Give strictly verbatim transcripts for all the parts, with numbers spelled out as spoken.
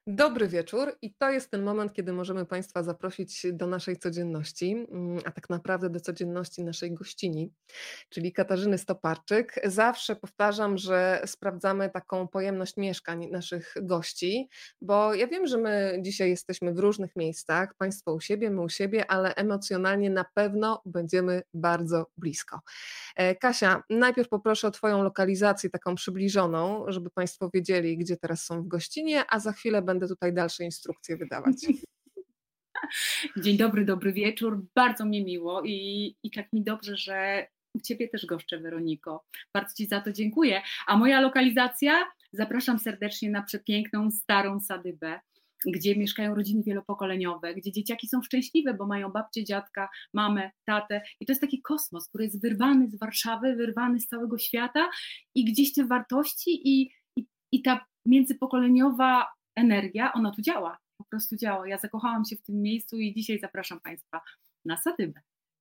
Dobry wieczór i to jest ten moment, kiedy możemy Państwa zaprosić do naszej codzienności, mm, a tak naprawdę do codzienności naszej gościni, czyli Katarzyny Stoparczyk. Zawsze powtarzam, że sprawdzamy taką pojemność mieszkań naszych gości, bo ja wiem, że my dzisiaj jesteśmy w różnych miejscach, Państwo u siebie, my u siebie, ale emocjonalnie na pewno będziemy bardzo blisko. E, Kasia, najpierw poproszę o Twoją lokalizację taką przybliżoną, żeby Państwo wiedzieli, gdzie teraz są w gościnie, a za chwilę będę tutaj dalsze instrukcje wydawać. Dzień dobry, dobry wieczór. Bardzo mi miło i, i tak mi dobrze, że u Ciebie też goszczę, Weroniko. Bardzo Ci za to dziękuję. A moja lokalizacja? Zapraszam serdecznie na przepiękną, starą sadybę, gdzie mieszkają rodziny wielopokoleniowe, gdzie dzieciaki są szczęśliwe, bo mają babcię, dziadka, mamę, tatę. I to jest taki kosmos, który jest wyrwany z Warszawy, wyrwany z całego świata i gdzieś te wartości i, i, i ta międzypokoleniowa energia, ona tu działa. Po prostu działa. Ja zakochałam się w tym miejscu i dzisiaj zapraszam Państwa na sadybę.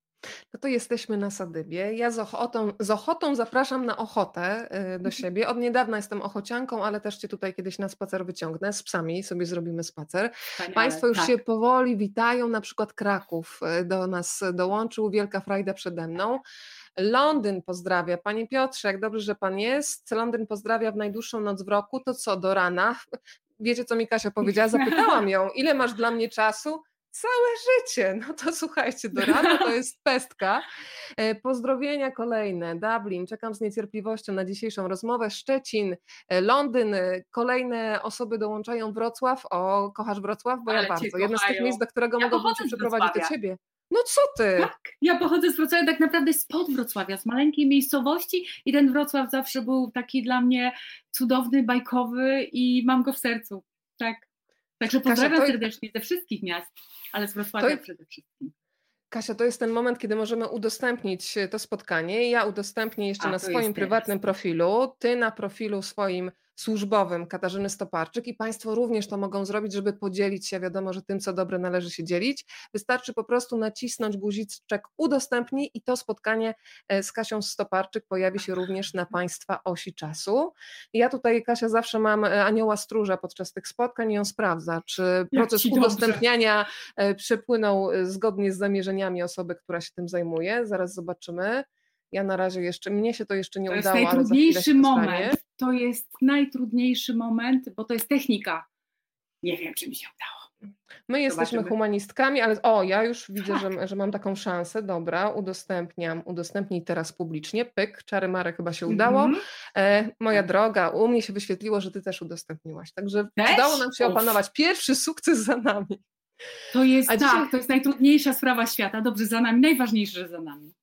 No to jesteśmy na sadybie. Ja z ochotą, z ochotą zapraszam na ochotę y, do siebie. Od niedawna jestem ochocianką, ale też Cię tutaj kiedyś na spacer wyciągnę. Z psami sobie zrobimy spacer. Wspaniale, Państwo już się tak. powoli witają, na przykład Kraków y, do nas dołączył, wielka frajda przede mną. Londyn pozdrawia. Panie Piotrze, jak dobrze, że Pan jest. Londyn pozdrawia w najdłuższą noc w roku. To co, do rana? Wiecie, co mi Kasia powiedziała? Zapytałam ją, ile masz dla mnie czasu? Całe życie. No to słuchajcie, do rana to jest pestka. E, Pozdrowienia kolejne. Dublin, czekam z niecierpliwością na dzisiejszą rozmowę. Szczecin, e, Londyn, e, kolejne osoby dołączają. Wrocław. O, kochasz Wrocław? Bo ja Ale Cię bardzo. Jedno z tych kochają. miejsc, do którego Ja mogłabym Cię pochodzę z przeprowadzić, to Wrocławia. Ciebie. No co ty? Tak, ja pochodzę z Wrocławia tak naprawdę spod Wrocławia, z maleńkiej miejscowości i ten Wrocław zawsze był taki dla mnie cudowny, bajkowy i mam go w sercu. Tak. Także Kasia, pozdrawiam to, serdecznie ze wszystkich miast, ale z to, Wrocławia przede wszystkim. Kasia, to jest ten moment, kiedy możemy udostępnić to spotkanie. Ja udostępnię jeszcze A, na to swoim jest prywatnym teraz. profilu, ty na profilu swoim służbowym Katarzyny Stoparczyk i Państwo również to mogą zrobić, żeby podzielić się. Wiadomo, że tym, co dobre, należy się dzielić. Wystarczy po prostu nacisnąć guziczek udostępnij i to spotkanie e, z Kasią Stoparczyk pojawi się również na Państwa osi czasu. Ja tutaj, Kasia, zawsze mam e, anioła stróża podczas tych spotkań i on sprawdza, czy Jak proces ci dobrze. udostępniania e, przepłynął e, zgodnie z zamierzeniami osoby, która się tym zajmuje. Zaraz zobaczymy. Ja na razie jeszcze, mnie się to jeszcze nie To jest udało, ale za chwilę się najtrudniejszy to stanie. moment. To jest najtrudniejszy moment, bo to jest technika. Nie wiem, czy mi się udało. My jesteśmy Zobaczymy. humanistkami, ale o, ja już widzę, że, że mam taką szansę. Dobra, udostępniam, udostępnij teraz publicznie. Pyk, czary mary chyba się udało. Mhm. E, moja droga, u mnie się wyświetliło, że ty też udostępniłaś. Także Też? udało nam się Uf. opanować. Pierwszy sukces za nami. To jest A tak, dzisiaj to jest najtrudniejsza sprawa świata. Dobrze, za nami, najważniejsze, że za nami.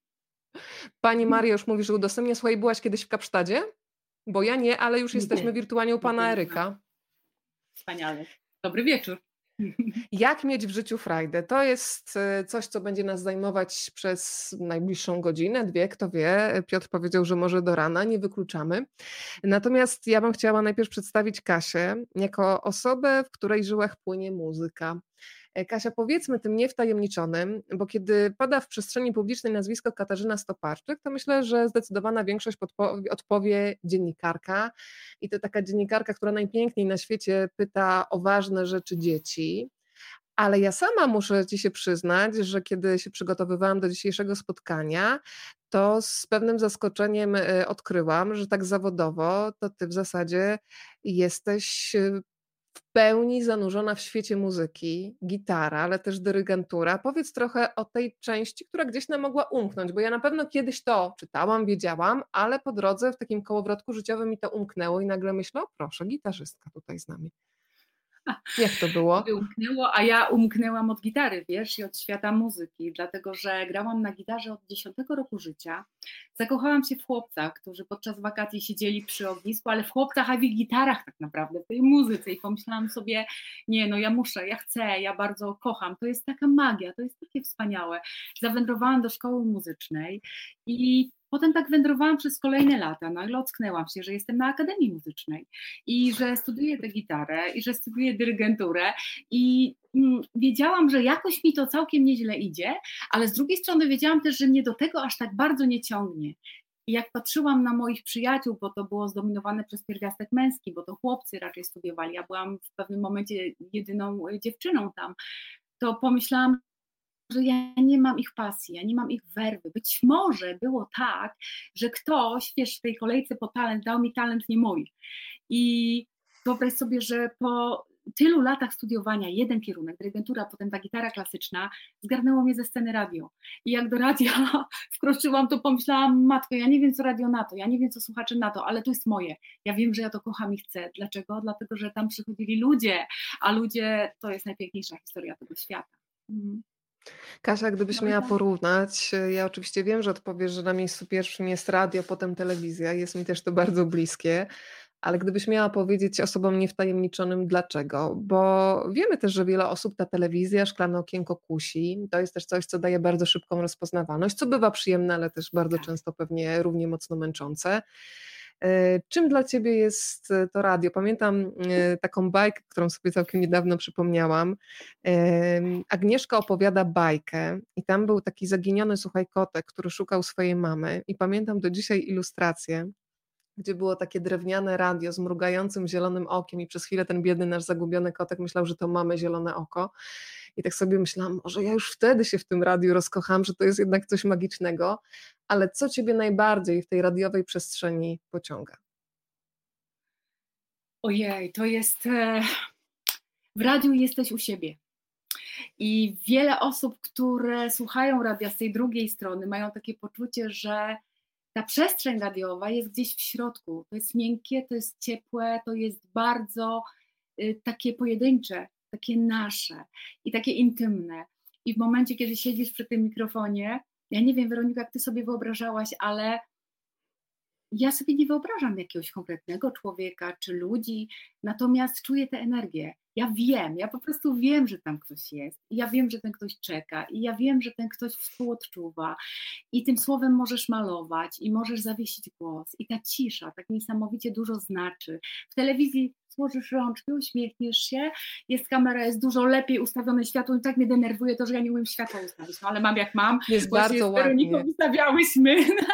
pani Maria już mówi, że udostępnia. Słuchaj, byłaś kiedyś w Kapsztadzie? Bo ja nie, ale już jesteśmy Nie, wirtualnie u pana nie Eryka. Wspaniale. Dobry wieczór. Jak mieć w życiu frajdę? To jest e, coś, co będzie nas zajmować przez najbliższą godzinę, dwie, kto wie. Piotr powiedział, że może do rana, nie wykluczamy. Natomiast ja bym chciała najpierw przedstawić Kasię jako osobę, w której żyłach płynie muzyka. E, Kasia, powiedzmy tym niewtajemniczonym, bo kiedy pada w przestrzeni publicznej nazwisko Katarzyna Stoparczyk, to myślę, że zdecydowana większość podpo- odpowie dziennikarka i to taka dziennikarka, która najpiękniej na świecie pyta o ważne rzeczy dzieci. Ale ja sama muszę Ci się przyznać, że kiedy się przygotowywałam do dzisiejszego spotkania, to z pewnym zaskoczeniem e, odkryłam, że tak zawodowo to Ty w zasadzie jesteś e, w pełni zanurzona w świecie muzyki, gitara, ale też dyrygentura. Powiedz trochę o tej części, która gdzieś nam mogła umknąć, bo ja na pewno kiedyś to czytałam, wiedziałam, ale po drodze w takim kołowrotku życiowym mi to umknęło i nagle myślę, o proszę, gitarzystka tutaj z nami. Jak to było? Tobie umknęło, a ja umknęłam od gitary, wiesz, i od świata muzyki, dlatego że grałam na gitarze od dziesiątego roku życia. Zakochałam się w chłopcach, którzy podczas wakacji siedzieli przy ognisku, ale w chłopcach, a w ich gitarach tak naprawdę, w tej muzyce i pomyślałam sobie, nie, no ja muszę, ja chcę, ja bardzo kocham, to jest taka magia, to jest takie wspaniałe. Zawędrowałam do szkoły muzycznej i potem tak wędrowałam przez kolejne lata, nagle ocknęłam się, że jestem na Akademii Muzycznej i że studiuję tę gitarę i że studiuję dyrygenturę i mm, wiedziałam, że jakoś mi to całkiem nieźle idzie, ale z drugiej strony wiedziałam też, że mnie do tego aż tak bardzo nie ciągnie. I jak patrzyłam na moich przyjaciół, bo to było zdominowane przez pierwiastek męski, bo to chłopcy raczej studiowali, ja byłam w pewnym momencie jedyną dziewczyną tam, to pomyślałam, że ja nie mam ich pasji, ja nie mam ich werwy. Być może było tak, że ktoś, wiesz, w tej kolejce po talent dał mi talent nie mój. I wyobraź sobie, że po tylu latach studiowania, jeden kierunek, dyrygentura, potem ta gitara klasyczna, zgarnęło mnie ze sceny radio. I jak do radia wkroczyłam, to pomyślałam, matko, ja nie wiem, co radio na to, ja nie wiem, co słuchacze na to, ale to jest moje. Ja wiem, że ja to kocham i chcę. Dlaczego? Dlatego, że tam przychodzili ludzie, a ludzie to jest najpiękniejsza historia tego świata. Mhm. Kasia, gdybyś No i miała tak. porównać, ja oczywiście wiem, że odpowiesz, że na miejscu pierwszym jest radio, potem telewizja, jest mi też to bardzo bliskie, ale gdybyś miała powiedzieć osobom niewtajemniczonym dlaczego, bo wiemy też, że wiele osób ta telewizja, szklane okienko kusi, to jest też coś, co daje bardzo szybką rozpoznawalność, co bywa przyjemne, ale też bardzo Tak. często pewnie równie mocno męczące. E, Czym dla ciebie jest e, to radio? Pamiętam e, taką bajkę, którą sobie całkiem niedawno przypomniałam. E, Agnieszka opowiada bajkę i tam był taki zaginiony, słuchaj, kotek, który szukał swojej mamy i pamiętam do dzisiaj ilustrację, gdzie było takie drewniane radio z mrugającym zielonym okiem i przez chwilę ten biedny nasz zagubiony kotek myślał, że to mamy zielone oko. I tak sobie myślałam, może ja już wtedy się w tym radiu rozkocham, że to jest jednak coś magicznego, ale co ciebie najbardziej w tej radiowej przestrzeni pociąga? Ojej, to jest... E, w radiu jesteś u siebie. I wiele osób, które słuchają radia z tej drugiej strony, mają takie poczucie, że ta przestrzeń radiowa jest gdzieś w środku. To jest miękkie, to jest ciepłe, to jest bardzo y, takie pojedyncze, takie nasze i takie intymne. I w momencie, kiedy siedzisz przy tym mikrofonie, ja nie wiem, Weronika, jak ty sobie wyobrażałaś, ale ja sobie nie wyobrażam jakiegoś konkretnego człowieka czy ludzi, natomiast czuję tę energię. Ja wiem, ja po prostu wiem, że tam ktoś jest. I ja wiem, że ten ktoś czeka. I ja wiem, że ten ktoś współodczuwa. I tym słowem możesz malować i możesz zawiesić głos. I ta cisza tak niesamowicie dużo znaczy. W telewizji złożysz rączki, uśmiechniesz się, jest kamera, jest dużo lepiej ustawione światło i tak mnie denerwuje to, że ja nie umiem światła ustawić. No ale mam jak mam. Jest Właśnie bardzo z Weroniką ładnie. ustawiałyśmy.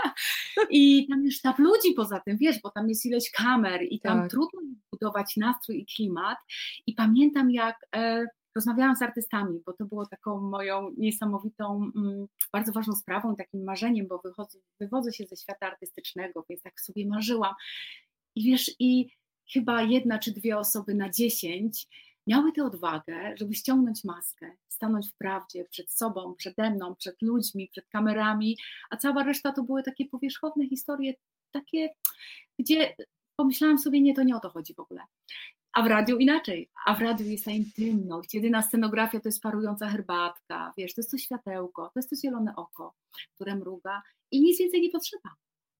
I tam jest sztab ludzi poza tym, wiesz, bo tam jest ileś kamer i tam Tak. trudno budować nastrój i klimat. I pamiętam, jak e, rozmawiałam z artystami, bo to było taką moją niesamowitą, mm, bardzo ważną sprawą, takim marzeniem, bo wychodzę, wywodzę się ze świata artystycznego, więc tak sobie marzyłam. I wiesz, i chyba jedna czy dwie osoby na dziesięć miały tę odwagę, żeby ściągnąć maskę, stanąć w prawdzie przed sobą, przede mną, przed ludźmi, przed kamerami, a cała reszta to były takie powierzchowne historie, takie, gdzie pomyślałam sobie, nie, to nie o to chodzi w ogóle. A w radiu inaczej, a w radiu jest ta intymność, jedyna scenografia to jest parująca herbatka, wiesz, to jest to światełko, to jest to zielone oko, które mruga i nic więcej nie potrzeba.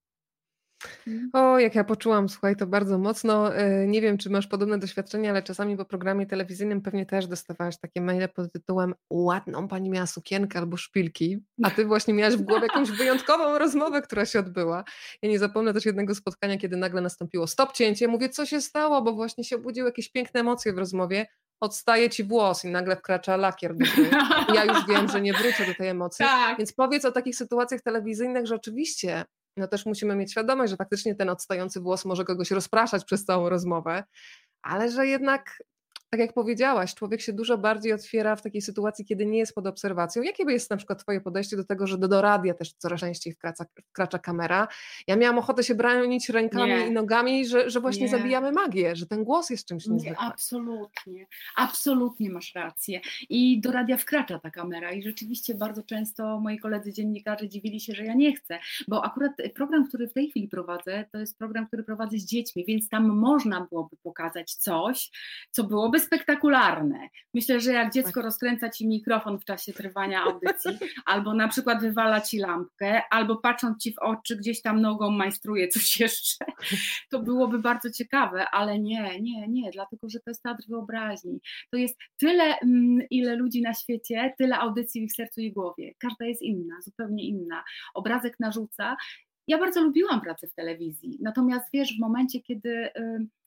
O, jak ja poczułam, słuchaj, to bardzo mocno. E, Nie wiem, czy masz podobne doświadczenie, ale czasami po programie telewizyjnym pewnie też dostawałaś takie maile pod tytułem ładną pani miała sukienkę albo szpilki, a ty właśnie miałaś w głowie jakąś wyjątkową rozmowę, która się odbyła. Ja nie zapomnę też jednego spotkania, kiedy nagle nastąpiło stop cięcie. Mówię, co się stało, bo właśnie się obudziły jakieś piękne emocje w rozmowie. Odstaje ci włos i nagle wkracza lakier do gry. I ja już wiem, że nie wrócę do tej emocji. Tak. Więc powiedz o takich sytuacjach telewizyjnych, że oczywiście no też musimy mieć świadomość, że faktycznie ten odstający włos może kogoś rozpraszać przez całą rozmowę, ale że jednak, tak jak powiedziałaś, człowiek się dużo bardziej otwiera w takiej sytuacji, kiedy nie jest pod obserwacją. Jakie jest na przykład twoje podejście do tego, że do, do radia też coraz częściej wkracza, wkracza kamera? Ja miałam ochotę się bronić rękami Nie. i nogami, że, że właśnie Nie. zabijamy magię, że ten głos jest czymś Nie, niezwykłym. absolutnie, absolutnie masz rację. I do radia wkracza ta kamera i rzeczywiście bardzo często moi koledzy dziennikarze dziwili się, że ja nie chcę, bo akurat program, który w tej chwili prowadzę, to jest program, który prowadzę z dziećmi, więc tam można byłoby pokazać coś, co byłoby spektakularne. Myślę, że jak dziecko rozkręca ci mikrofon w czasie trwania audycji, albo na przykład wywala ci lampkę, albo patrząc ci w oczy gdzieś tam nogą majstruje coś jeszcze, to byłoby bardzo ciekawe, ale nie, nie, nie, dlatego, że to jest teatr wyobraźni. To jest tyle, ile ludzi na świecie, tyle audycji w ich sercu i głowie. Każda jest inna, zupełnie inna. Obrazek narzuca. Ja bardzo lubiłam pracę w telewizji, natomiast wiesz, w momencie, kiedy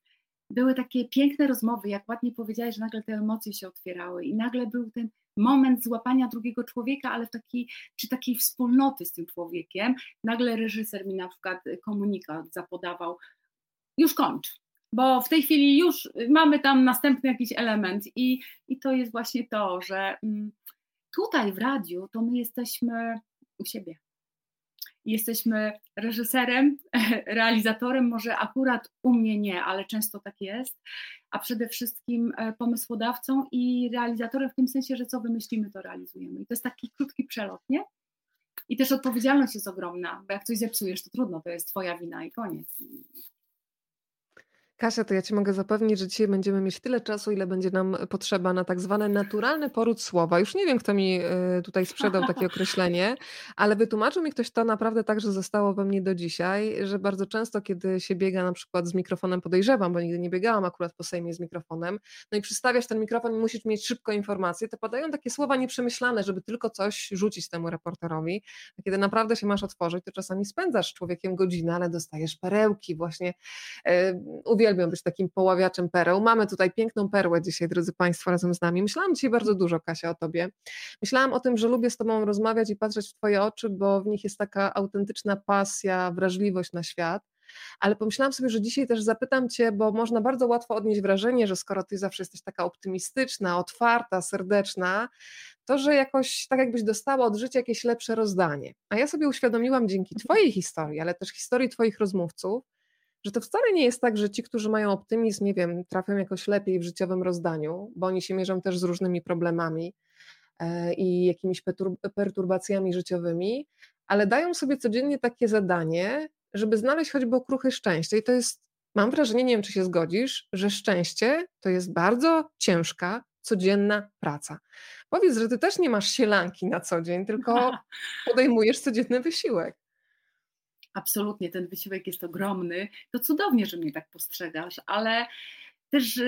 były takie piękne rozmowy, jak ładnie powiedziałeś, że nagle te emocje się otwierały i nagle był ten moment złapania drugiego człowieka, ale w takiej, czy takiej wspólnoty z tym człowiekiem. Nagle reżyser mi na przykład komunikat zapodawał, już kończ, bo w tej chwili już mamy tam następny jakiś element i, i to jest właśnie to, że tutaj w radiu to my jesteśmy u siebie. Jesteśmy reżyserem, realizatorem, może akurat u mnie nie, ale często tak jest, a przede wszystkim pomysłodawcą i realizatorem w tym sensie, że co wymyślimy, to realizujemy. I to jest taki krótki przelot, nie? I też odpowiedzialność jest ogromna, bo jak coś zepsujesz, to trudno, to jest twoja wina i koniec. Kasia, to ja Ci mogę zapewnić, że dzisiaj będziemy mieć tyle czasu, ile będzie nam potrzeba na tak zwany naturalny poród słowa. Już nie wiem, kto mi y, tutaj sprzedał takie określenie, ale wytłumaczył mi ktoś to naprawdę tak, że zostało we mnie do dzisiaj, że bardzo często, kiedy się biega na przykład z mikrofonem, podejrzewam, bo nigdy nie biegałam akurat po Sejmie z mikrofonem, no i przystawiasz ten mikrofon i musisz mieć szybko informacje, to padają takie słowa nieprzemyślane, żeby tylko coś rzucić temu reporterowi. A kiedy naprawdę się masz otworzyć, to czasami spędzasz z człowiekiem godzinę, ale dostajesz perełki właśnie. Y, uwielbiam być takim poławiaczem pereł. Mamy tutaj piękną perłę dzisiaj, drodzy Państwo, razem z nami. Myślałam dzisiaj bardzo dużo, Kasia, o Tobie. Myślałam o tym, że lubię z Tobą rozmawiać i patrzeć w Twoje oczy, bo w nich jest taka autentyczna pasja, wrażliwość na świat. Ale pomyślałam sobie, że dzisiaj też zapytam Cię, bo można bardzo łatwo odnieść wrażenie, że skoro Ty zawsze jesteś taka optymistyczna, otwarta, serdeczna, to że jakoś tak jakbyś dostała od życia jakieś lepsze rozdanie. A ja sobie uświadomiłam dzięki Twojej historii, ale też historii Twoich rozmówców, że to wcale nie jest tak, że ci, którzy mają optymizm, nie wiem, trafią jakoś lepiej w życiowym rozdaniu, bo oni się mierzą też z różnymi problemami i jakimiś perturbacjami życiowymi, ale dają sobie codziennie takie zadanie, żeby znaleźć choćby okruchy szczęścia. I to jest, mam wrażenie, nie wiem, czy się zgodzisz, że szczęście to jest bardzo ciężka, codzienna praca. Powiedz, że ty też nie masz sielanki na co dzień, tylko podejmujesz codzienny wysiłek. Absolutnie, ten wysiłek jest ogromny. To cudownie, że mnie tak postrzegasz, ale też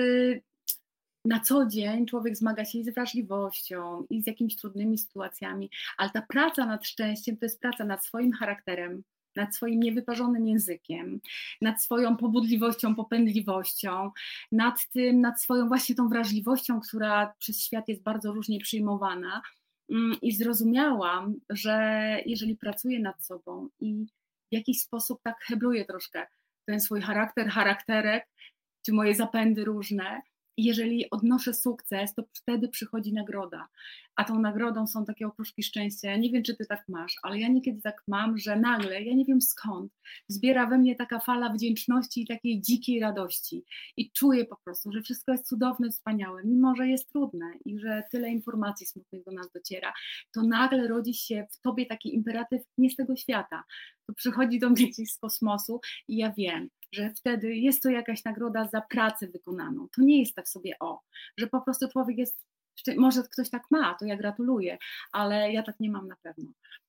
na co dzień człowiek zmaga się i z wrażliwością, i z jakimiś trudnymi sytuacjami, ale ta praca nad szczęściem to jest praca nad swoim charakterem, nad swoim niewyparzonym językiem, nad swoją pobudliwością, popędliwością, nad tym, nad swoją właśnie tą wrażliwością, która przez świat jest bardzo różnie przyjmowana. I zrozumiałam, że jeżeli pracuję nad sobą i w jakiś sposób tak hebluję troszkę ten swój charakter, charakterek, czy moje zapędy różne, i jeżeli odnoszę sukces, to wtedy przychodzi nagroda. A tą nagrodą są takie okruszki szczęścia. Ja nie wiem, czy ty tak masz, ale ja niekiedy tak mam, że nagle, ja nie wiem skąd, zbiera we mnie taka fala wdzięczności i takiej dzikiej radości. I czuję po prostu, że wszystko jest cudowne, wspaniałe, mimo że jest trudne i że tyle informacji smutnych do nas dociera, to nagle rodzi się w tobie taki imperatyw nie z tego świata. To przychodzi do mnie gdzieś z kosmosu i ja wiem, że wtedy jest to jakaś nagroda za pracę wykonaną. To nie jest tak sobie o, że po prostu człowiek jest, może ktoś tak ma, to ja gratuluję, ale ja tak nie mam na pewno.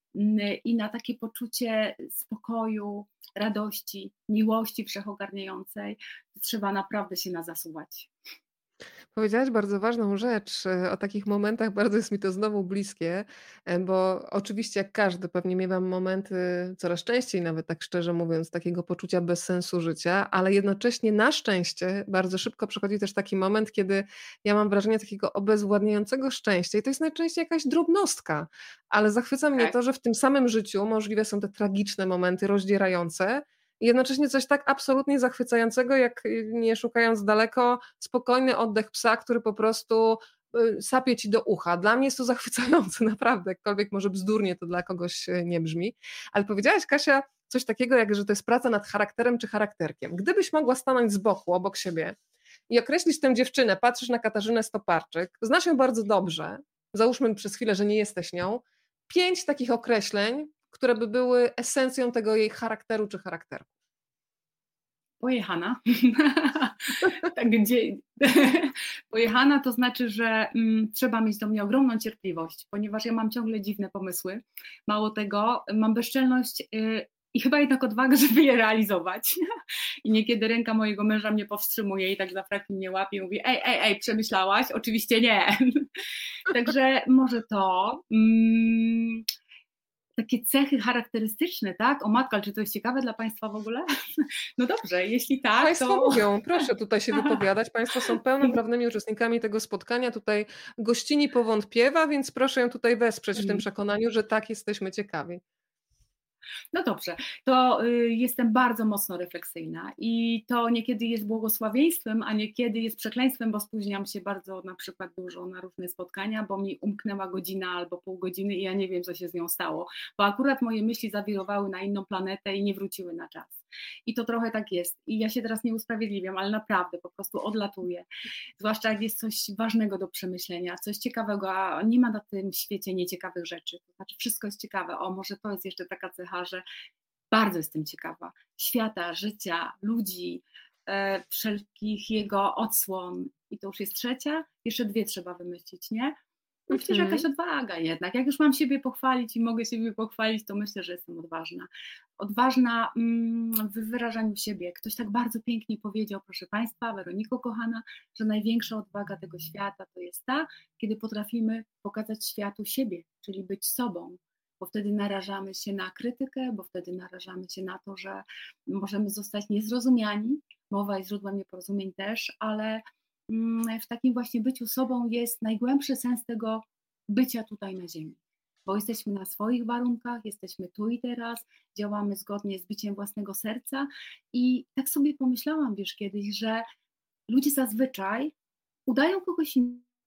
I na takie poczucie spokoju, radości, miłości wszechogarniającej trzeba naprawdę się nazasuwać. Powiedziałaś bardzo ważną rzecz. O takich momentach bardzo jest mi to znowu bliskie, bo oczywiście jak każdy pewnie miewam momenty, coraz częściej nawet tak szczerze mówiąc, takiego poczucia bezsensu życia, ale jednocześnie na szczęście bardzo szybko przychodzi też taki moment, kiedy ja mam wrażenie takiego obezwładniającego szczęścia i to jest najczęściej jakaś drobnostka, ale zachwyca mnie Tak. to, że w tym samym życiu możliwe są te tragiczne momenty rozdzierające, i jednocześnie coś tak absolutnie zachwycającego, jak nie szukając daleko, spokojny oddech psa, który po prostu sapie ci do ucha. Dla mnie jest to zachwycające, naprawdę, jakkolwiek może bzdurnie to dla kogoś nie brzmi. Ale powiedziałaś, Kasia, coś takiego, jak że to jest praca nad charakterem czy charakterkiem. Gdybyś mogła stanąć z boku, obok siebie i określić tę dziewczynę, patrzysz na Katarzynę Stoparczyk, znasz ją bardzo dobrze, załóżmy przez chwilę, że nie jesteś nią, pięć takich określeń, które by były esencją tego jej charakteru czy charakteru. Pojechana. Tak, gdzie... Pojechana to znaczy, że mm, trzeba mieć do mnie ogromną cierpliwość, ponieważ ja mam ciągle dziwne pomysły. Mało tego, mam bezczelność yy, i chyba jednak odwagę, żeby je realizować. I niekiedy ręka mojego męża mnie powstrzymuje i tak za fraki mnie łapie i mówi: ej, ej, ej, przemyślałaś? Oczywiście nie. Także może to... Mm, takie cechy charakterystyczne, tak? O matko, ale czy to jest ciekawe dla Państwa w ogóle? No dobrze, jeśli tak, Państwo to... mówią, proszę tutaj się wypowiadać. Państwo są pełnoprawnymi uczestnikami tego spotkania. Tutaj gościni powątpiewa, więc proszę ją tutaj wesprzeć w tym przekonaniu, że tak, jesteśmy ciekawi. No dobrze, to y, jestem bardzo mocno refleksyjna i to niekiedy jest błogosławieństwem, a niekiedy jest przekleństwem, bo spóźniam się bardzo na przykład dużo na różne spotkania, bo mi umknęła godzina albo pół godziny i ja nie wiem, co się z nią stało, bo akurat moje myśli zawirowały na inną planetę i nie wróciły na czas. I to trochę tak jest. I ja się teraz nie usprawiedliwiam, ale naprawdę po prostu odlatuję. Zwłaszcza jak jest coś ważnego do przemyślenia, coś ciekawego, a nie ma na tym świecie nieciekawych rzeczy. To znaczy wszystko jest ciekawe. O, może to jest jeszcze taka cecha, że bardzo jestem ciekawa świata, życia, ludzi, e, wszelkich jego odsłon. I to już jest trzecia, jeszcze dwie trzeba wymyślić, nie? No przecież Mhm. jakaś odwaga jednak. Jak już mam siebie pochwalić i mogę siebie pochwalić, to myślę, że jestem odważna. Odważna mm, w wyrażaniu siebie. Ktoś tak bardzo pięknie powiedział, proszę Państwa, Weroniko kochana, że największa odwaga tego świata to jest ta, kiedy potrafimy pokazać światu siebie, czyli być sobą, bo wtedy narażamy się na krytykę, bo wtedy narażamy się na to, że możemy zostać niezrozumiani. Mowa jest źródłem nieporozumień też, ale w takim właśnie byciu sobą jest najgłębszy sens tego bycia tutaj na ziemi, bo jesteśmy na swoich warunkach, jesteśmy tu i teraz, działamy zgodnie z biciem własnego serca i tak sobie pomyślałam, wiesz, kiedyś, że ludzie zazwyczaj udają kogoś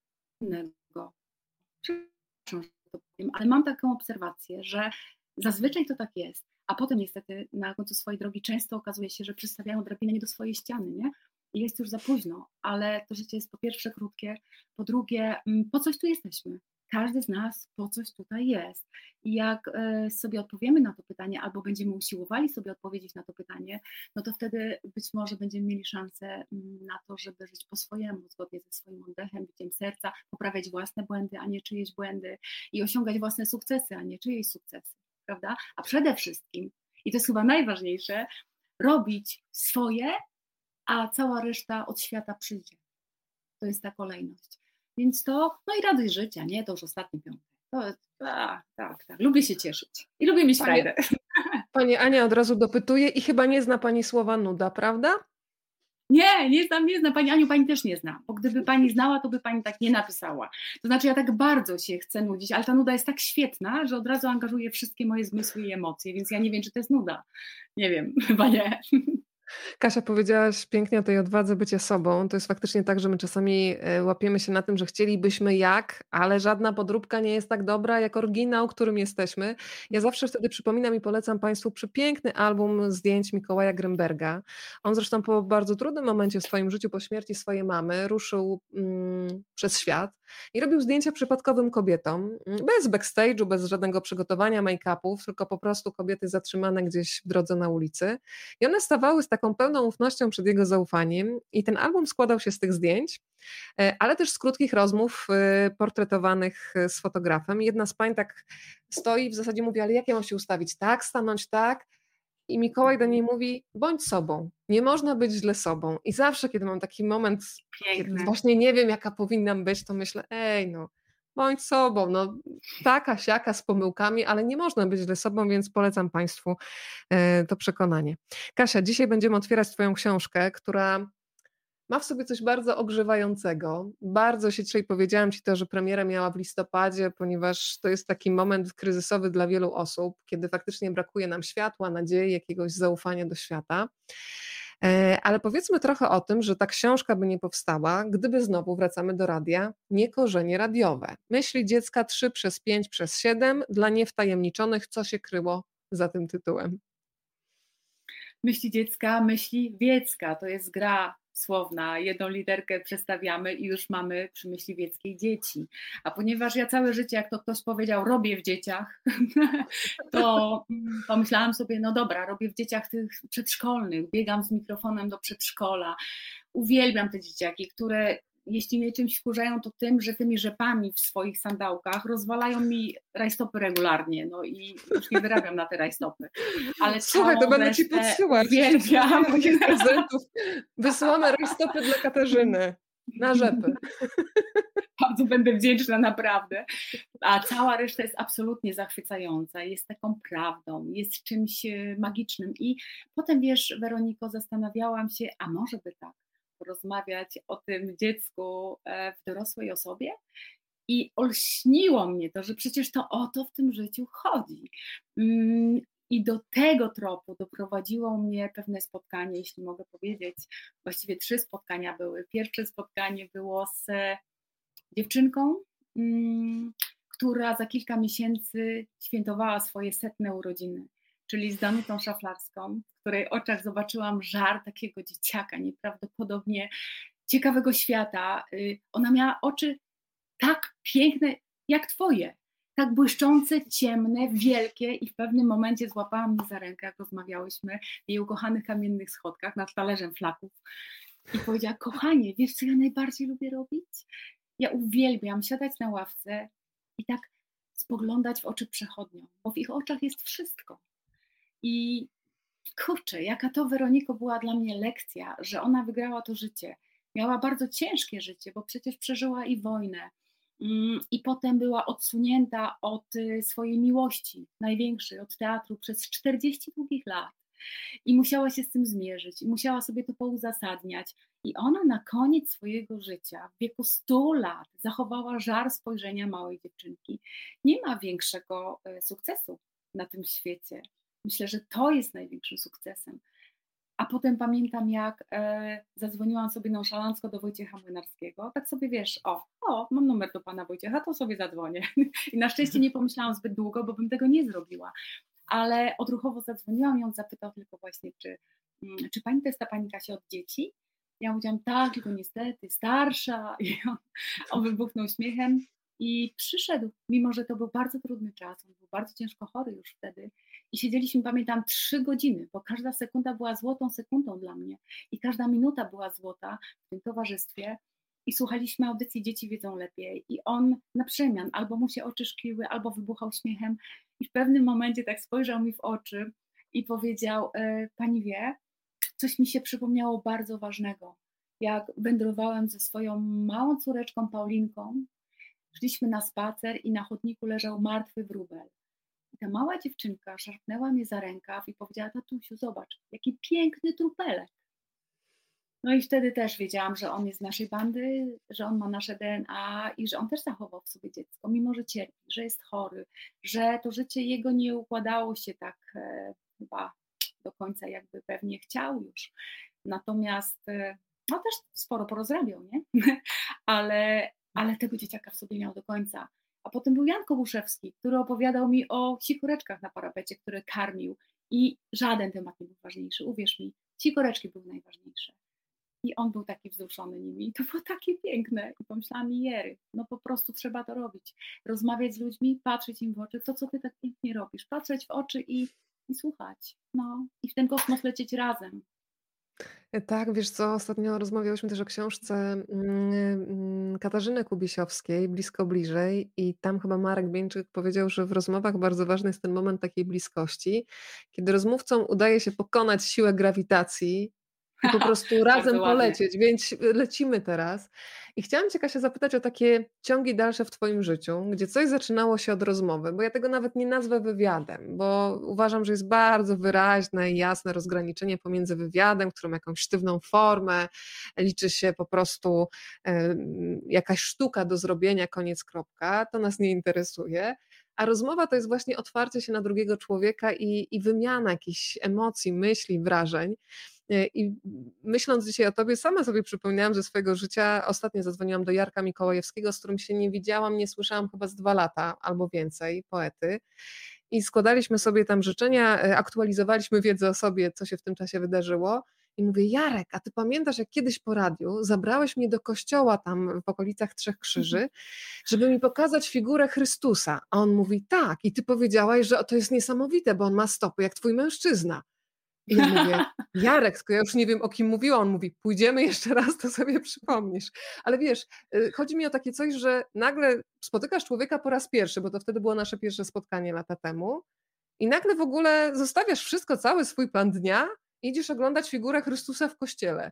innego. Przepraszam, że to powiem, ale mam taką obserwację, że zazwyczaj to tak jest, a potem niestety na końcu swojej drogi często okazuje się, że przystawiają drabinę nie do swojej ściany, nie? I jest już za późno, ale to życie jest po pierwsze krótkie, po drugie, po coś tu jesteśmy. Każdy z nas po coś tutaj jest. I jak sobie odpowiemy na to pytanie, albo będziemy usiłowali sobie odpowiedzieć na to pytanie, no to wtedy być może będziemy mieli szansę na to, żeby żyć po swojemu, zgodnie ze swoim oddechem, biciem serca, poprawiać własne błędy, a nie czyjeś błędy i osiągać własne sukcesy, a nie czyjeś sukcesy, prawda? A przede wszystkim, i to jest chyba najważniejsze, robić swoje, a cała reszta od świata przyjdzie. To jest ta kolejność. Więc to, no i radość życia, nie? To już ostatni piątek. To, a, tak, tak. Lubię się cieszyć i lubię mieć frajdę. Pani Ania od razu dopytuje i chyba nie zna Pani słowa nuda, prawda? Nie, nie znam, nie znam. Pani Aniu, Pani też nie zna, bo gdyby Pani znała, to by Pani tak nie napisała. To znaczy ja tak bardzo się chcę nudzić, ale ta nuda jest tak świetna, że od razu angażuje wszystkie moje zmysły i emocje, więc ja nie wiem, czy to jest nuda. Nie wiem, chyba nie. Kasia, powiedziałaś pięknie o tej odwadze bycia sobą. To jest faktycznie tak, że my czasami łapiemy się na tym, że chcielibyśmy jak, ale żadna podróbka nie jest tak dobra jak oryginał, którym jesteśmy. Ja zawsze wtedy przypominam i polecam Państwu przepiękny album zdjęć Mikołaja Grymberga. On zresztą po bardzo trudnym momencie w swoim życiu, po śmierci swojej mamy, ruszył mm, przez świat i robił zdjęcia przypadkowym kobietom, bez backstage'u, bez żadnego przygotowania make-upów, tylko po prostu kobiety zatrzymane gdzieś w drodze na ulicy. I one stawały z taką pełną ufnością przed jego zaufaniem i ten album składał się z tych zdjęć, ale też z krótkich rozmów portretowanych z fotografem. Jedna z pań tak stoi i w zasadzie mówi, ale jak ja mam się ustawić? Tak, stanąć tak? I Mikołaj do niej mówi, bądź sobą, nie można być źle sobą. I zawsze, kiedy mam taki moment, Piękne. kiedy właśnie nie wiem, jaka powinnam być, to myślę, ej no, bądź sobą, no taka, siaka, z pomyłkami, ale nie można być źle sobą, więc polecam Państwu to przekonanie. Kasia, dzisiaj będziemy otwierać Twoją książkę, która ma w sobie coś bardzo ogrzewającego. Bardzo się dzisiaj, powiedziałam Ci to, że premiera miała w listopadzie, ponieważ to jest taki moment kryzysowy dla wielu osób, kiedy faktycznie brakuje nam światła, nadziei, jakiegoś zaufania do świata. Ale powiedzmy trochę o tym, że ta książka by nie powstała, gdyby znowu, wracamy do radia, nie korzenie radiowe. Myśli dziecka trzy przez pięć przez siedem dla niewtajemniczonych, co się kryło za tym tytułem. Myśli dziecka, myśli wiecka, to jest gra słowna, jedną literkę przestawiamy i już mamy przy myśli wieckiej dzieci. A ponieważ ja całe życie, jak to ktoś powiedział, robię w dzieciach, to pomyślałam sobie, no dobra, robię w dzieciach tych przedszkolnych, biegam z mikrofonem do przedszkola, uwielbiam te dzieciaki, które jeśli mnie czymś wkurzają, to tym, że tymi rzepami w swoich sandałkach rozwalają mi rajstopy regularnie, no i już nie wyrabiam na te rajstopy. Ale słuchaj, to będę Ci podsyłać. Uwielbiam. prezentów. Wysyłamy rajstopy dla Katarzyny na rzepy. bardzo będę wdzięczna, naprawdę. A cała reszta jest absolutnie zachwycająca, jest taką prawdą, jest czymś magicznym. I potem, wiesz, Weroniko, zastanawiałam się, a może by tak porozmawiać o tym dziecku w dorosłej osobie? I olśniło mnie to, że przecież to o to w tym życiu chodzi. I do tego tropu doprowadziło mnie pewne spotkanie, jeśli mogę powiedzieć. Właściwie trzy spotkania były. Pierwsze spotkanie było z dziewczynką, która za kilka miesięcy świętowała swoje setne urodziny, czyli z Danutą Szaflarską, w której oczach zobaczyłam żar takiego dzieciaka, nieprawdopodobnie ciekawego świata. Ona miała oczy tak piękne jak twoje, tak błyszczące, ciemne, wielkie, i w pewnym momencie złapała mnie za rękę, jak rozmawiałyśmy w jej ukochanych kamiennych schodkach nad talerzem flaków i powiedziała: kochanie, wiesz, co ja najbardziej lubię robić? Ja uwielbiam siadać na ławce i tak spoglądać w oczy przechodniom, bo w ich oczach jest wszystko. I kurczę, jaka to, Weroniko, była dla mnie lekcja, że ona wygrała to życie. Miała bardzo ciężkie życie, bo przecież przeżyła i wojnę, i potem była odsunięta od swojej miłości największej, od teatru, przez czterdzieści długich lat. I musiała się z tym zmierzyć, i musiała sobie to pouzasadniać. I ona na koniec swojego życia, w wieku stu lat, zachowała żar spojrzenia małej dziewczynki. Nie ma większego sukcesu na tym świecie. Myślę, że to jest największym sukcesem. A potem pamiętam, jak e, zadzwoniłam sobie nonszalancko do Wojciecha Młynarskiego. Tak sobie, wiesz, o, o, mam numer do pana Wojciecha, to sobie zadzwonię. I na szczęście nie pomyślałam zbyt długo, bo bym tego nie zrobiła. Ale odruchowo zadzwoniłam i on zapytał tylko właśnie, czy, czy pani to jest ta pani Kasia od dzieci? Ja mówiłam: tak, tylko niestety starsza. I on, on wybuchnął śmiechem i przyszedł, mimo że to był bardzo trudny czas. On był bardzo ciężko chory już wtedy. I siedzieliśmy, pamiętam, trzy godziny, bo każda sekunda była złotą sekundą dla mnie i każda minuta była złota w tym towarzystwie. I słuchaliśmy audycji Dzieci wiedzą lepiej. I on na przemian albo mu się oczy szkliły, albo wybuchał śmiechem. I w pewnym momencie tak spojrzał mi w oczy i powiedział: e, pani wie, coś mi się przypomniało bardzo ważnego. Jak wędrowałem ze swoją małą córeczką Paulinką, szliśmy na spacer i na chodniku leżał martwy wróbel. I ta mała dziewczynka szarpnęła mnie za rękaw i powiedziała: tatusiu, zobacz, jaki piękny trupelek. No i wtedy też wiedziałam, że on jest z naszej bandy, że on ma nasze D N A i że on też zachował w sobie dziecko, mimo że cierpi, że jest chory, że to życie jego nie układało się tak e, chyba do końca, jakby pewnie chciał już. Natomiast e, no też sporo porozrabiał, nie? ale, ale tego dzieciaka w sobie miał do końca. A potem był Jan Kobuszewski, który opowiadał mi o sikoreczkach na parapecie, które karmił, i żaden temat nie był ważniejszy, uwierz mi, sikoreczki były najważniejsze. I on był taki wzruszony nimi. I to było takie piękne. I pomyślałam: jery, no po prostu trzeba to robić. Rozmawiać z ludźmi, patrzeć im w oczy, to co ty tak pięknie robisz. Patrzeć w oczy i, i słuchać. No i w ten kosmos lecieć razem. Tak, wiesz co, ostatnio rozmawiałyśmy też o książce mm, mm, Katarzyny Kubisiowskiej, Blisko bliżej, i tam chyba Marek Bieńczyk powiedział, że w rozmowach bardzo ważny jest ten moment takiej bliskości, kiedy rozmówcom udaje się pokonać siłę grawitacji i po prostu razem polecieć, więc lecimy teraz. I chciałam cię, Kasia, zapytać o takie ciągi dalsze w twoim życiu, gdzie coś zaczynało się od rozmowy, bo ja tego nawet nie nazwę wywiadem, bo uważam, że jest bardzo wyraźne i jasne rozgraniczenie pomiędzy wywiadem, który ma jakąś sztywną formę, liczy się po prostu e, jakaś sztuka do zrobienia, koniec, kropka, to nas nie interesuje. A rozmowa to jest właśnie otwarcie się na drugiego człowieka i, i wymiana jakichś emocji, myśli, wrażeń. I myśląc dzisiaj o tobie, sama sobie przypomniałam ze swojego życia. Ostatnio zadzwoniłam do Jarka Mikołajewskiego, z którym się nie widziałam, nie słyszałam chyba z dwa lata albo więcej, poety. I składaliśmy sobie tam życzenia, aktualizowaliśmy wiedzę o sobie, co się w tym czasie wydarzyło. I mówię: Jarek, a ty pamiętasz, jak kiedyś po radiu zabrałeś mnie do kościoła tam w okolicach Trzech Krzyży, żeby mi pokazać figurę Chrystusa? A on mówi: tak, i ty powiedziałaś, że to jest niesamowite, bo on ma stopy jak twój mężczyzna. I ja mówię: Jarek, tylko ja już nie wiem, o kim mówiła. On mówi: pójdziemy jeszcze raz, to sobie przypomnisz. Ale wiesz, chodzi mi o takie coś, że nagle spotykasz człowieka po raz pierwszy, bo to wtedy było nasze pierwsze spotkanie lata temu, i nagle w ogóle zostawiasz wszystko, cały swój plan dnia, i idziesz oglądać figurę Chrystusa w kościele.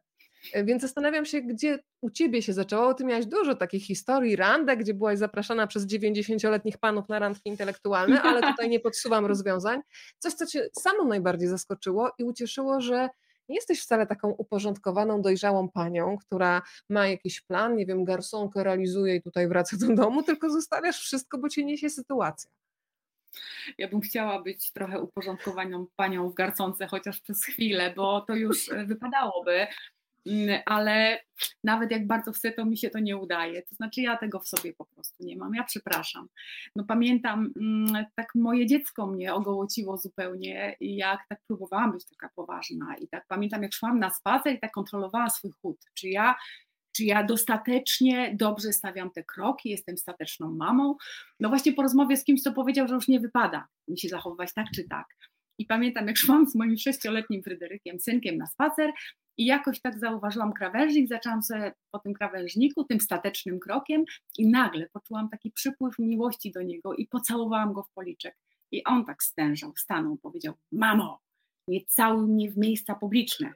Więc zastanawiam się, gdzie u ciebie się zaczęło. Ty miałaś dużo takich historii, randek, gdzie byłaś zapraszana przez dziewięćdziesięcioletnich panów na randki intelektualne, ale tutaj nie podsuwam rozwiązań. Coś, co cię samą najbardziej zaskoczyło i ucieszyło, że nie jesteś wcale taką uporządkowaną, dojrzałą panią, która ma jakiś plan, nie wiem, garsonkę realizuje i tutaj wraca do domu, tylko zostawiasz wszystko, bo cię niesie sytuacja. Ja bym chciała być trochę uporządkowaną panią w garconce, chociaż przez chwilę, bo to już wypadałoby, ale nawet jak bardzo chcę, to mi się to nie udaje. To znaczy ja tego w sobie po prostu nie mam, ja przepraszam. No pamiętam, tak moje dziecko mnie ogołociło zupełnie i jak tak próbowałam być taka poważna i tak pamiętam, jak szłam na spacer i tak kontrolowałam swój chód, czy ja Czy ja dostatecznie dobrze stawiam te kroki, jestem stateczną mamą? No właśnie po rozmowie z kimś, to powiedział, że już nie wypada mi się zachowywać tak czy tak. I pamiętam, jak szłam z moim sześcioletnim Fryderykiem, synkiem, na spacer i jakoś tak zauważyłam krawężnik, zaczęłam sobie po tym krawężniku, tym statecznym krokiem i nagle poczułam taki przypływ miłości do niego i pocałowałam go w policzek. I on tak stężał, stanął, powiedział: mamo, nie całuj mnie w miejsca publiczne.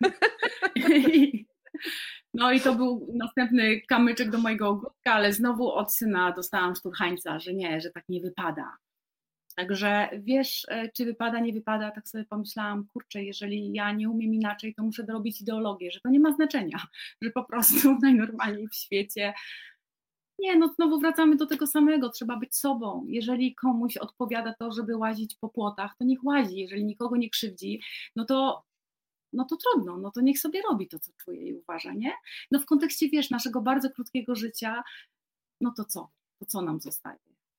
No i to był następny kamyczek do mojego ogródka, ale znowu od syna dostałam szturchańca, że nie, że tak nie wypada. Także wiesz, czy wypada, nie wypada, tak sobie pomyślałam, kurczę, jeżeli ja nie umiem inaczej, to muszę dorobić ideologię, że to nie ma znaczenia, że po prostu najnormalniej w świecie. Nie, no znowu wracamy do tego samego, trzeba być sobą. Jeżeli komuś odpowiada to, żeby łazić po płotach, to niech łazi, jeżeli nikogo nie krzywdzi, no to no to trudno, no to niech sobie robi to, co czuje i uważa, nie? No w kontekście, wiesz, naszego bardzo krótkiego życia, no to co? To co nam zostaje?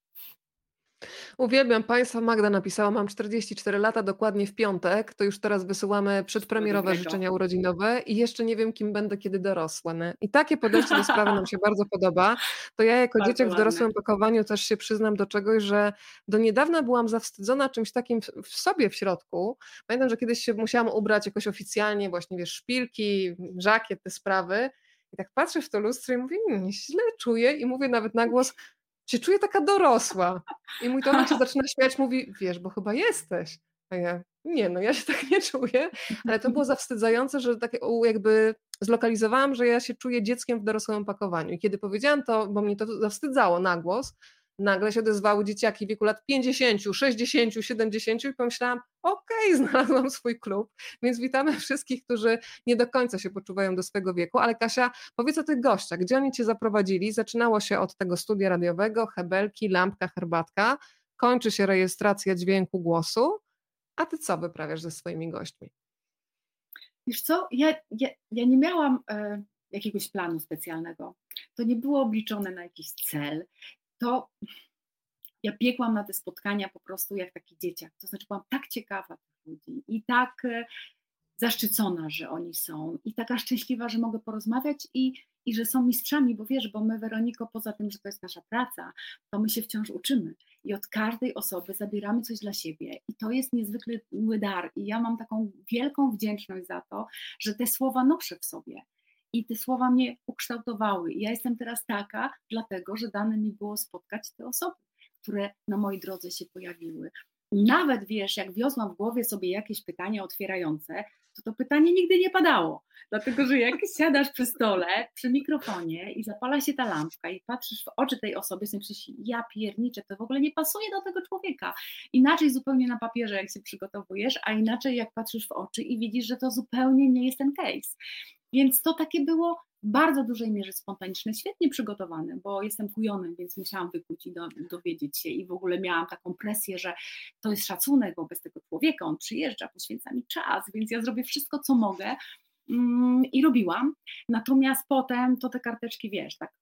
Uwielbiam Państwa. Magda napisała: mam czterdzieści cztery lata, dokładnie w piątek, to już teraz wysyłamy przedpremierowe życzenia urodzinowe i jeszcze nie wiem, kim będę, kiedy dorosłe. I takie podejście do sprawy nam się bardzo podoba. To ja jako Bardzo dzieciak w ładne. dorosłym pakowaniu też się przyznam do czegoś, że do niedawna byłam zawstydzona czymś takim w- w sobie w środku. Pamiętam, że kiedyś się musiałam ubrać jakoś oficjalnie, właśnie wiesz, szpilki, żakiet, te sprawy. I tak patrzę w to lustro i mówię: nie, źle czuję, i mówię nawet na głos: się czuję taka dorosła. I mój Tomek się zaczyna śmiać, mówi: wiesz, bo chyba jesteś. A ja: nie, no ja się tak nie czuję, ale to było zawstydzające, że tak u- jakby zlokalizowałam, że ja się czuję dzieckiem w dorosłym opakowaniu. I kiedy powiedziałam to, bo mnie to zawstydzało na głos, nagle się odezwały dzieciaki w wieku lat pięćdziesięciu, sześćdziesięciu, siedemdziesięciu i pomyślałam: okej, znalazłam swój klub, więc witamy wszystkich, którzy nie do końca się poczuwają do swego wieku. Ale Kasia, powiedz o tych gościach, gdzie oni cię zaprowadzili? Zaczynało się od tego studia radiowego, hebelki, lampka, herbatka, kończy się rejestracja dźwięku, głosu, a ty co wyprawiasz ze swoimi gośćmi? Wiesz co, ja, ja, ja nie miałam e, jakiegoś planu specjalnego. To nie było obliczone na jakiś cel. To ja biegłam na te spotkania po prostu jak taki dzieciak. To znaczy byłam tak ciekawa tych ludzi i tak e, zaszczycona, że oni są i taka szczęśliwa, że mogę porozmawiać i, i że są mistrzami, bo wiesz, bo my, Weroniko, poza tym, że to jest nasza praca, to my się wciąż uczymy i od każdej osoby zabieramy coś dla siebie i to jest niezwykle miły dar i ja mam taką wielką wdzięczność za to, że te słowa noszę w sobie i te słowa mnie ukształtowały i ja jestem teraz taka, dlatego, że dane mi było spotkać te osoby, które na mojej drodze się pojawiły. Nawet wiesz, jak wiozłam w głowie sobie jakieś pytanie otwierające, to to pytanie nigdy nie padało, dlatego że jak siadasz przy stole, przy mikrofonie i zapala się ta lampka i patrzysz w oczy tej osoby, sobie myślisz: ja pierniczę, to w ogóle nie pasuje do tego człowieka. Inaczej zupełnie na papierze, jak się przygotowujesz, a inaczej jak patrzysz w oczy i widzisz, że to zupełnie nie jest ten case. Więc to takie było w bardzo dużej mierze spontaniczne, świetnie przygotowane, bo jestem kujonem, więc musiałam wykuć i do, dowiedzieć się i w ogóle miałam taką presję, że to jest szacunek wobec tego człowieka, on przyjeżdża, poświęca mi czas, więc ja zrobię wszystko, co mogę mm, i robiłam. Natomiast potem to te karteczki, wiesz, tak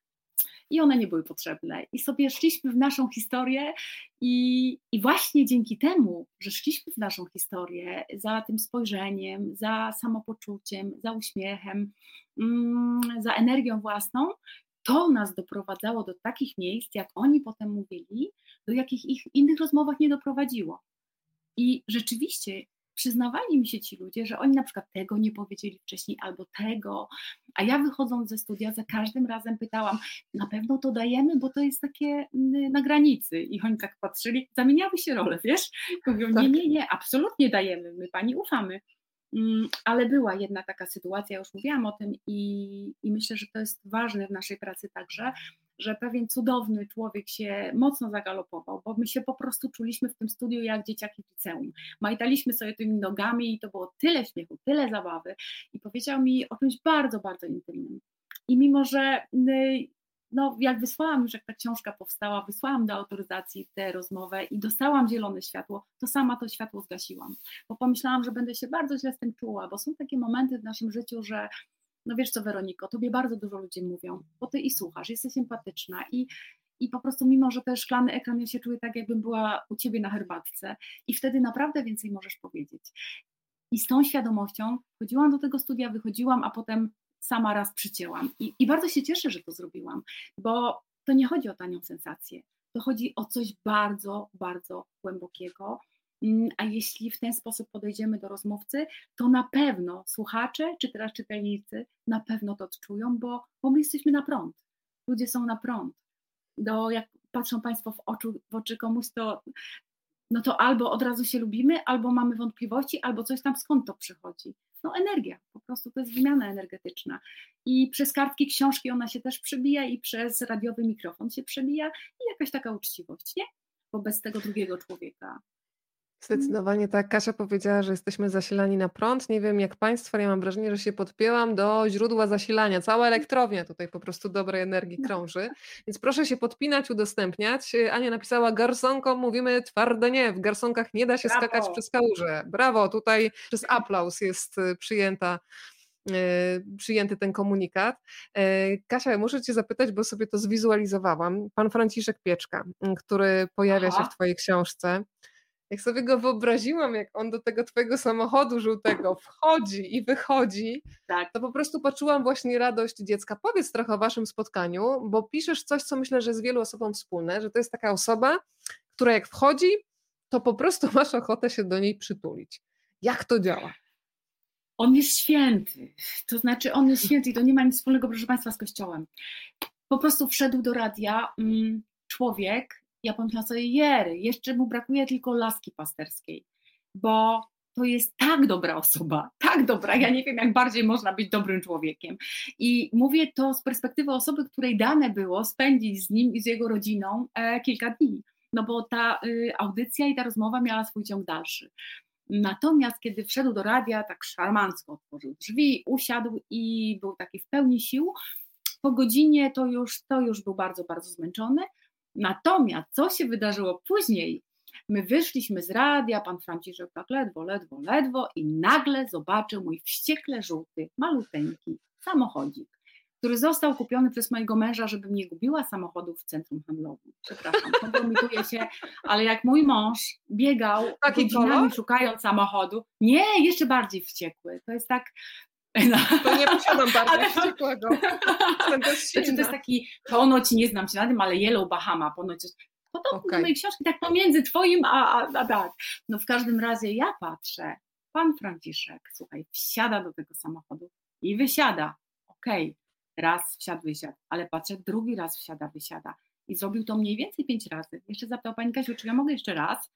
i one nie były potrzebne i sobie szliśmy w naszą historię i, i właśnie dzięki temu, że szliśmy w naszą historię za tym spojrzeniem, za samopoczuciem, za uśmiechem, mm, za energią własną, to nas doprowadzało do takich miejsc, jak oni potem mówili, do jakich ich innych rozmowach nie doprowadziło. I rzeczywiście przyznawali mi się ci ludzie, że oni na przykład tego nie powiedzieli wcześniej albo tego, a ja wychodząc ze studia za każdym razem pytałam: na pewno to dajemy, bo to jest takie na granicy. I oni tak patrzyli, zamieniały się role, wiesz? Mówią: nie, nie, nie, absolutnie dajemy, my pani ufamy. Ale była jedna taka sytuacja, już mówiłam o tym i, i myślę, że to jest ważne w naszej pracy także, że pewien cudowny człowiek się mocno zagalopował, bo my się po prostu czuliśmy w tym studiu jak dzieciaki w liceum. Majtaliśmy sobie tymi nogami i to było tyle śmiechu, tyle zabawy i powiedział mi o czymś bardzo, bardzo intymnym. I mimo, że no, jak wysłałam już, jak ta książka powstała, wysłałam do autoryzacji tę rozmowę i dostałam zielone światło, to sama to światło zgasiłam, bo pomyślałam, że będę się bardzo źle z tym czuła, bo są takie momenty w naszym życiu, że no wiesz co, Weroniko, tobie bardzo dużo ludzi mówią, bo ty i słuchasz, jesteś empatyczna i, i po prostu mimo, że to jest szklany ekran, ja się czuję tak, jakbym była u ciebie na herbatce i wtedy naprawdę więcej możesz powiedzieć. I z tą świadomością chodziłam do tego studia, wychodziłam, a potem sama raz przycięłam. I, I bardzo się cieszę, że to zrobiłam, bo to nie chodzi o tanią sensację, to chodzi o coś bardzo, bardzo głębokiego. A jeśli w ten sposób podejdziemy do rozmówcy, to na pewno słuchacze, czy teraz czytelnicy, na pewno to odczują, bo, bo my jesteśmy na prąd. Ludzie są na prąd. Do, jak patrzą Państwo w, oczu, w oczy komuś, to, no to albo od razu się lubimy, albo mamy wątpliwości, albo coś tam skąd to przychodzi. No energia, po prostu to jest wymiana energetyczna. I przez kartki książki ona się też przebija i przez radiowy mikrofon się przebija i jakaś taka uczciwość, nie? Wobec tego drugiego człowieka. Zdecydowanie tak. Kasia powiedziała, że jesteśmy zasilani na prąd. Nie wiem jak Państwo, ale ja mam wrażenie, że się podpięłam do źródła zasilania. Cała elektrownia tutaj po prostu dobrej energii krąży. Więc proszę się podpinać, udostępniać. Ania napisała, garsonkom mówimy twarde nie. W garsonkach nie da się Brawo. skakać przez kałuże. Brawo, tutaj przez aplauz jest przyjęta. przyjęty ten komunikat. Kasia, muszę Cię zapytać, bo sobie to zwizualizowałam. Pan Franciszek Pieczka, który pojawia Aha. się w Twojej książce. Jak sobie go wyobraziłam, jak on do tego twojego samochodu żółtego wchodzi i wychodzi, tak. to po prostu poczułam właśnie radość dziecka. Powiedz trochę o waszym spotkaniu, bo piszesz coś, co myślę, że jest wielu osobom wspólne, że to jest taka osoba, która jak wchodzi, to po prostu masz ochotę się do niej przytulić. Jak to działa? On jest święty, to znaczy on jest święty i to nie ma nic wspólnego, proszę Państwa, z Kościołem. Po prostu wszedł do radia mm, człowiek, ja pomyślałam sobie, jery, jeszcze mu brakuje tylko laski pasterskiej, bo to jest tak dobra osoba, tak dobra, ja nie wiem jak bardziej można być dobrym człowiekiem i mówię to z perspektywy osoby, której dane było spędzić z nim i z jego rodziną e, kilka dni, no bo ta y, audycja i ta rozmowa miała swój ciąg dalszy. Natomiast kiedy wszedł do radia, tak szarmancko otworzył drzwi, usiadł i był taki w pełni sił, po godzinie to już, to już był bardzo, bardzo zmęczony. Natomiast co się wydarzyło później? My wyszliśmy z radia, pan Franciszek tak ledwo, ledwo, ledwo i nagle zobaczył mój wściekle żółty, maluteńki samochodzik, który został kupiony przez mojego męża, żebym nie gubiła samochodów w centrum handlowym. Przepraszam, kompromituję się, ale jak mój mąż biegał Taki godzinami kolor? szukając samochodu, nie, jeszcze bardziej wściekły, to jest tak... No. To nie posiadam bardziej ale... wściekłego. Znaczy, to jest taki, ponoć nie znam się na tym, ale Yellow Bahama, ponoć podobny okay. do mojej książki, tak pomiędzy twoim, a, a, a tak. No w każdym razie ja patrzę, pan Franciszek, słuchaj, wsiada do tego samochodu i wysiada. Okej, okay. raz wsiadł, wysiadł, ale patrzę, drugi raz wsiada, wysiada. I zrobił to mniej więcej pięć razy. Jeszcze zapytał pani Kasiu, czy ja mogę jeszcze raz?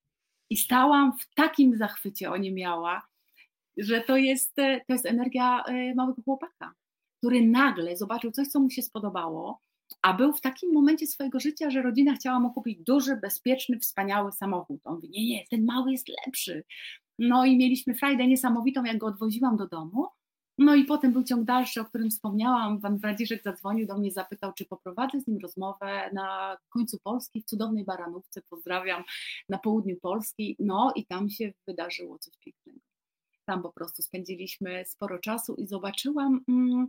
I stałam w takim zachwycie, o nie miała, że to jest, to jest energia małego chłopaka, który nagle zobaczył coś, co mu się spodobało, a był w takim momencie swojego życia, że rodzina chciała mu kupić duży, bezpieczny, wspaniały samochód. On mówi, nie, nie, ten mały jest lepszy. No i mieliśmy frajdę niesamowitą, jak go odwoziłam do domu. No i potem był ciąg dalszy, o którym wspomniałam. Pan Franciszek zadzwonił do mnie, zapytał, czy poprowadzę z nim rozmowę na końcu Polski, w cudownej Baranówce, pozdrawiam, na południu Polski. No i tam się wydarzyło coś pięknego. Tam po prostu spędziliśmy sporo czasu i zobaczyłam,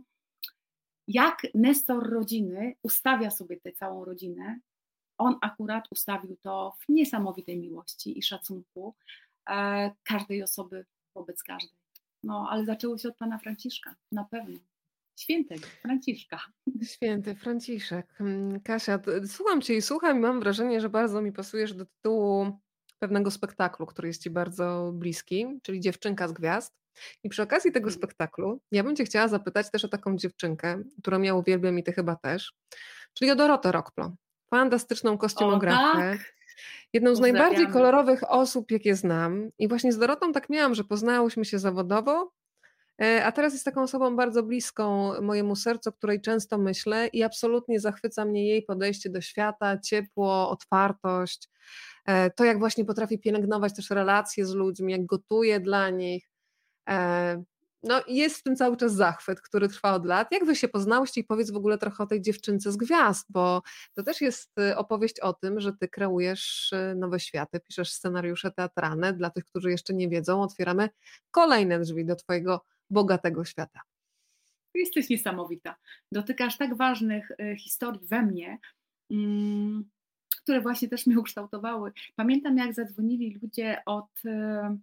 jak Nestor rodziny ustawia sobie tę całą rodzinę. On akurat ustawił to w niesamowitej miłości i szacunku każdej osoby wobec każdej. No, ale zaczęło się od pana Franciszka, na pewno. Świętego Franciszka. Święty Franciszek. Kasia, słucham cię i słucham i mam wrażenie, że bardzo mi pasujesz do tytułu pewnego spektaklu, który jest ci bardzo bliski, czyli Dziewczynka z gwiazd. I przy okazji tego spektaklu ja bym cię chciała zapytać też o taką dziewczynkę, którą ja uwielbiam i ty chyba też, czyli o Dorotę Rockplo. Fantastyczną kostiumografkę. O, tak. Jedną z najbardziej Pozdrawiamy. kolorowych osób, jakie znam i właśnie z Dorotą tak miałam, że poznałyśmy się zawodowo, e, a teraz jest taką osobą bardzo bliską mojemu sercu, o której często myślę i absolutnie zachwyca mnie jej podejście do świata, ciepło, otwartość, e, to jak właśnie potrafi pielęgnować też relacje z ludźmi, jak gotuje dla nich. E, No i jest w tym cały czas zachwyt, który trwa od lat. Jak wy się poznałyście i powiedz w ogóle trochę o tej dziewczynce z gwiazd, bo to też jest y, opowieść o tym, że ty kreujesz y, nowe światy, piszesz scenariusze teatralne. Dla tych, którzy jeszcze nie wiedzą, otwieramy kolejne drzwi do twojego bogatego świata. Jesteś niesamowita. Dotykasz tak ważnych y, historii we mnie, mm, które właśnie też mnie ukształtowały. Pamiętam, jak zadzwonili ludzie od, y,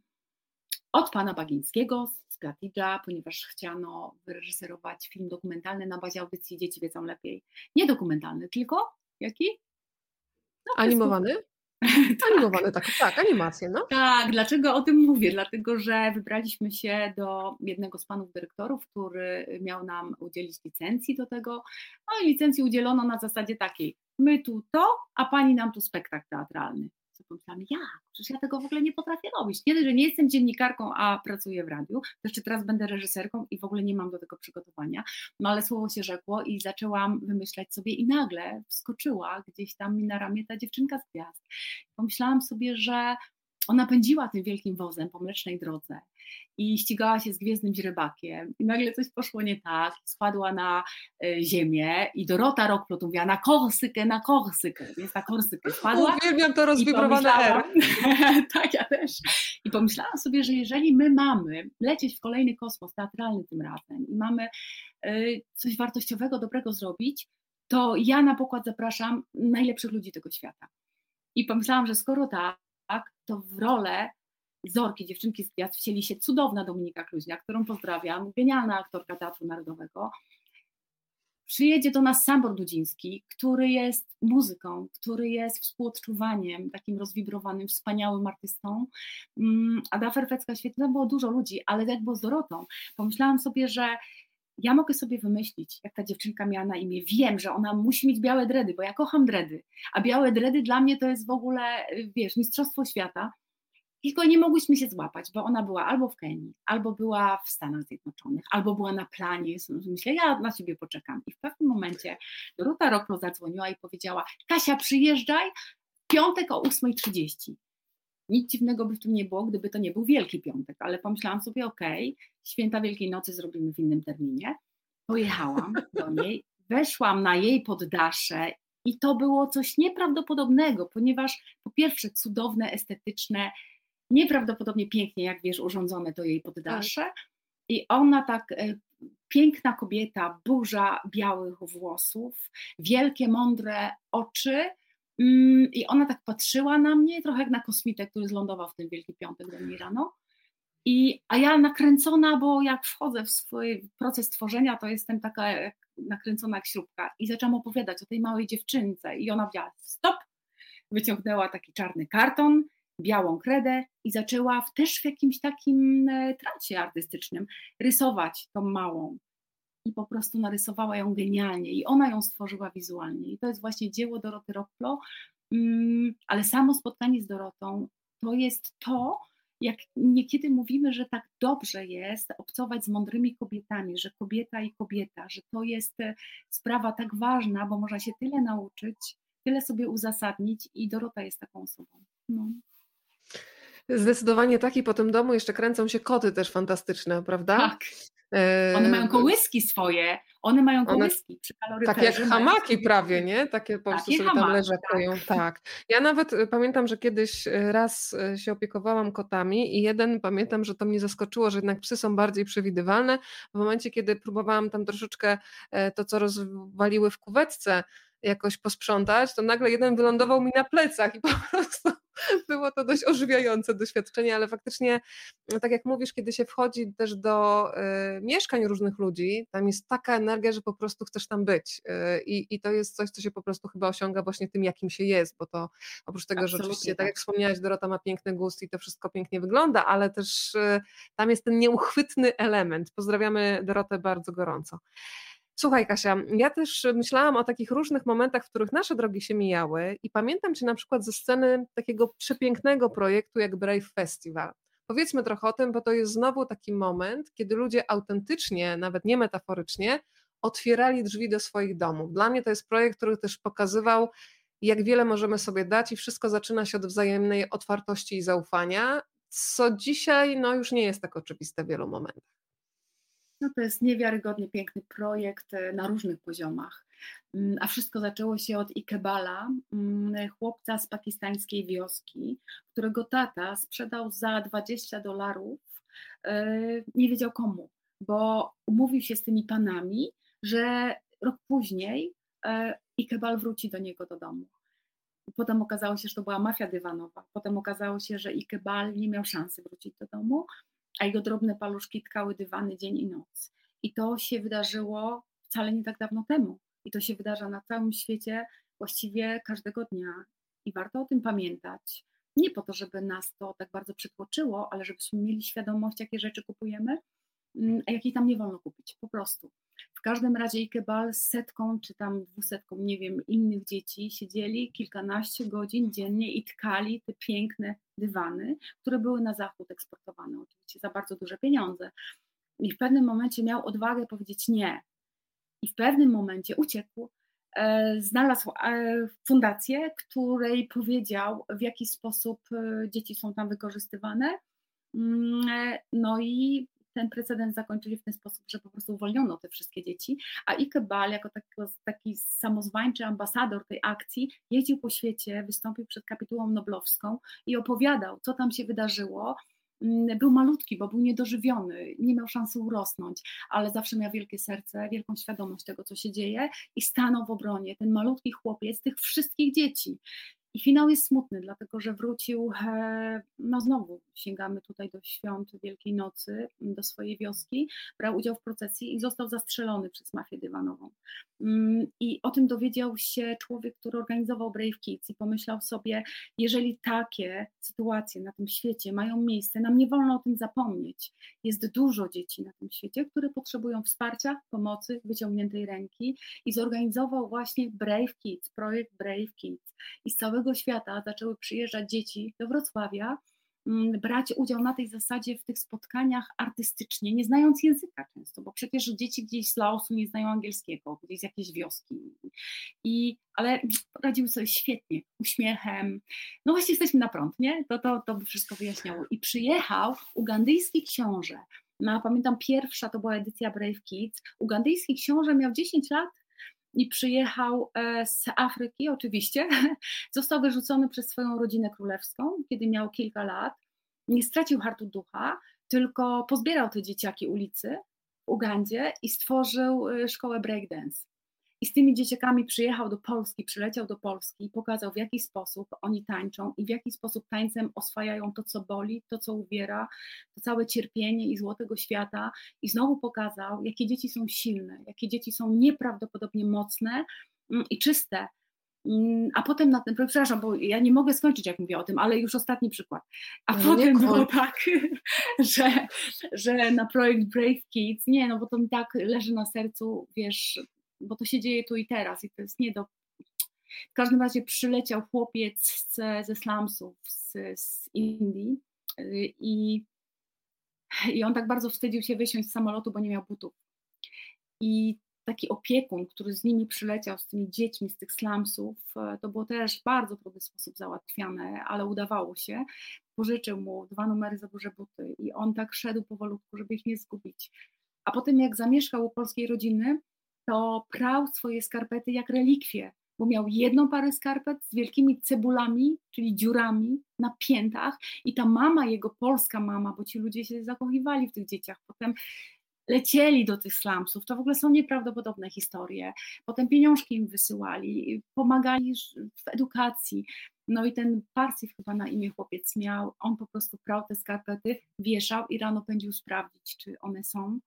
od pana Bagińskiego z Gatidża, ponieważ chciano wyreżyserować film dokumentalny na bazie audycji Dzieci wiedzą lepiej. Nie dokumentalny, tylko jaki? No, Animowany? tak. Animowany, tak, tak, animację, no. Tak, dlaczego o tym mówię? Dlatego, że wybraliśmy się do jednego z panów dyrektorów, który miał nam udzielić licencji do tego. No i licencji udzielono na zasadzie takiej: my tu to, a pani nam tu spektakl teatralny. Co pomyślałam, jak? Przecież ja tego w ogóle nie potrafię robić. Nie, że nie jestem dziennikarką, a pracuję w radiu, to jeszcze teraz będę reżyserką i w ogóle nie mam do tego przygotowania. No ale słowo się rzekło i zaczęłam wymyślać sobie i nagle wskoczyła gdzieś tam mi na ramię ta dziewczynka z gwiazd. Pomyślałam sobie, że ona pędziła tym wielkim wozem po Mlecznej Drodze i ścigała się z gwiezdnym źrebakiem i nagle coś poszło nie tak, spadła na y, ziemię i Dorota Rockplot mówiła na Korsykę, na Korsykę, więc na Korsykę spadła. Uwielbiam to rozwibrowane R. Tak, ja też. I pomyślałam sobie, że jeżeli my mamy lecieć w kolejny kosmos teatralny tym razem i mamy y, coś wartościowego, dobrego zrobić, to ja na pokład zapraszam najlepszych ludzi tego świata. I pomyślałam, że skoro tak, to w rolę Zorki, dziewczynki z gwiazd, wcieli się cudowna Dominika Kluźniak, którą pozdrawiam, genialna aktorka Teatru Narodowego. Przyjedzie do nas Sambor Dudziński, który jest muzyką, który jest współodczuwaniem, takim rozwibrowanym, wspaniałym artystą. Ada Ferfecka, świetnie, tam było dużo ludzi, ale jak było z Dorotą, pomyślałam sobie, że ja mogę sobie wymyślić, jak ta dziewczynka miała na imię. Wiem, że ona musi mieć białe dredy, bo ja kocham dredy, a białe dredy dla mnie to jest w ogóle, wiesz, mistrzostwo świata. Tylko nie mogłyśmy się złapać, bo ona była albo w Kenii, albo była w Stanach Zjednoczonych, albo była na planie. Myślę, ja na ciebie poczekam. I w pewnym momencie Dorota Rockplot zadzwoniła i powiedziała: Kasia, przyjeżdżaj w piątek o ósma trzydzieści. Nic dziwnego by w tym nie było, gdyby to nie był Wielki Piątek, ale pomyślałam sobie, okej, okay, święta Wielkiej Nocy zrobimy w innym terminie. Pojechałam do niej, weszłam na jej poddasze i to było coś nieprawdopodobnego, ponieważ po pierwsze cudowne, estetyczne, nieprawdopodobnie pięknie, jak wiesz, urządzone to jej poddasze i ona tak, e, piękna kobieta, burza białych włosów, wielkie, mądre oczy mm, i ona tak patrzyła na mnie, trochę jak na kosmitę, który zlądował w ten Wielki Piątek do mnie rano. I, a ja nakręcona, bo jak wchodzę w swój proces tworzenia, to jestem taka jak, nakręcona jak śrubka i zaczęłam opowiadać o tej małej dziewczynce i ona powiedziała stop, wyciągnęła taki czarny karton, białą kredę i zaczęła w, też w jakimś takim transie artystycznym rysować tą małą i po prostu narysowała ją genialnie i ona ją stworzyła wizualnie i to jest właśnie dzieło Doroty Rockplot, um, ale samo spotkanie z Dorotą to jest to, jak niekiedy mówimy, że tak dobrze jest obcować z mądrymi kobietami, że kobieta i kobieta, że to jest sprawa tak ważna, bo można się tyle nauczyć, tyle sobie uzasadnić i Dorota jest taką osobą. No. Zdecydowanie tak i po tym domu jeszcze kręcą się koty też fantastyczne, prawda? Tak. One mają kołyski swoje, one mają kołyski one, przy kaloryferze. Tak jak hamaki prawie, nie? Takie po prostu sobie tam leżakują. Tak. tak. Ja nawet pamiętam, że kiedyś raz się opiekowałam kotami i jeden, pamiętam, że to mnie zaskoczyło, że jednak psy są bardziej przewidywalne. W momencie, kiedy próbowałam tam troszeczkę to, co rozwaliły w kuwetce, jakoś posprzątać, to nagle jeden wylądował mi na plecach i po prostu było to dość ożywiające doświadczenie, ale faktycznie, tak jak mówisz, kiedy się wchodzi też do y, mieszkań różnych ludzi, tam jest taka energia, że po prostu chcesz tam być y, i to jest coś, co się po prostu chyba osiąga właśnie tym, jakim się jest, bo to oprócz tego, Absolutnie że oczywiście, tak. tak jak wspomniałaś, Dorota ma piękny gust i to wszystko pięknie wygląda, ale też y, tam jest ten nieuchwytny element. Pozdrawiamy Dorotę bardzo gorąco. Słuchaj, Kasia, ja też myślałam o takich różnych momentach, w których nasze drogi się mijały i pamiętam cię na przykład ze sceny takiego przepięknego projektu jak Brave Festival. Powiedzmy trochę o tym, bo to jest znowu taki moment, kiedy ludzie autentycznie, nawet nie metaforycznie, otwierali drzwi do swoich domów. Dla mnie to jest projekt, który też pokazywał, jak wiele możemy sobie dać i wszystko zaczyna się od wzajemnej otwartości i zaufania, co dzisiaj no, już nie jest tak oczywiste w wielu momentach. No to jest niewiarygodnie piękny projekt na różnych poziomach, a wszystko zaczęło się od Iqbala, chłopca z pakistańskiej wioski, którego tata sprzedał za dwadzieścia dolarów, nie wiedział komu, bo umówił się z tymi panami, że rok później Iqbal wróci do niego do domu. Potem okazało się, że to była mafia dywanowa, potem okazało się, że Iqbal nie miał szansy wrócić do domu, a jego drobne paluszki tkały dywany dzień i noc. I to się wydarzyło wcale nie tak dawno temu. I to się wydarza na całym świecie właściwie każdego dnia. I warto o tym pamiętać. Nie po to, żeby nas to tak bardzo przytłoczyło, ale żebyśmy mieli świadomość, jakie rzeczy kupujemy, a jakiej tam nie wolno kupić. Po prostu. W każdym razie Iqbal z setką, czy tam dwusetką, nie wiem, innych dzieci siedzieli kilkanaście godzin dziennie i tkali te piękne dywany, które były na zachód eksportowane, oczywiście za bardzo duże pieniądze. I w pewnym momencie miał odwagę powiedzieć nie. I w pewnym momencie uciekł, e, znalazł e, fundację, której powiedział, w jaki sposób e, dzieci są tam wykorzystywane. E, no i ten precedens zakończyli w ten sposób, że po prostu uwolniono te wszystkie dzieci, a Iqbal jako taki, taki samozwańczy ambasador tej akcji jeździł po świecie, wystąpił przed kapitułą noblowską i opowiadał, co tam się wydarzyło. Był malutki, bo był niedożywiony, nie miał szansy urosnąć, ale zawsze miał wielkie serce, wielką świadomość tego, co się dzieje i stanął w obronie, ten malutki chłopiec tych wszystkich dzieci. I finał jest smutny, dlatego że wrócił, no znowu sięgamy tutaj do świąt Wielkiej Nocy, do swojej wioski, brał udział w procesji i został zastrzelony przez mafię dywanową. I o tym dowiedział się człowiek, który organizował Brave Kids i pomyślał sobie, jeżeli takie sytuacje na tym świecie mają miejsce, nam nie wolno o tym zapomnieć. Jest dużo dzieci na tym świecie, które potrzebują wsparcia, pomocy, wyciągniętej ręki i zorganizował właśnie Brave Kids, projekt Brave Kids. I z całego świata zaczęły przyjeżdżać dzieci do Wrocławia, brać udział na tej zasadzie w tych spotkaniach artystycznie, nie znając języka często, bo przecież dzieci gdzieś z Laosu nie znają angielskiego, gdzieś z jakiejś wioski, I, ale radziły sobie świetnie, uśmiechem, no właśnie jesteśmy na prąd, nie? To, to, to by wszystko wyjaśniało. I przyjechał ugandyjski książę, no, pamiętam pierwsza to była edycja Brave Kids, ugandyjski książę miał dziesięć lat, i przyjechał z Afryki oczywiście, został wyrzucony przez swoją rodzinę królewską, kiedy miał kilka lat, nie stracił hartu ducha, tylko pozbierał te dzieciaki ulicy w Ugandzie i stworzył szkołę breakdance. I z tymi dzieciakami przyjechał do Polski, przyleciał do Polski i pokazał, w jaki sposób oni tańczą i w jaki sposób tańcem oswajają to, co boli, to, co uwiera, to całe cierpienie i zło tego świata. I znowu pokazał, jakie dzieci są silne, jakie dzieci są nieprawdopodobnie mocne i czyste. A potem na ten, przepraszam, bo ja nie mogę skończyć, jak mówię o tym, ale już ostatni przykład. A no potem było tak, że, że na projekt Brave Kids, nie, no bo to mi tak leży na sercu, wiesz, bo to się dzieje tu i teraz i to jest nie do... W każdym razie przyleciał chłopiec z, ze slumsów z, z Indii i, i on tak bardzo wstydził się wysiąść z samolotu, bo nie miał butów. I taki opiekun, który z nimi przyleciał, z tymi dziećmi z tych slumsów, to było też w bardzo trudny sposób załatwiane, ale udawało się. Pożyczył mu dwa numery za duże buty i on tak szedł powolutku, żeby ich nie zgubić. A potem jak zamieszkał u polskiej rodziny, to prał swoje skarpety jak relikwie, bo miał jedną parę skarpet z wielkimi cebulami, czyli dziurami na piętach i ta mama, jego polska mama, bo ci ludzie się zakochiwali w tych dzieciach, potem lecieli do tych slumsów, to w ogóle są nieprawdopodobne historie, potem pieniążki im wysyłali, pomagali w edukacji, no i ten Parsif chyba na imię chłopiec miał, on po prostu prał te skarpety, wieszał i rano pędził sprawdzić, czy one są.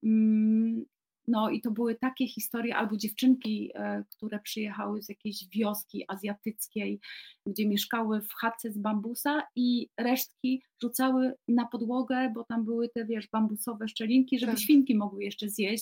No i to były takie historie, albo dziewczynki, które przyjechały z jakiejś wioski azjatyckiej, gdzie mieszkały w chatce z bambusa i resztki rzucały na podłogę, bo tam były te, wiesz, bambusowe szczelinki, żeby tak. Świnki mogły jeszcze zjeść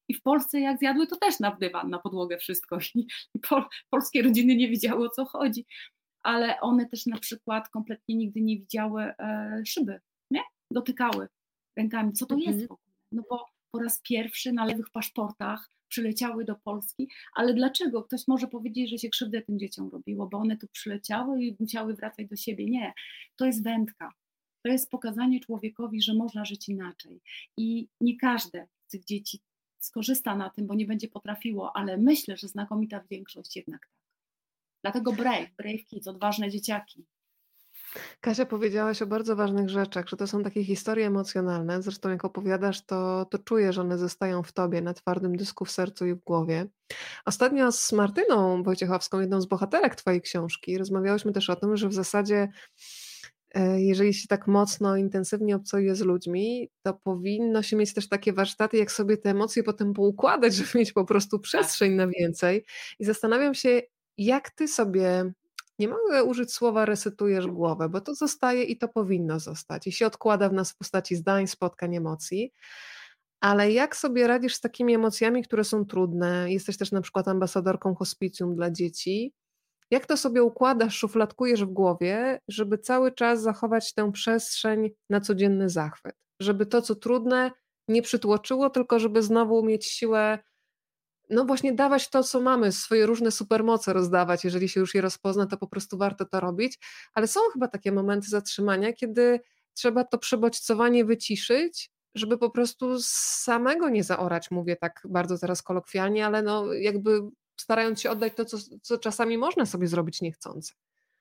I w Polsce jak zjadły, to też na dywan, na podłogę wszystko. I, i pol, polskie rodziny nie wiedziały, o co chodzi. Ale one też na przykład kompletnie nigdy nie widziały e, szyby, nie? Dotykały rękami. Co to jest w ogóle? No bo po raz pierwszy na lewych paszportach przyleciały do Polski, ale dlaczego? Ktoś może powiedzieć, że się krzywdę tym dzieciom robiło, bo one tu przyleciały i musiały wracać do siebie. Nie, to jest wędka. To jest pokazanie człowiekowi, że można żyć inaczej. I nie każde z tych dzieci skorzysta na tym, bo nie będzie potrafiło, ale myślę, że znakomita większość jednak tak. Dlatego Brave, Brave Kids, odważne dzieciaki. Kasia, powiedziałaś o bardzo ważnych rzeczach, że to są takie historie emocjonalne. Zresztą jak opowiadasz, to, to czuję, że one zostają w tobie na twardym dysku, w sercu i w głowie. Ostatnio z Martyną Wojciechowską, jedną z bohaterek twojej książki, rozmawiałyśmy też o tym, że w zasadzie jeżeli się tak mocno, intensywnie obcuje z ludźmi, to powinno się mieć też takie warsztaty, jak sobie te emocje potem poukładać, żeby mieć po prostu przestrzeń na więcej. I zastanawiam się, jak ty sobie, nie mogę użyć słowa resetujesz głowę, bo to zostaje i to powinno zostać. I się odkłada w nas w postaci zdań, spotkań, emocji. Ale jak sobie radzisz z takimi emocjami, które są trudne? Jesteś też na przykład ambasadorką hospicjum dla dzieci. Jak to sobie układasz, szufladkujesz w głowie, żeby cały czas zachować tę przestrzeń na codzienny zachwyt? Żeby to, co trudne, nie przytłoczyło, tylko żeby znowu mieć siłę, no właśnie dawać to, co mamy, swoje różne supermoce rozdawać. Jeżeli się już je rozpozna, to po prostu warto to robić. Ale są chyba takie momenty zatrzymania, kiedy trzeba to przebodźcowanie wyciszyć, żeby po prostu samego nie zaorać, mówię tak bardzo teraz kolokwialnie, ale no jakby starając się oddać to, co, co czasami można sobie zrobić niechcący.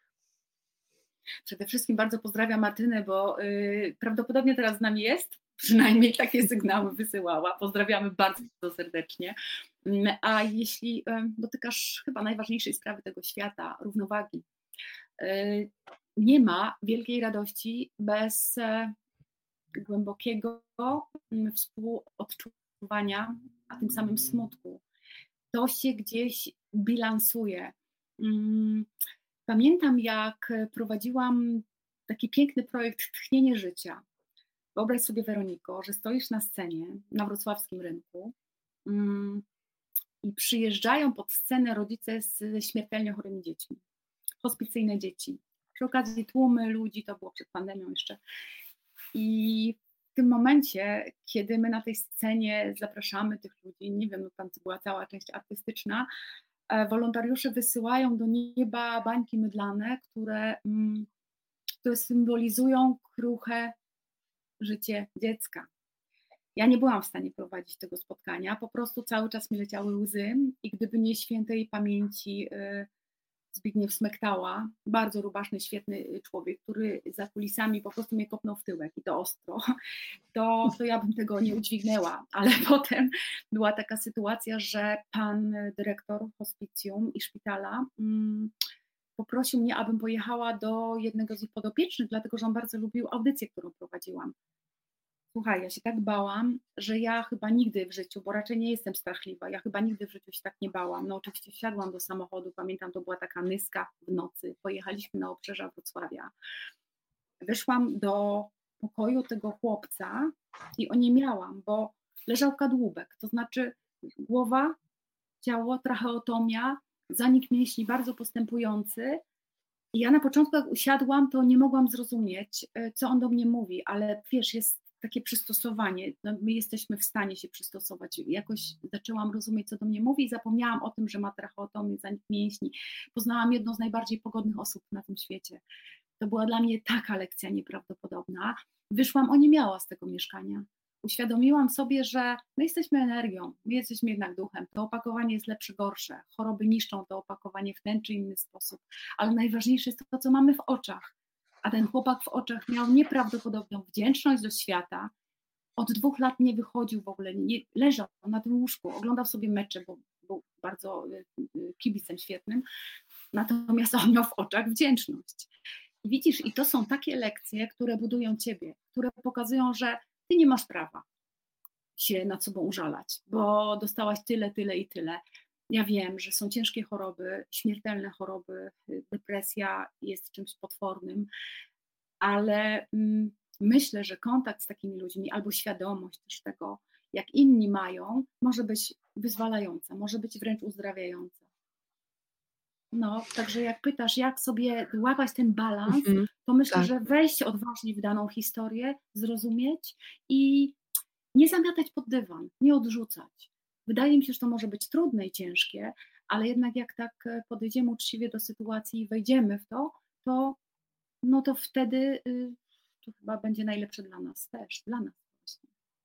Przede wszystkim bardzo pozdrawiam Martynę, bo yy, prawdopodobnie teraz z nami jest, przynajmniej takie sygnały wysyłała. Pozdrawiamy bardzo serdecznie. A jeśli yy, dotykasz chyba najważniejszej sprawy tego świata, równowagi, yy, nie ma wielkiej radości bez yy, głębokiego yy, współodczuwania, a tym samym smutku. To się gdzieś bilansuje. Pamiętam, jak prowadziłam taki piękny projekt Tchnienie życia. Wyobraź sobie, Weroniko, że stoisz na scenie na wrocławskim rynku i przyjeżdżają pod scenę rodzice z śmiertelnie chorymi dziećmi, hospicyjne dzieci. Przy okazji tłumy ludzi, to było przed pandemią jeszcze. I w tym momencie, kiedy my na tej scenie zapraszamy tych ludzi, nie wiem, no tam była cała część artystyczna, wolontariusze wysyłają do nieba bańki mydlane, które, które symbolizują kruche życie dziecka. Ja nie byłam w stanie prowadzić tego spotkania, po prostu cały czas mi leciały łzy i gdyby nie świętej pamięci Zbigniew Smektała, bardzo rubaszny, świetny człowiek, który za kulisami po prostu mnie kopnął w tyłek i to ostro, to, to ja bym tego nie udźwignęła, ale potem była taka sytuacja, że pan dyrektor hospicjum i szpitala mm, poprosił mnie, abym pojechała do jednego z ich podopiecznych, dlatego że on bardzo lubił audycję, którą prowadziłam. Słuchaj, ja się tak bałam, że ja chyba nigdy w życiu, bo raczej nie jestem strachliwa, ja chyba nigdy w życiu się tak nie bałam. No oczywiście wsiadłam do samochodu, pamiętam, to była taka Nyska w nocy, pojechaliśmy na obrzeża Wrocławia. Wyszłam do pokoju tego chłopca i oniemiałam, bo leżał kadłubek, to znaczy głowa, ciało, tracheotomia, zanik mięśni bardzo postępujący. I ja na początku jak usiadłam, to nie mogłam zrozumieć, co on do mnie mówi, ale wiesz, jest takie przystosowanie, no my jesteśmy w stanie się przystosować. Jakoś zaczęłam rozumieć, co do mnie mówi i zapomniałam o tym, że ma tracheotomię, zanik mięśni. Poznałam jedną z najbardziej pogodnych osób na tym świecie. To była dla mnie taka lekcja nieprawdopodobna. Wyszłam oniemiała z tego mieszkania. Uświadomiłam sobie, że my jesteśmy energią, my jesteśmy jednak duchem. To opakowanie jest lepsze, gorsze. Choroby niszczą to opakowanie w ten czy inny sposób. Ale najważniejsze jest to, co mamy w oczach. A ten chłopak w oczach miał nieprawdopodobną wdzięczność do świata. Od dwóch lat nie wychodził w ogóle, nie, leżał na tym łóżku, oglądał sobie mecze, bo był bardzo kibicem świetnym. Natomiast on miał w oczach wdzięczność. I widzisz, i to są takie lekcje, które budują ciebie, które pokazują, że ty nie masz prawa się nad sobą użalać, bo dostałaś tyle, tyle i tyle. Ja wiem, że są ciężkie choroby, śmiertelne choroby, depresja jest czymś potwornym, ale mm, myślę, że kontakt z takimi ludźmi albo świadomość też tego, jak inni mają, może być wyzwalająca, może być wręcz uzdrawiająca. No, także jak pytasz, jak sobie łapać ten balans, Mhm. to myślę, Tak. że wejść odważnie w daną historię, zrozumieć i nie zamiatać pod dywan, nie odrzucać. Wydaje mi się, że to może być trudne i ciężkie, ale jednak jak tak podejdziemy uczciwie do sytuacji i wejdziemy w to, to, no to wtedy y, to chyba będzie najlepsze dla nas też, dla nas właśnie.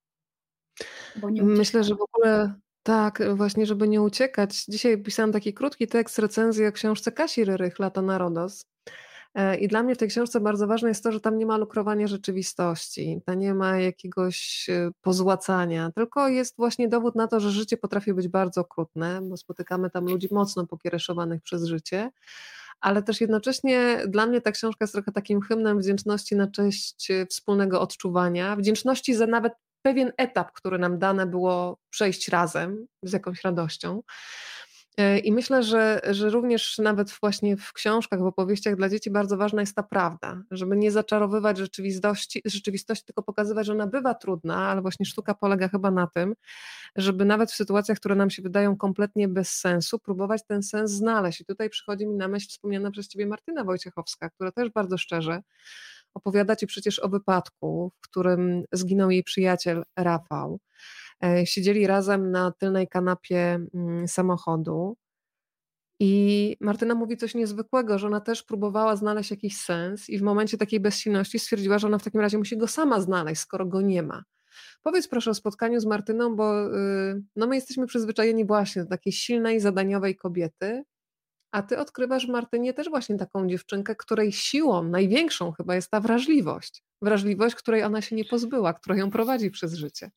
Bo nie Myślę, że uciekamy. w ogóle tak, właśnie, żeby nie uciekać. Dzisiaj pisałam taki krótki tekst, recenzję o książce Kasi Ryrych Lata na Rodos. E, I dla mnie w tej książce bardzo ważne jest to, że tam nie ma lukrowania rzeczywistości, tam nie ma jakiegoś e, pozłacania, tylko jest właśnie dowód na to, że życie potrafi być bardzo okrutne, bo spotykamy tam ludzi mocno pokiereszowanych przez życie, ale też jednocześnie dla mnie ta książka jest trochę takim hymnem wdzięczności na cześć e, wspólnego odczuwania, wdzięczności za nawet pewien etap, który nam dane było przejść razem z jakąś radością. E, I myślę, że, że również nawet właśnie w książkach, w opowieściach dla dzieci bardzo ważna jest ta prawda, żeby nie zaczarowywać rzeczywistości, rzeczywistości, tylko pokazywać, że ona bywa trudna, ale właśnie sztuka polega chyba na tym, żeby nawet w sytuacjach, które nam się wydają kompletnie bez sensu, próbować ten sens znaleźć. I tutaj przychodzi mi na myśl wspomniana przez ciebie Martyna Wojciechowska, która też bardzo szczerze opowiada ci przecież o wypadku, w którym zginął jej przyjaciel Rafał. E, Siedzieli razem na tylnej kanapie mm, samochodu i Martyna mówi coś niezwykłego, że ona też próbowała znaleźć jakiś sens i w momencie takiej bezsilności stwierdziła, że ona w takim razie musi go sama znaleźć, skoro go nie ma. Powiedz proszę o spotkaniu z Martyną, bo y, no my jesteśmy przyzwyczajeni właśnie do takiej silnej, zadaniowej kobiety, a ty odkrywasz w Martynie też właśnie taką dziewczynkę, której siłą największą chyba jest ta wrażliwość. Wrażliwość, której ona się nie pozbyła, która ją prowadzi przez życie.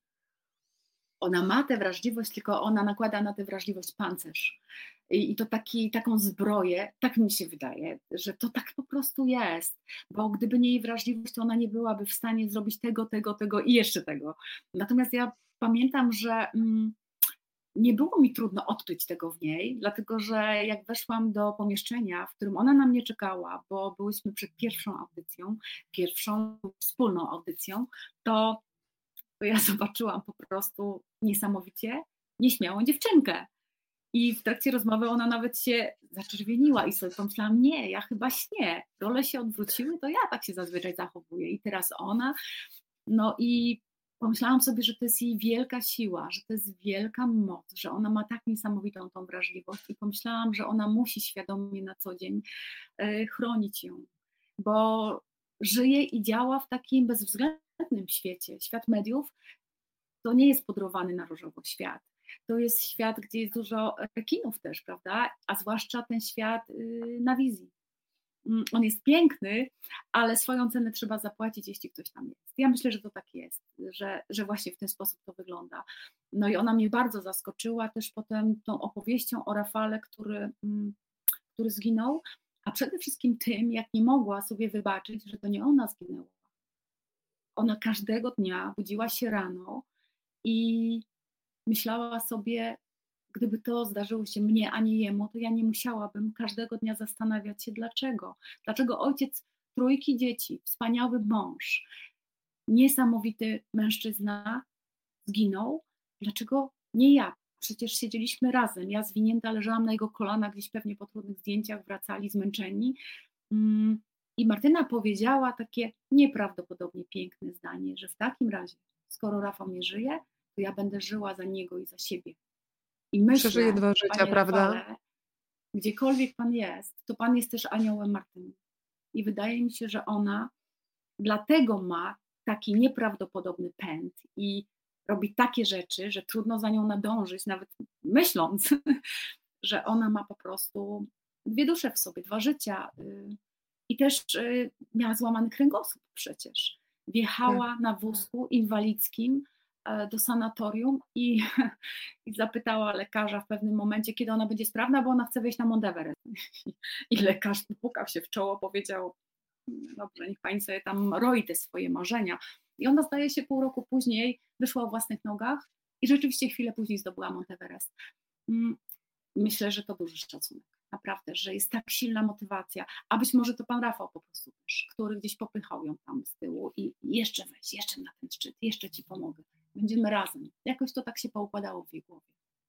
Ona ma tę wrażliwość, tylko ona nakłada na tę wrażliwość pancerz. I, i to taki, taką zbroję, tak mi się wydaje, że to tak po prostu jest, bo gdyby nie jej wrażliwość, to ona nie byłaby w stanie zrobić tego, tego, tego i jeszcze tego. Natomiast ja pamiętam, że mm, nie było mi trudno odkryć tego w niej, dlatego że jak weszłam do pomieszczenia, w którym ona na mnie czekała, bo byłyśmy przed pierwszą audycją, pierwszą wspólną audycją, to to ja zobaczyłam po prostu niesamowicie nieśmiałą dziewczynkę. I w trakcie rozmowy ona nawet się zaczerwieniła i sobie pomyślałam, nie, ja chyba śnię, role się odwróciły, to ja tak się zazwyczaj zachowuję i teraz ona. No i pomyślałam sobie, że to jest jej wielka siła, że to jest wielka moc, że ona ma tak niesamowitą tą wrażliwość i pomyślałam, że ona musi świadomie na co dzień y, chronić ją, bo żyje i działa w takim bezwzględnym świecie. Świat mediów to nie jest pudrowany na różowo świat. To jest świat, gdzie jest dużo rekinów też, prawda? A zwłaszcza ten świat y, na wizji. On jest piękny, ale swoją cenę trzeba zapłacić, jeśli ktoś tam jest. Ja myślę, że to tak jest, że, że właśnie w ten sposób to wygląda. No i ona mnie bardzo zaskoczyła też potem tą opowieścią o Rafale, który, który zginął, a przede wszystkim tym, jak nie mogła sobie wybaczyć, że to nie ona zginęła. Ona każdego dnia budziła się rano i myślała sobie, gdyby to zdarzyło się mnie, a nie jemu, to ja nie musiałabym każdego dnia zastanawiać się dlaczego. Dlaczego ojciec trójki dzieci, wspaniały mąż, niesamowity mężczyzna zginął, dlaczego nie ja? Przecież siedzieliśmy razem, ja zwinięta leżałam na jego kolanach, gdzieś pewnie po trudnych zdjęciach wracali zmęczeni. I Martyna powiedziała takie nieprawdopodobnie piękne zdanie, że w takim razie, skoro Rafał nie żyje, to ja będę żyła za niego i za siebie. I Przeżyje myślę, dwa życia, panie prawda? Rafale, gdziekolwiek pan jest, to pan jest też aniołem Martyny. I wydaje mi się, że ona dlatego ma taki nieprawdopodobny pęd i robi takie rzeczy, że trudno za nią nadążyć, nawet myśląc, że ona ma po prostu dwie dusze w sobie, dwa życia. I też miała złamany kręgosłup przecież. Wjechała Tak. na wózku inwalidzkim do sanatorium i, i zapytała lekarza w pewnym momencie, kiedy ona będzie sprawna, bo ona chce wejść na Mount Everest. I lekarz popukał się w czoło, powiedział, dobrze, niech pani sobie tam roi te swoje marzenia. I ona, zdaje się, pół roku później wyszła o własnych nogach i rzeczywiście chwilę później zdobyła Mount Everest. Myślę, że to duży szacunek. Naprawdę, że jest tak silna motywacja, a być może to pan Rafał po prostu też, który gdzieś popychał ją tam z tyłu i jeszcze weź, jeszcze na ten szczyt, jeszcze ci pomogę, będziemy razem. Jakoś to tak się poukładało w jej głowie.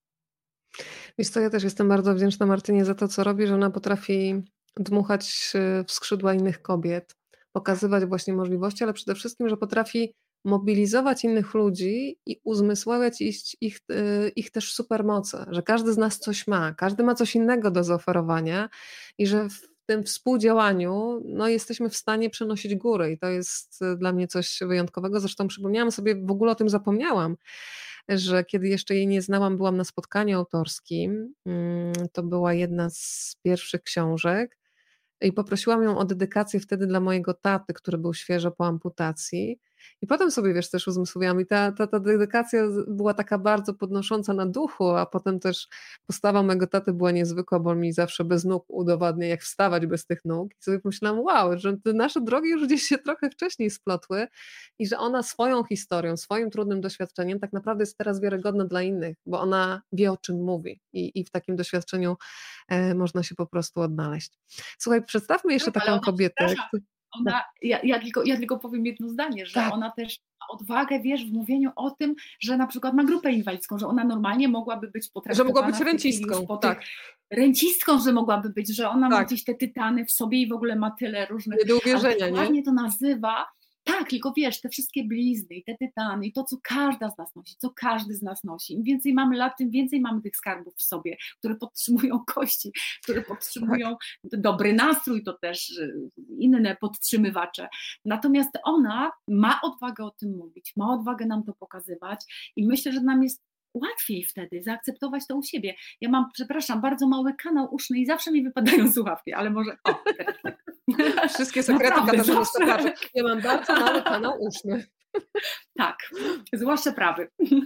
Wiesz co, ja też jestem bardzo wdzięczna Martynie za to, co robi, że ona potrafi dmuchać w skrzydła innych kobiet, pokazywać właśnie możliwości, ale przede wszystkim, że potrafi mobilizować innych ludzi i uzmysławiać ich, ich, ich też supermoce, że każdy z nas coś ma, każdy ma coś innego do zaoferowania i że w tym współdziałaniu no, jesteśmy w stanie przenosić góry i to jest dla mnie coś wyjątkowego. Zresztą przypomniałam sobie, w ogóle o tym zapomniałam, że kiedy jeszcze jej nie znałam, byłam na spotkaniu autorskim, to była jedna z pierwszych książek i poprosiłam ją o dedykację wtedy dla mojego taty, który był świeżo po amputacji. I potem sobie, wiesz, też uzmysłowiłam i ta, ta, ta dedykacja była taka bardzo podnosząca na duchu, a potem też postawa mojego taty była niezwykła, bo on mi zawsze bez nóg udowadnia, jak wstawać bez tych nóg. I sobie pomyślałam, wow, że te nasze drogi już gdzieś się trochę wcześniej splotły i że ona swoją historią, swoim trudnym doświadczeniem tak naprawdę jest teraz wiarygodna dla innych, bo ona wie, o czym mówi i, i w takim doświadczeniu e, można się po prostu odnaleźć. Słuchaj, przedstawmy jeszcze tak, taką kobietę. Ona, ja, ja, tylko, ja tylko powiem jedno zdanie, że tak. ona też ma odwagę, wiesz, w mówieniu o tym, że na przykład ma grupę inwalidzką, że ona normalnie mogłaby być potraktowana, że mogła być rencistką, po tak. Tych, rencistką, że mogłaby być, że ona tak. ma gdzieś te tytany w sobie i w ogóle ma tyle różnych, nie do uwierzenia, ale dokładnie nie? to nazywa. Tak, tylko wiesz, te wszystkie blizny i te tytany i to, co każda z nas nosi, co każdy z nas nosi. Im więcej mamy lat, tym więcej mamy tych skarbów w sobie, które podtrzymują kości, które podtrzymują tak. dobry nastrój, to też inne podtrzymywacze. Natomiast ona ma odwagę o tym mówić, ma odwagę nam to pokazywać i myślę, że nam jest łatwiej wtedy zaakceptować to u siebie. Ja mam, przepraszam, bardzo mały kanał uszny i zawsze mi wypadają słuchawki, ale może... O, wszystkie sekrety Katarzyny Stokarczyk. Ja mam bardzo mały kanał uszny. Tak, zwłaszcza prawy.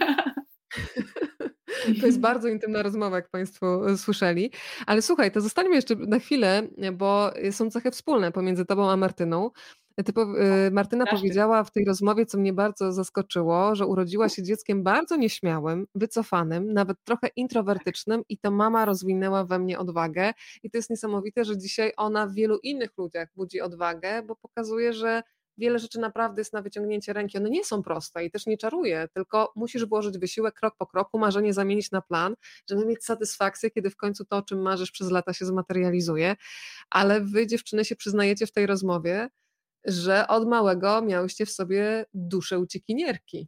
To jest bardzo intymna rozmowa, jak Państwo słyszeli. Ale słuchaj, to zostańmy jeszcze na chwilę, bo są cechy wspólne pomiędzy Tobą a Martyną. Ty, Martyna powiedziała w tej rozmowie, co mnie bardzo zaskoczyło, że urodziła się dzieckiem bardzo nieśmiałym, wycofanym, nawet trochę introwertycznym i to mama rozwinęła we mnie odwagę. I to jest niesamowite, że dzisiaj ona w wielu innych ludziach budzi odwagę, bo pokazuje, że wiele rzeczy naprawdę jest na wyciągnięcie ręki. One nie są proste i też nie czaruje, tylko musisz włożyć wysiłek krok po kroku, marzenie zamienić na plan, żeby mieć satysfakcję, kiedy w końcu to, o czym marzysz przez lata się zmaterializuje. Ale wy, dziewczyny, się przyznajecie w tej rozmowie, że od małego miałyście w sobie duszę uciekinierki.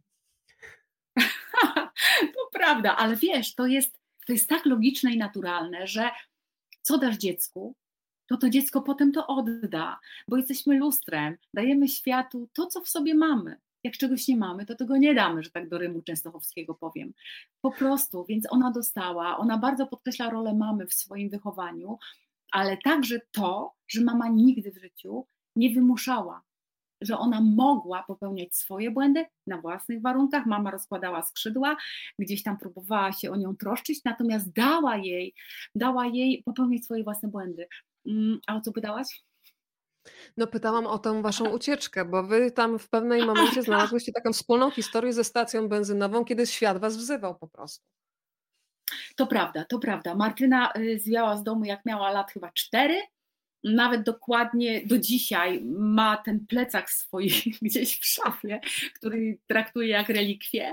To prawda, ale wiesz, to jest, to jest tak logiczne i naturalne, że co dasz dziecku, to to dziecko potem to odda, bo jesteśmy lustrem, dajemy światu to, co w sobie mamy. Jak czegoś nie mamy, to tego nie damy, że tak do rymu częstochowskiego powiem. Po prostu, więc ona dostała, ona bardzo podkreśla rolę mamy w swoim wychowaniu, ale także to, że mama nigdy w życiu nie wymuszała, że ona mogła popełniać swoje błędy na własnych warunkach. Mama rozkładała skrzydła, gdzieś tam próbowała się o nią troszczyć, natomiast dała jej, dała jej popełniać swoje własne błędy. A o co pytałaś? No pytałam o tę waszą ucieczkę, bo wy tam w pewnym momencie znalazłyście taką wspólną historię ze stacją benzynową, kiedy świat was wzywał po prostu. To prawda, to prawda. Martyna zwiała z domu, jak miała lat chyba cztery. Nawet dokładnie do dzisiaj ma ten plecak swój gdzieś w szafie, który traktuje jak relikwię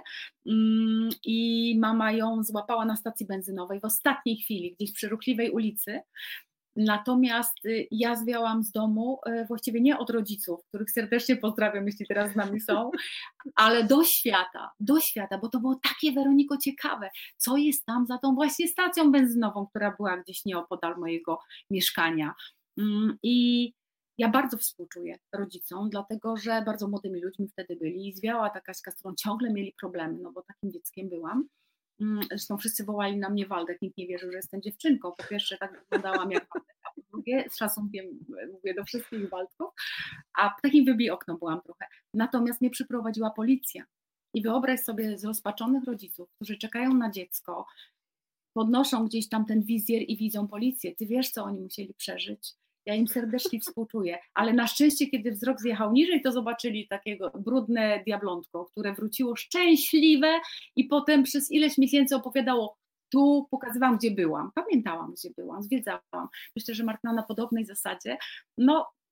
i mama ją złapała na stacji benzynowej w ostatniej chwili, gdzieś przy ruchliwej ulicy. Natomiast ja zwiałam z domu właściwie nie od rodziców, których serdecznie pozdrawiam, jeśli teraz z nami są, ale do świata, do świata, bo to było takie, Weroniko, ciekawe, co jest tam za tą właśnie stacją benzynową, która była gdzieś nieopodal mojego mieszkania. I ja bardzo współczuję rodzicom, dlatego że bardzo młodymi ludźmi wtedy byli i zwiała ta Kaśka, z którą ciągle mieli problemy, no bo takim dzieckiem byłam. Zresztą wszyscy wołali na mnie Waldek, nikt nie wierzył, że jestem dziewczynką. Po pierwsze tak wyglądałam jak Waldek, a po drugie z szacunkiem mówię do wszystkich Waldków, a w takim wybij okno byłam trochę. Natomiast mnie przyprowadziła policja i wyobraź sobie zrozpaczonych rodziców, którzy czekają na dziecko, podnoszą gdzieś tam ten wizjer i widzą policję. Ty wiesz, co oni musieli przeżyć? Ja im serdecznie współczuję, ale na szczęście, kiedy wzrok zjechał niżej, to zobaczyli takiego brudne diablątko, które wróciło szczęśliwe i potem przez ileś miesięcy opowiadało, tu pokazywałam, gdzie byłam, pamiętałam, gdzie byłam, zwiedzałam. Myślę, że Martyna na podobnej zasadzie, no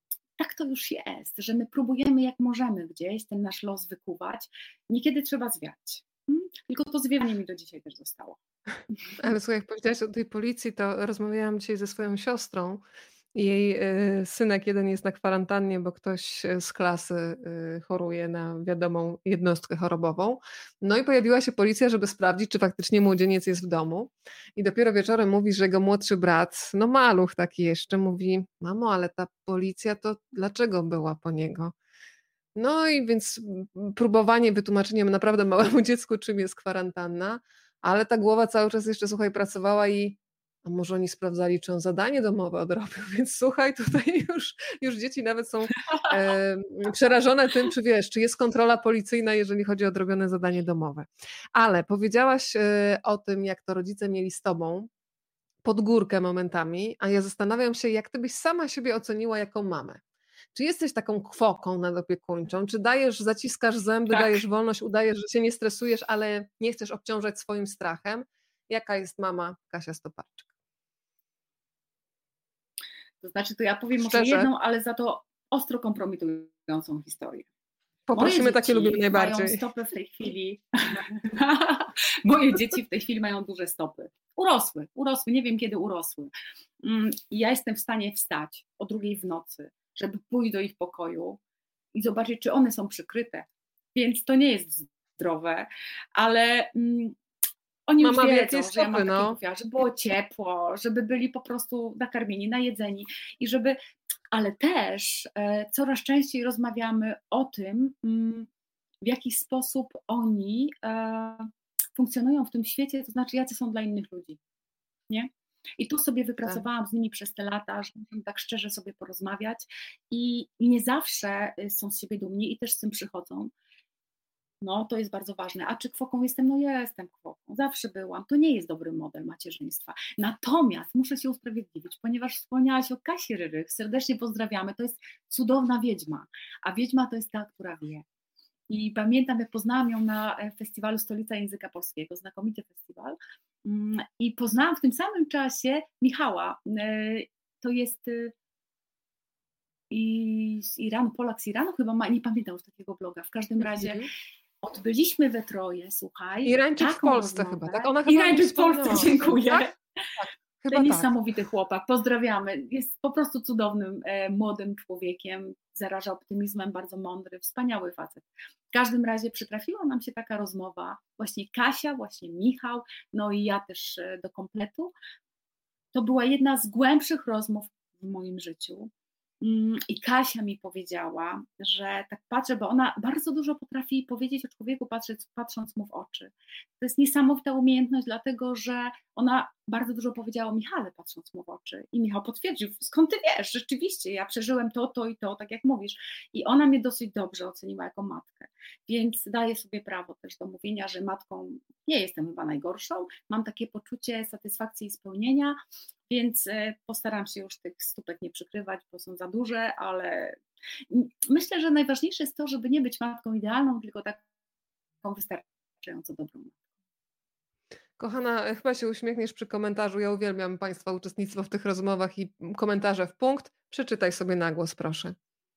tak to już jest, że my próbujemy jak możemy gdzieś ten nasz los wykuwać, niekiedy trzeba zwiać. Hmm? Tylko to zwianie mi do dzisiaj też zostało. Ale słuchaj, jak powiedziałaś o tej policji, to rozmawiałam dzisiaj ze swoją siostrą. Jej y, synek jeden jest na kwarantannie, bo ktoś y, z klasy y, choruje na wiadomą jednostkę chorobową. No i pojawiła się policja, żeby sprawdzić, czy faktycznie młodzieniec jest w domu. I dopiero wieczorem mówi, że jego młodszy brat, no maluch taki jeszcze, mówi: mamo, ale ta policja to dlaczego była po niego? No i więc mm, próbowanie wytłumaczenia naprawdę małemu dziecku, czym jest kwarantanna, ale ta głowa cały czas jeszcze, słuchaj, pracowała i a może oni sprawdzali, czy on zadanie domowe odrobił, więc słuchaj, tutaj już, już dzieci nawet są e, przerażone tym, czy wiesz, czy jest kontrola policyjna, jeżeli chodzi o odrobione zadanie domowe. Ale powiedziałaś e, o tym, jak to rodzice mieli z tobą pod górkę momentami, a ja zastanawiam się, jak ty byś sama siebie oceniła jako mamę. Czy jesteś taką kwoką nadopiekuńczą? Czy dajesz, zaciskasz zęby, Tak. dajesz wolność, udajesz, że się nie stresujesz, ale nie chcesz obciążać swoim strachem? Jaka jest mama Kasia Stoparczyk? To znaczy, to ja powiem Szczerze? może jedną, ale za to ostro kompromitującą historię. Poprosimy, Moje takie dzieci lubimy najbardziej. mają stopy w tej chwili. Moje dzieci w tej chwili mają duże stopy. Urosły, urosły, nie wiem kiedy urosły. I ja jestem w stanie wstać o drugiej w nocy, żeby pójść do ich pokoju i zobaczyć, czy one są przykryte. Więc to nie jest zdrowe, ale mm, oni Mama już wie, wiedzą, jakie że ja mam stopy, takie no. kufiarze, żeby było ciepło, żeby byli po prostu nakarmieni, najedzeni i żeby, ale też e, coraz częściej rozmawiamy o tym, mm, w jaki sposób oni e, funkcjonują w tym świecie, to znaczy jacy są dla innych ludzi, nie? I tu sobie wypracowałam z nimi przez te lata, że możemy tak szczerze sobie porozmawiać i, i nie zawsze są z siebie dumni i też z tym przychodzą. No, to jest bardzo ważne. A czy kwoką jestem? No jestem kwoką. Zawsze byłam. To nie jest dobry model macierzyństwa. Natomiast muszę się usprawiedliwić, ponieważ wspomniałaś o Kasi Ryrych. Serdecznie pozdrawiamy. To jest cudowna wiedźma. A wiedźma to jest ta, która wie. I pamiętam, jak poznałam ją na festiwalu Stolica Języka Polskiego. Znakomity festiwal. I poznałam w tym samym czasie Michała. To jest i z Iranu, Polak z Iranu chyba ma, nie pamiętam już takiego bloga. W każdym razie odbyliśmy we troje, słuchaj. Irańczyk w Polsce rozmowę. chyba, tak? Ona chyba Irańczyk w Polsce, dziękuję. Tak? Tak, chyba Ten tak. niesamowity chłopak, pozdrawiamy. Jest po prostu cudownym, e, młodym człowiekiem, zaraża optymizmem, bardzo mądry, wspaniały facet. W każdym razie przytrafiła nam się taka rozmowa, właśnie Kasia, właśnie Michał, no i ja też e, do kompletu. To była jedna z głębszych rozmów w moim życiu. I Kasia mi powiedziała, że tak patrzę, bo ona bardzo dużo potrafi powiedzieć o człowieku, patrząc, patrząc mu w oczy. To jest niesamowita umiejętność, dlatego że ona bardzo dużo powiedziała o Michale, patrząc mu w oczy. I Michał potwierdził, skąd ty wiesz, rzeczywiście, ja przeżyłem to, to i to, tak jak mówisz. I ona mnie dosyć dobrze oceniła jako matkę. Więc daję sobie prawo też do mówienia, że matką nie jestem chyba najgorszą. Mam takie poczucie satysfakcji i spełnienia, więc postaram się już tych stópek nie przykrywać, bo są za duże, ale myślę, że najważniejsze jest to, żeby nie być matką idealną, tylko taką wystarczająco dobrą matką. Kochana, chyba się uśmiechniesz przy komentarzu. Ja uwielbiam Państwa uczestnictwo w tych rozmowach i komentarze w punkt. Przeczytaj sobie na głos, proszę.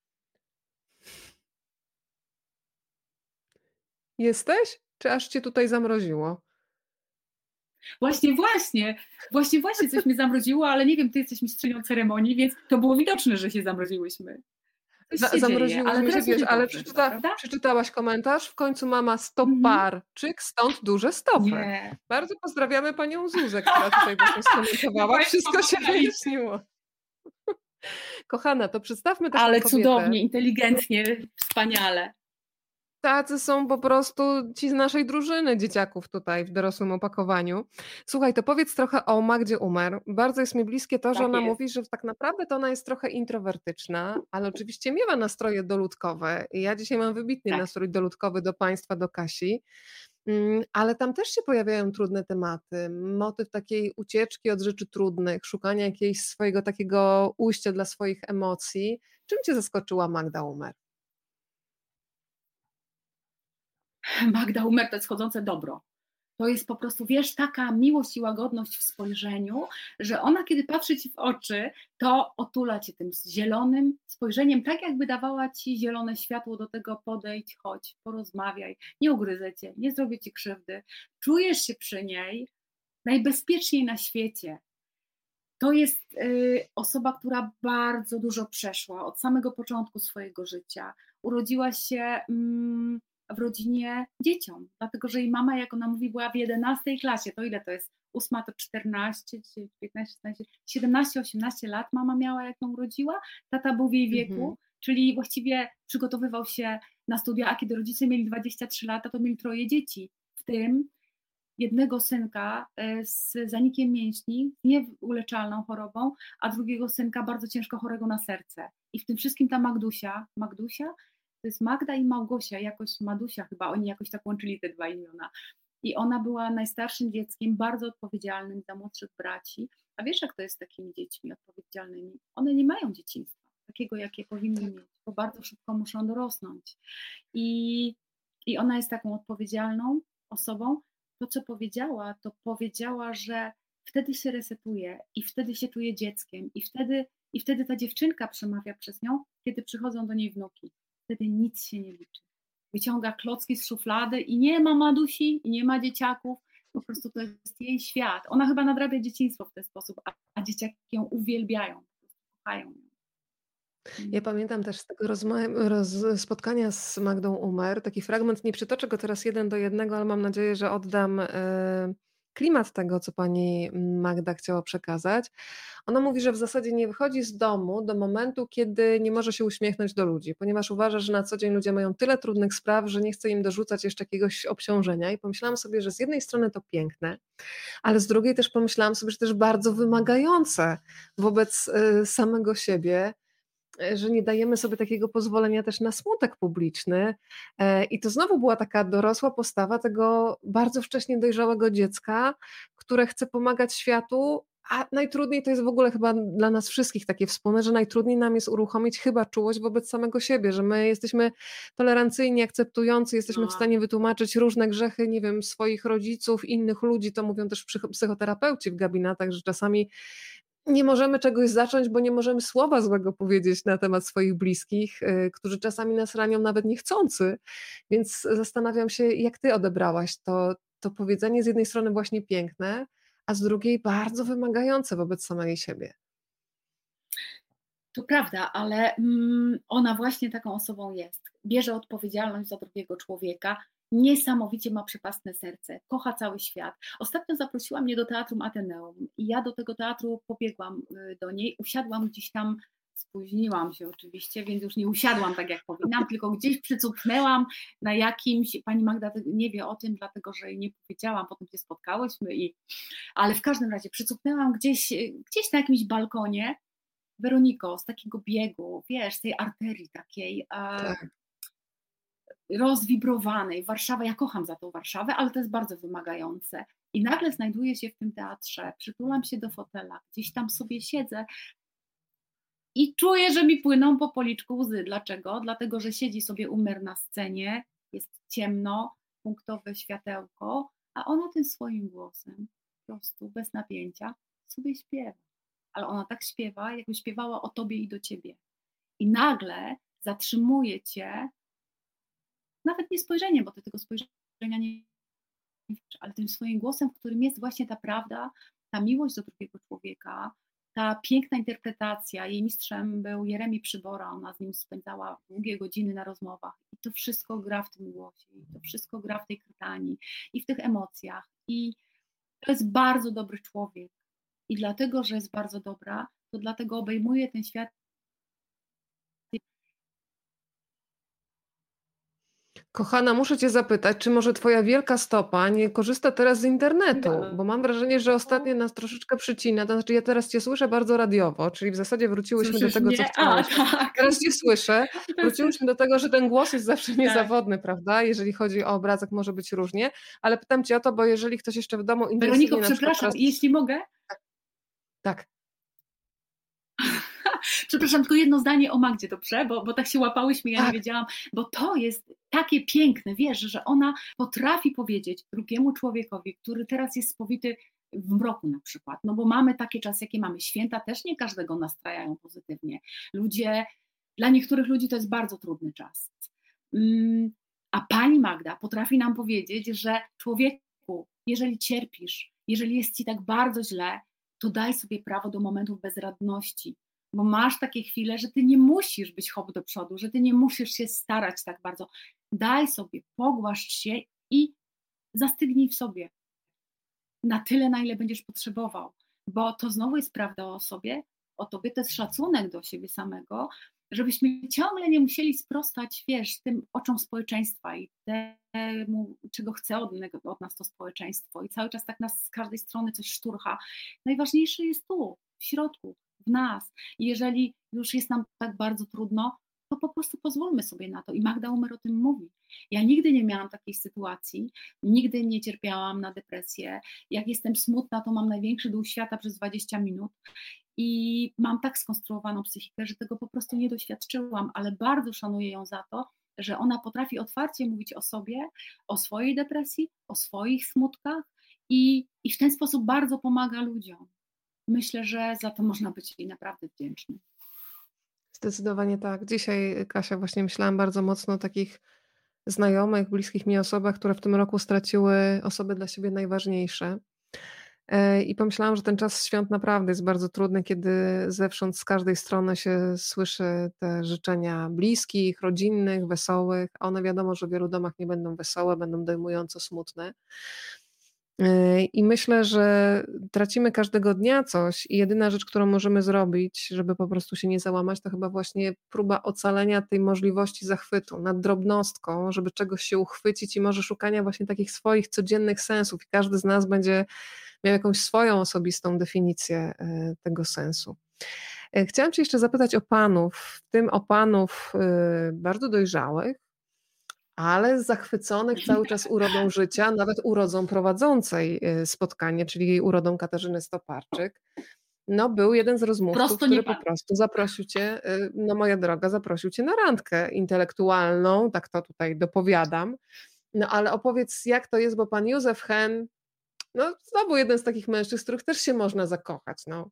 Jesteś? Czy aż cię tutaj zamroziło? Właśnie, właśnie, właśnie, właśnie coś mnie zamroziło, ale nie wiem, ty jesteś mistrzynią ceremonii, więc to było widoczne, że się zamroziłyśmy. Za, zamroziłyśmy się, wiesz, ale dobrze, przeczyta, chyba, przeczytałaś komentarz, w końcu mama Stoparczyk, stąd duże stopy. Nie. Bardzo pozdrawiamy panią Zuzę, która tutaj właśnie skomentowała. Wszystko się wyjaśniło. Kochana, to przedstawmy taką Ale kobietę. cudownie, inteligentnie, wspaniale. Tacy są po prostu ci z naszej drużyny dzieciaków tutaj w dorosłym opakowaniu. Słuchaj, to powiedz trochę o Magdzie Umer. Bardzo jest mi bliskie to, że Tak ona jest. mówi, że tak naprawdę to ona jest trochę introwertyczna, ale oczywiście miewa nastroje doludkowe. I ja dzisiaj mam wybitny Tak. nastrój doludkowy do Państwa, do Kasi. Ale tam też się pojawiają trudne tematy, motyw takiej ucieczki od rzeczy trudnych, szukania jakiegoś swojego takiego ujścia dla swoich emocji. Czym cię zaskoczyła Magda Umer? Magda Umer to jest chodzące dobro. To jest po prostu, wiesz, taka miłość i łagodność w spojrzeniu, że ona, kiedy patrzy ci w oczy, to otula cię tym zielonym spojrzeniem, tak jakby dawała ci zielone światło do tego: podejdź, chodź, porozmawiaj, nie ugryzę cię, nie zrobię ci krzywdy. Czujesz się przy niej najbezpieczniej na świecie. To jest y, osoba, która bardzo dużo przeszła od samego początku swojego życia. Urodziła się mm, w rodzinie dzieciom, dlatego że jej mama, jak ona mówi, była w jedenastej klasie. To ile to jest? Ósma to czternaście, piętnaście, szesnaście, siedemnaście, osiemnaście lat mama miała, jak ją urodziła. Tata był w jej wieku, mhm. czyli właściwie przygotowywał się na studia, a kiedy rodzice mieli dwadzieścia trzy lata, to mieli troje dzieci, w tym jednego synka z zanikiem mięśni, nieuleczalną chorobą, a drugiego synka bardzo ciężko chorego na serce. I w tym wszystkim ta Magdusia, Magdusia, to jest Magda i Małgosia, jakoś Madusia chyba, oni jakoś tak łączyli te dwa imiona. I ona była najstarszym dzieckiem, bardzo odpowiedzialnym za młodszych braci. A wiesz, jak to jest z takimi dziećmi odpowiedzialnymi? One nie mają dzieciństwa, takiego, jakie powinny mieć, bo bardzo szybko muszą dorosnąć. I, i ona jest taką odpowiedzialną osobą. To, co powiedziała, to powiedziała, że wtedy się resetuje i wtedy się czuje dzieckiem i wtedy, i wtedy ta dziewczynka przemawia przez nią, kiedy przychodzą do niej wnuki. Wtedy nic się nie liczy. Wyciąga klocki z szuflady i nie ma Madusi, i nie ma dzieciaków, po prostu to jest jej świat. Ona chyba nadrabia dzieciństwo w ten sposób, a, a dzieciaki ją uwielbiają, kochają ją. Ja pamiętam też z tego rozma- roz- spotkania z Magdą Umer, taki fragment, nie przytoczę go teraz jeden do jednego, ale mam nadzieję, że oddam e, klimat tego, co pani Magda chciała przekazać. Ona mówi, że w zasadzie nie wychodzi z domu do momentu, kiedy nie może się uśmiechnąć do ludzi, ponieważ uważa, że na co dzień ludzie mają tyle trudnych spraw, że nie chce im dorzucać jeszcze jakiegoś obciążenia. I pomyślałam sobie, że z jednej strony to piękne, ale z drugiej też pomyślałam sobie, że też bardzo wymagające wobec e, samego siebie, że nie dajemy sobie takiego pozwolenia też na smutek publiczny. I to znowu była taka dorosła postawa tego bardzo wcześnie dojrzałego dziecka, które chce pomagać światu, a najtrudniej to jest w ogóle chyba dla nas wszystkich takie wspólne, że najtrudniej nam jest uruchomić chyba czułość wobec samego siebie, że my jesteśmy tolerancyjni, akceptujący, jesteśmy No. w stanie wytłumaczyć różne grzechy, nie wiem, swoich rodziców, innych ludzi, to mówią też psychoterapeuci w gabinetach, że czasami nie możemy czegoś zacząć, bo nie możemy słowa złego powiedzieć na temat swoich bliskich, y, którzy czasami nas ranią nawet niechcący. Więc zastanawiam się, jak ty odebrałaś to, to powiedzenie z jednej strony właśnie piękne, a z drugiej bardzo wymagające wobec samej siebie. To prawda, ale mm, ona właśnie taką osobą jest. Bierze odpowiedzialność za drugiego człowieka, niesamowicie ma przepastne serce, kocha cały świat. Ostatnio zaprosiła mnie do Teatrum Ateneum i ja do tego teatru pobiegłam do niej, usiadłam gdzieś tam, spóźniłam się oczywiście, więc już nie usiadłam tak jak powinnam, tylko gdzieś przycupnęłam na jakimś, pani Magda nie wie o tym, dlatego że jej nie powiedziałam, potem się spotkałyśmy, i, ale w każdym razie przycupnęłam gdzieś, gdzieś na jakimś balkonie. Weroniko, z takiego biegu, wiesz, z tej arterii takiej, tak. rozwibrowanej. Warszawa, ja kocham za tą Warszawę, ale to jest bardzo wymagające. I nagle znajduję się w tym teatrze, przytulam się do fotela, gdzieś tam sobie siedzę i czuję, że mi płyną po policzku łzy. Dlaczego? Dlatego, że siedzi sobie Umer na scenie, jest ciemno, punktowe światełko, a ona tym swoim głosem, po prostu bez napięcia, sobie śpiewa. Ale ona tak śpiewa, jakby śpiewała o tobie i do ciebie. I nagle zatrzymuje cię, nawet nie spojrzeniem, bo ty tego spojrzenia nie widzisz, ale tym swoim głosem, w którym jest właśnie ta prawda, ta miłość do drugiego człowieka, ta piękna interpretacja. Jej mistrzem był Jeremi Przybora, ona z nim spędzała długie godziny na rozmowach i to wszystko gra w tym głosie, i to wszystko gra w tej krytanii i w tych emocjach. I to jest bardzo dobry człowiek. I dlatego, że jest bardzo dobra, to dlatego obejmuje ten świat. Kochana, muszę cię zapytać, czy może twoja wielka stopa nie korzysta teraz z internetu? Bo mam wrażenie, że ostatnio nas troszeczkę przycina. To znaczy, ja teraz cię słyszę bardzo radiowo, czyli w zasadzie wróciłyśmy Słyszysz do tego, mnie? co chciałaś. A, tak. Teraz cię słyszę. Wróciłyśmy do tego, że ten głos jest zawsze niezawodny, tak. Prawda? Jeżeli chodzi o obrazek, może być różnie. Ale pytam cię o to, bo jeżeli ktoś jeszcze w domu intensywnie... Weroniko, przepraszam, teraz... jeśli mogę? Tak. Przepraszam, tylko jedno zdanie o Magdzie, dobrze? Bo, bo tak się łapałyśmy, ja Tak. nie wiedziałam, bo to jest takie piękne, wiesz, że ona potrafi powiedzieć drugiemu człowiekowi, który teraz jest spowity w mroku na przykład, no bo mamy takie czasy, jakie mamy. Święta też nie każdego nastrajają pozytywnie. Ludzie, dla niektórych ludzi to jest bardzo trudny czas. A pani Magda potrafi nam powiedzieć, że człowieku, jeżeli cierpisz, jeżeli jest ci tak bardzo źle, to daj sobie prawo do momentów bezradności, bo masz takie chwile, że ty nie musisz być hop do przodu, że ty nie musisz się starać tak bardzo. Daj sobie, pogłaszcz się i zastygnij w sobie na tyle, na ile będziesz potrzebował, bo to znowu jest prawda o sobie, o tobie, to jest szacunek do siebie samego, żebyśmy ciągle nie musieli sprostać, wiesz, tym oczom społeczeństwa i temu, czego chce od, od nas to społeczeństwo i cały czas tak nas z każdej strony coś szturcha. Najważniejsze jest tu, w środku, w nas. I jeżeli już jest nam tak bardzo trudno, to po prostu pozwólmy sobie na to. I Magda Umer o tym mówi. Ja nigdy nie miałam takiej sytuacji, nigdy nie cierpiałam na depresję. Jak jestem smutna, to mam największy dół świata przez dwadzieścia minut. I mam tak skonstruowaną psychikę, że tego po prostu nie doświadczyłam, ale bardzo szanuję ją za to, że ona potrafi otwarcie mówić o sobie, o swojej depresji, o swoich smutkach i, i w ten sposób bardzo pomaga ludziom. Myślę, że za to można być jej naprawdę wdzięcznym. Zdecydowanie tak. Dzisiaj, Kasia, właśnie myślałam bardzo mocno o takich znajomych, bliskich mi osobach, które w tym roku straciły osoby dla siebie najważniejsze. I pomyślałam, że ten czas świąt naprawdę jest bardzo trudny, kiedy zewsząd z każdej strony się słyszy te życzenia bliskich, rodzinnych, wesołych, a one wiadomo, że w wielu domach nie będą wesołe, będą dojmująco smutne. I myślę, że tracimy każdego dnia coś i jedyna rzecz, którą możemy zrobić, żeby po prostu się nie załamać, to chyba właśnie próba ocalenia tej możliwości zachwytu nad drobnostką, żeby czegoś się uchwycić i może szukania właśnie takich swoich codziennych sensów i każdy z nas będzie miał jakąś swoją osobistą definicję tego sensu. Chciałam Cię jeszcze zapytać o panów, w tym o panów bardzo dojrzałych, ale zachwyconych cały czas urodą życia, nawet urodą prowadzącej spotkanie, czyli urodą Katarzyny Stoparczyk. No był jeden z rozmówców, Prosto który nie po pan. prostu zaprosił Cię, no moja droga, zaprosił Cię na randkę intelektualną, tak to tutaj dopowiadam. No ale opowiedz, jak to jest, bo pan Józef Hen, no znowu jeden z takich mężczyzn, z których też się można zakochać, no.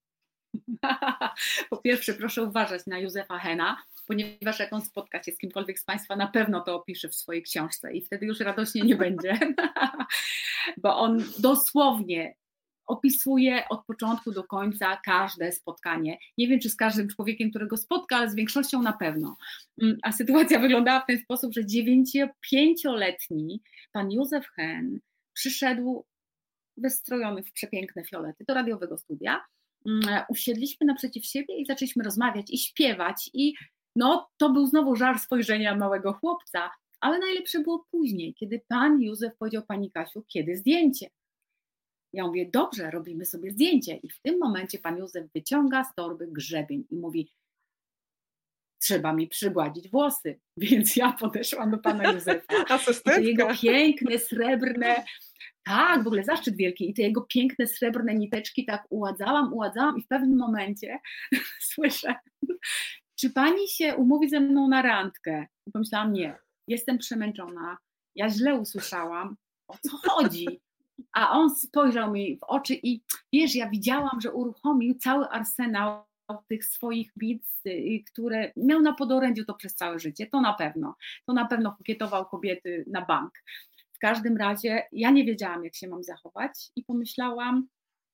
Po pierwsze, proszę uważać na Józefa Hena, ponieważ jak on spotka się z kimkolwiek z Państwa, na pewno to opisze w swojej książce i wtedy już radośnie nie będzie, bo on dosłownie opisuje od początku do końca każde spotkanie. Nie wiem, czy z każdym człowiekiem, którego spotka, ale z większością na pewno. A sytuacja wyglądała w ten sposób, że dziewięciopięcioletni pan Józef Hen przyszedł wystrojony w przepiękne fiolety do radiowego studia. Usiedliśmy naprzeciw siebie i zaczęliśmy rozmawiać i śpiewać i no to był znowu żar spojrzenia małego chłopca, ale najlepsze było później, kiedy pan Józef powiedział: pani Kasiu, kiedy zdjęcie? Ja mówię: dobrze, robimy sobie zdjęcie. I w tym momencie pan Józef wyciąga z torby grzebień i mówi: trzeba mi przygładzić włosy. Więc ja podeszłam do pana Józefa i te jego piękne, srebrne, tak, w ogóle zaszczyt wielki, i te jego piękne, srebrne niteczki tak uładzałam, uładzałam i w pewnym momencie słyszę: czy pani się umówi ze mną na randkę? I pomyślałam: nie, jestem przemęczona, ja źle usłyszałam, o co chodzi? A on spojrzał mi w oczy i wiesz, ja widziałam, że uruchomił cały arsenał tych swoich bits, które miał na podorędziu to przez całe życie, to na pewno, to na pewno kokietował kobiety na bank. W każdym razie ja nie wiedziałam, jak się mam zachować i pomyślałam: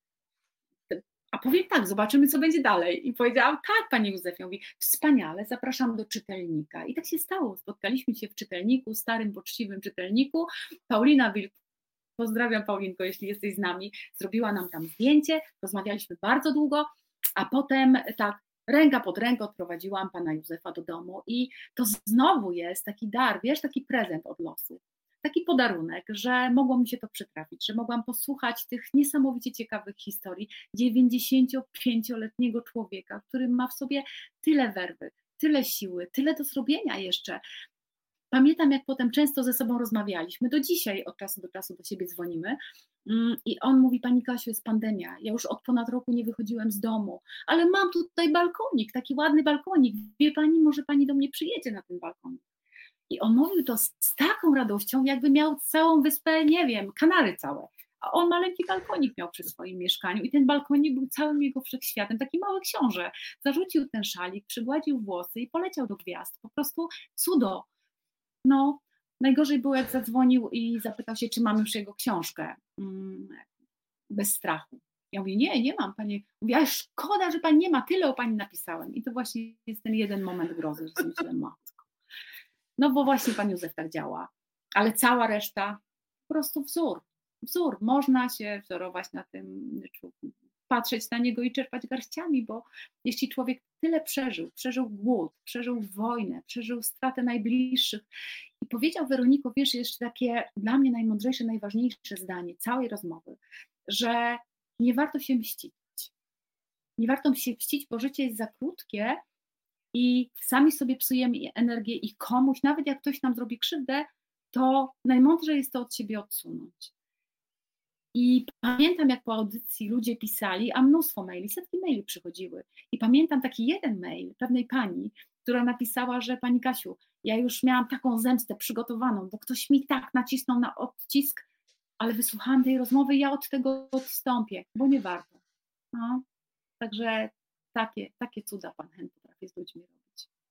a powiem tak, zobaczymy, co będzie dalej. I powiedziałam: tak, panie Józefie. Mówi: wspaniale, zapraszam do czytelnika. I tak się stało, spotkaliśmy się w czytelniku, starym, poczciwym czytelniku. Paulina Wilk, pozdrawiam Paulinko, jeśli jesteś z nami, zrobiła nam tam zdjęcie, rozmawialiśmy bardzo długo, a potem tak ręka pod rękę odprowadziłam pana Józefa do domu i to znowu jest taki dar, wiesz, taki prezent od losu. Taki podarunek, że mogło mi się to przytrafić, że mogłam posłuchać tych niesamowicie ciekawych historii dziewięćdziesięciopięcioletniego człowieka, który ma w sobie tyle werwy, tyle siły, tyle do zrobienia jeszcze. pamiętam, jak potem często ze sobą rozmawialiśmy, do dzisiaj od czasu do czasu do siebie dzwonimy i on mówi: pani Kasiu, jest pandemia, ja już od ponad roku nie wychodziłem z domu, ale mam tutaj balkonik, taki ładny balkonik, wie pani, może pani do mnie przyjedzie na ten balkonik. I on mówił to z, z taką radością, jakby miał całą wyspę, nie wiem, Kanary całe. A on maleńki balkonik miał przy swoim mieszkaniu i ten balkonik był całym jego wszechświatem, taki mały książę. Zarzucił ten szalik, przygładził włosy i poleciał do gwiazd. Po prostu cudo. No, najgorzej było, jak zadzwonił i zapytał się, czy mam już jego książkę. Mm, bez strachu. Ja mówię: nie, nie mam pani. Mówię: ale szkoda, że pani nie ma, tyle o pani napisałem. I to właśnie jest ten jeden moment grozy, że sobie myślę: matko. No bo właśnie pan Józef tak działa. Ale cała reszta po prostu wzór. Wzór. Można się wzorować na tym, patrzeć na niego i czerpać garściami, bo jeśli człowiek tyle przeżył, przeżył głód, przeżył wojnę, przeżył stratę najbliższych i powiedział: Weroniko, wiesz, jeszcze takie dla mnie najmądrzejsze, najważniejsze zdanie całej rozmowy, że nie warto się mścić. Nie warto się mścić, bo życie jest za krótkie i sami sobie psujemy energię i komuś, nawet jak ktoś nam zrobi krzywdę, to najmądrzej jest to od siebie odsunąć. I pamiętam, jak po audycji ludzie pisali, a mnóstwo maili, setki maili przychodziły. I pamiętam taki jeden mail pewnej pani, która napisała, że pani Kasiu, ja już miałam taką zemstę przygotowaną, bo ktoś mi tak nacisnął na odcisk, ale wysłuchałam tej rozmowy i ja od tego odstąpię, bo nie warto. No, także takie, takie cuda Pan Hen potrafi z ludźmi robić.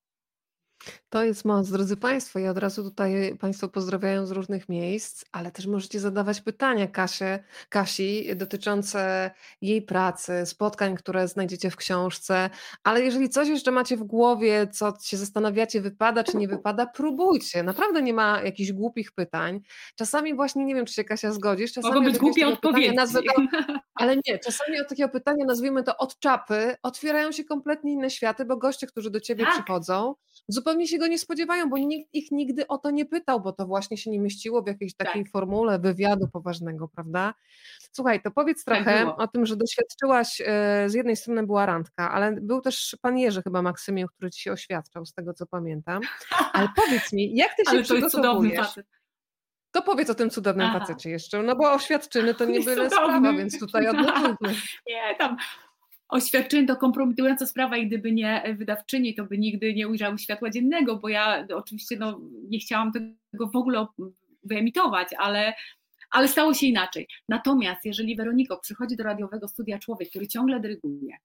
To jest moc, drodzy Państwo. Ja od razu tutaj Państwo pozdrawiają z różnych miejsc, ale też możecie zadawać pytania Kasie, Kasi dotyczące jej pracy, spotkań, które znajdziecie w książce, ale jeżeli coś jeszcze macie w głowie, co się zastanawiacie, wypada czy nie wypada, próbujcie. Naprawdę nie ma jakichś głupich pytań. Czasami właśnie, nie wiem, czy się Kasia zgodzisz, czasami mogą od być jakiegoś głupie takiego pytania odpowiedzi. nazwę to, ale nie, czasami od takiego pytania, nazwijmy to od czapy, otwierają się kompletnie inne światy, bo goście, którzy do ciebie Tak. przychodzą, zupełnie się go nie spodziewają, bo nikt ich nigdy o to nie pytał, bo to właśnie się nie mieściło w jakiejś takiej Tak. formule wywiadu poważnego, prawda? Słuchaj, to powiedz Tak trochę było. o tym, że doświadczyłaś, e, z jednej strony była randka, ale był też pan Jerzy chyba Maksymil, który ci się oświadczał, z tego co pamiętam. Ale powiedz mi, jak ty się Ale to jest cudowny przygotowujesz? facet. To powiedz o tym cudownym Aha. facecie jeszcze, no bo oświadczyny to nie Jest byle cudowny. sprawa, więc tutaj odnotujmy. Nie, tam oświadczyny to kompromitująca sprawa i gdyby nie wydawczyni, to by nigdy nie ujrzały światła dziennego, bo ja oczywiście no, nie chciałam tego w ogóle wyemitować, ale, ale stało się inaczej. Natomiast jeżeli, Weroniko, przychodzi do radiowego studia człowiek, który ciągle dyryguje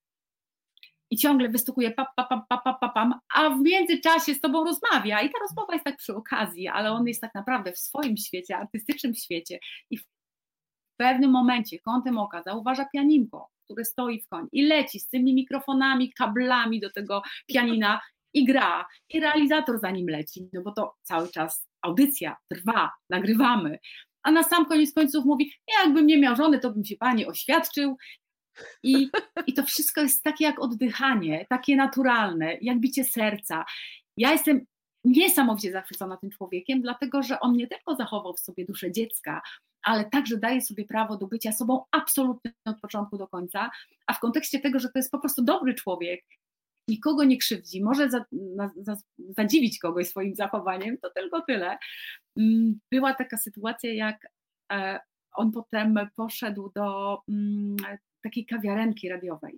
i ciągle wystukuje pap, pap, pap, pap, pap, pam, a w międzyczasie z tobą rozmawia i ta rozmowa jest tak przy okazji, ale on jest tak naprawdę w swoim świecie, artystycznym świecie i w pewnym momencie kątem oka zauważa pianinko, które stoi w koń i leci z tymi mikrofonami, kablami do tego pianina i gra. I realizator za nim leci, no bo to cały czas audycja trwa, nagrywamy. A na sam koniec końców mówi: jakbym nie miał żony, to bym się pani oświadczył. I, I to wszystko jest takie jak oddychanie, takie naturalne, jak bicie serca. Ja jestem niesamowicie zachwycona tym człowiekiem, dlatego że on nie tylko zachował w sobie duszę dziecka, ale także daje sobie prawo do bycia sobą absolutnie od początku do końca, a w kontekście tego, że to jest po prostu dobry człowiek, nikogo nie krzywdzi, może za, na, za, zadziwić kogoś swoim zachowaniem, to tylko tyle. Była taka sytuacja, jak on potem poszedł do takiej kawiarenki radiowej.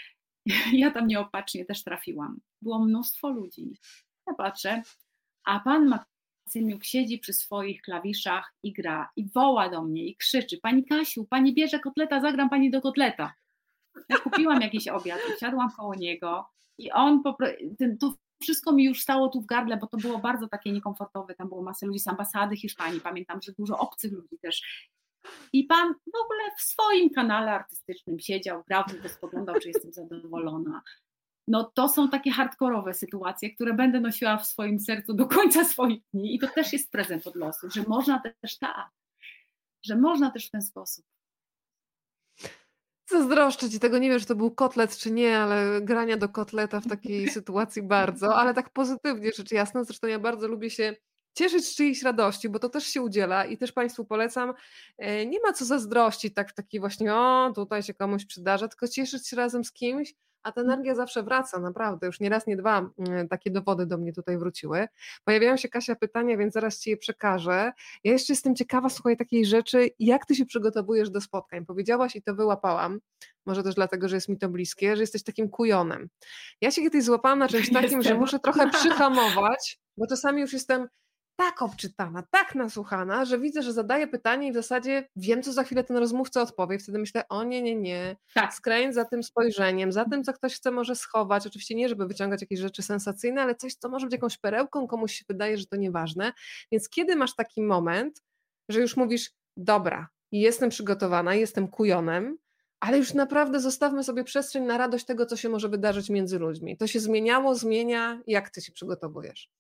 Ja tam nieopatrznie też trafiłam. Było mnóstwo ludzi. Ja patrzę, a pan Maksymiuk siedzi przy swoich klawiszach i gra i woła do mnie i krzyczy: pani Kasiu, pani bierze kotleta, zagram pani do kotleta. Ja kupiłam jakiś obiad i siadłam koło niego i on, ten, to wszystko mi już stało tu w gardle, bo to było bardzo takie niekomfortowe, tam było masę ludzi z ambasady Hiszpanii, pamiętam, że dużo obcych ludzi też. I pan w ogóle w swoim kanale artystycznym siedział, grał, tylko spoglądał, czy jestem zadowolona. No to są takie hardkorowe sytuacje, które będę nosiła w swoim sercu do końca swoich dni i to też jest prezent od losu, że można też tak, że można też w ten sposób. Zazdroszczę ci tego, nie wiem, czy to był kotlet, czy nie, ale grania do kotleta w takiej sytuacji bardzo, ale tak pozytywnie rzecz jasna. Zresztą ja bardzo lubię się cieszyć z czyjejś radości, bo to też się udziela i też Państwu polecam, e, nie ma co zazdrościć tak w takiej właśnie, o tutaj się komuś przydarza, tylko cieszyć się razem z kimś, a ta energia zawsze wraca, naprawdę, już nie raz, nie dwa mm, takie dowody do mnie tutaj wróciły. Pojawiają się, Kasia, pytania, więc zaraz Ci je przekażę. Ja jeszcze jestem ciekawa, słuchaj, takiej rzeczy, jak Ty się przygotowujesz do spotkań? Powiedziałaś i to wyłapałam, może też dlatego, że jest mi to bliskie, że jesteś takim kujonem. Ja się kiedyś złapałam na czymś takim, że Jestem. muszę trochę przyhamować, bo czasami już jestem tak obczytana, tak nasłuchana, że widzę, że zadaję pytanie i w zasadzie wiem, co za chwilę ten rozmówca odpowie. Wtedy myślę, o nie, nie, nie, Tak. skręć za tym spojrzeniem, za tym, co ktoś chce może schować. Oczywiście nie, żeby wyciągać jakieś rzeczy sensacyjne, ale coś, co może być jakąś perełką, komuś się wydaje, że to nieważne. Więc kiedy masz taki moment, że już mówisz, dobra, jestem przygotowana, jestem kujonem, ale już naprawdę zostawmy sobie przestrzeń na radość tego, co się może wydarzyć między ludźmi. To się zmieniało, zmienia. Jak ty się przygotowujesz?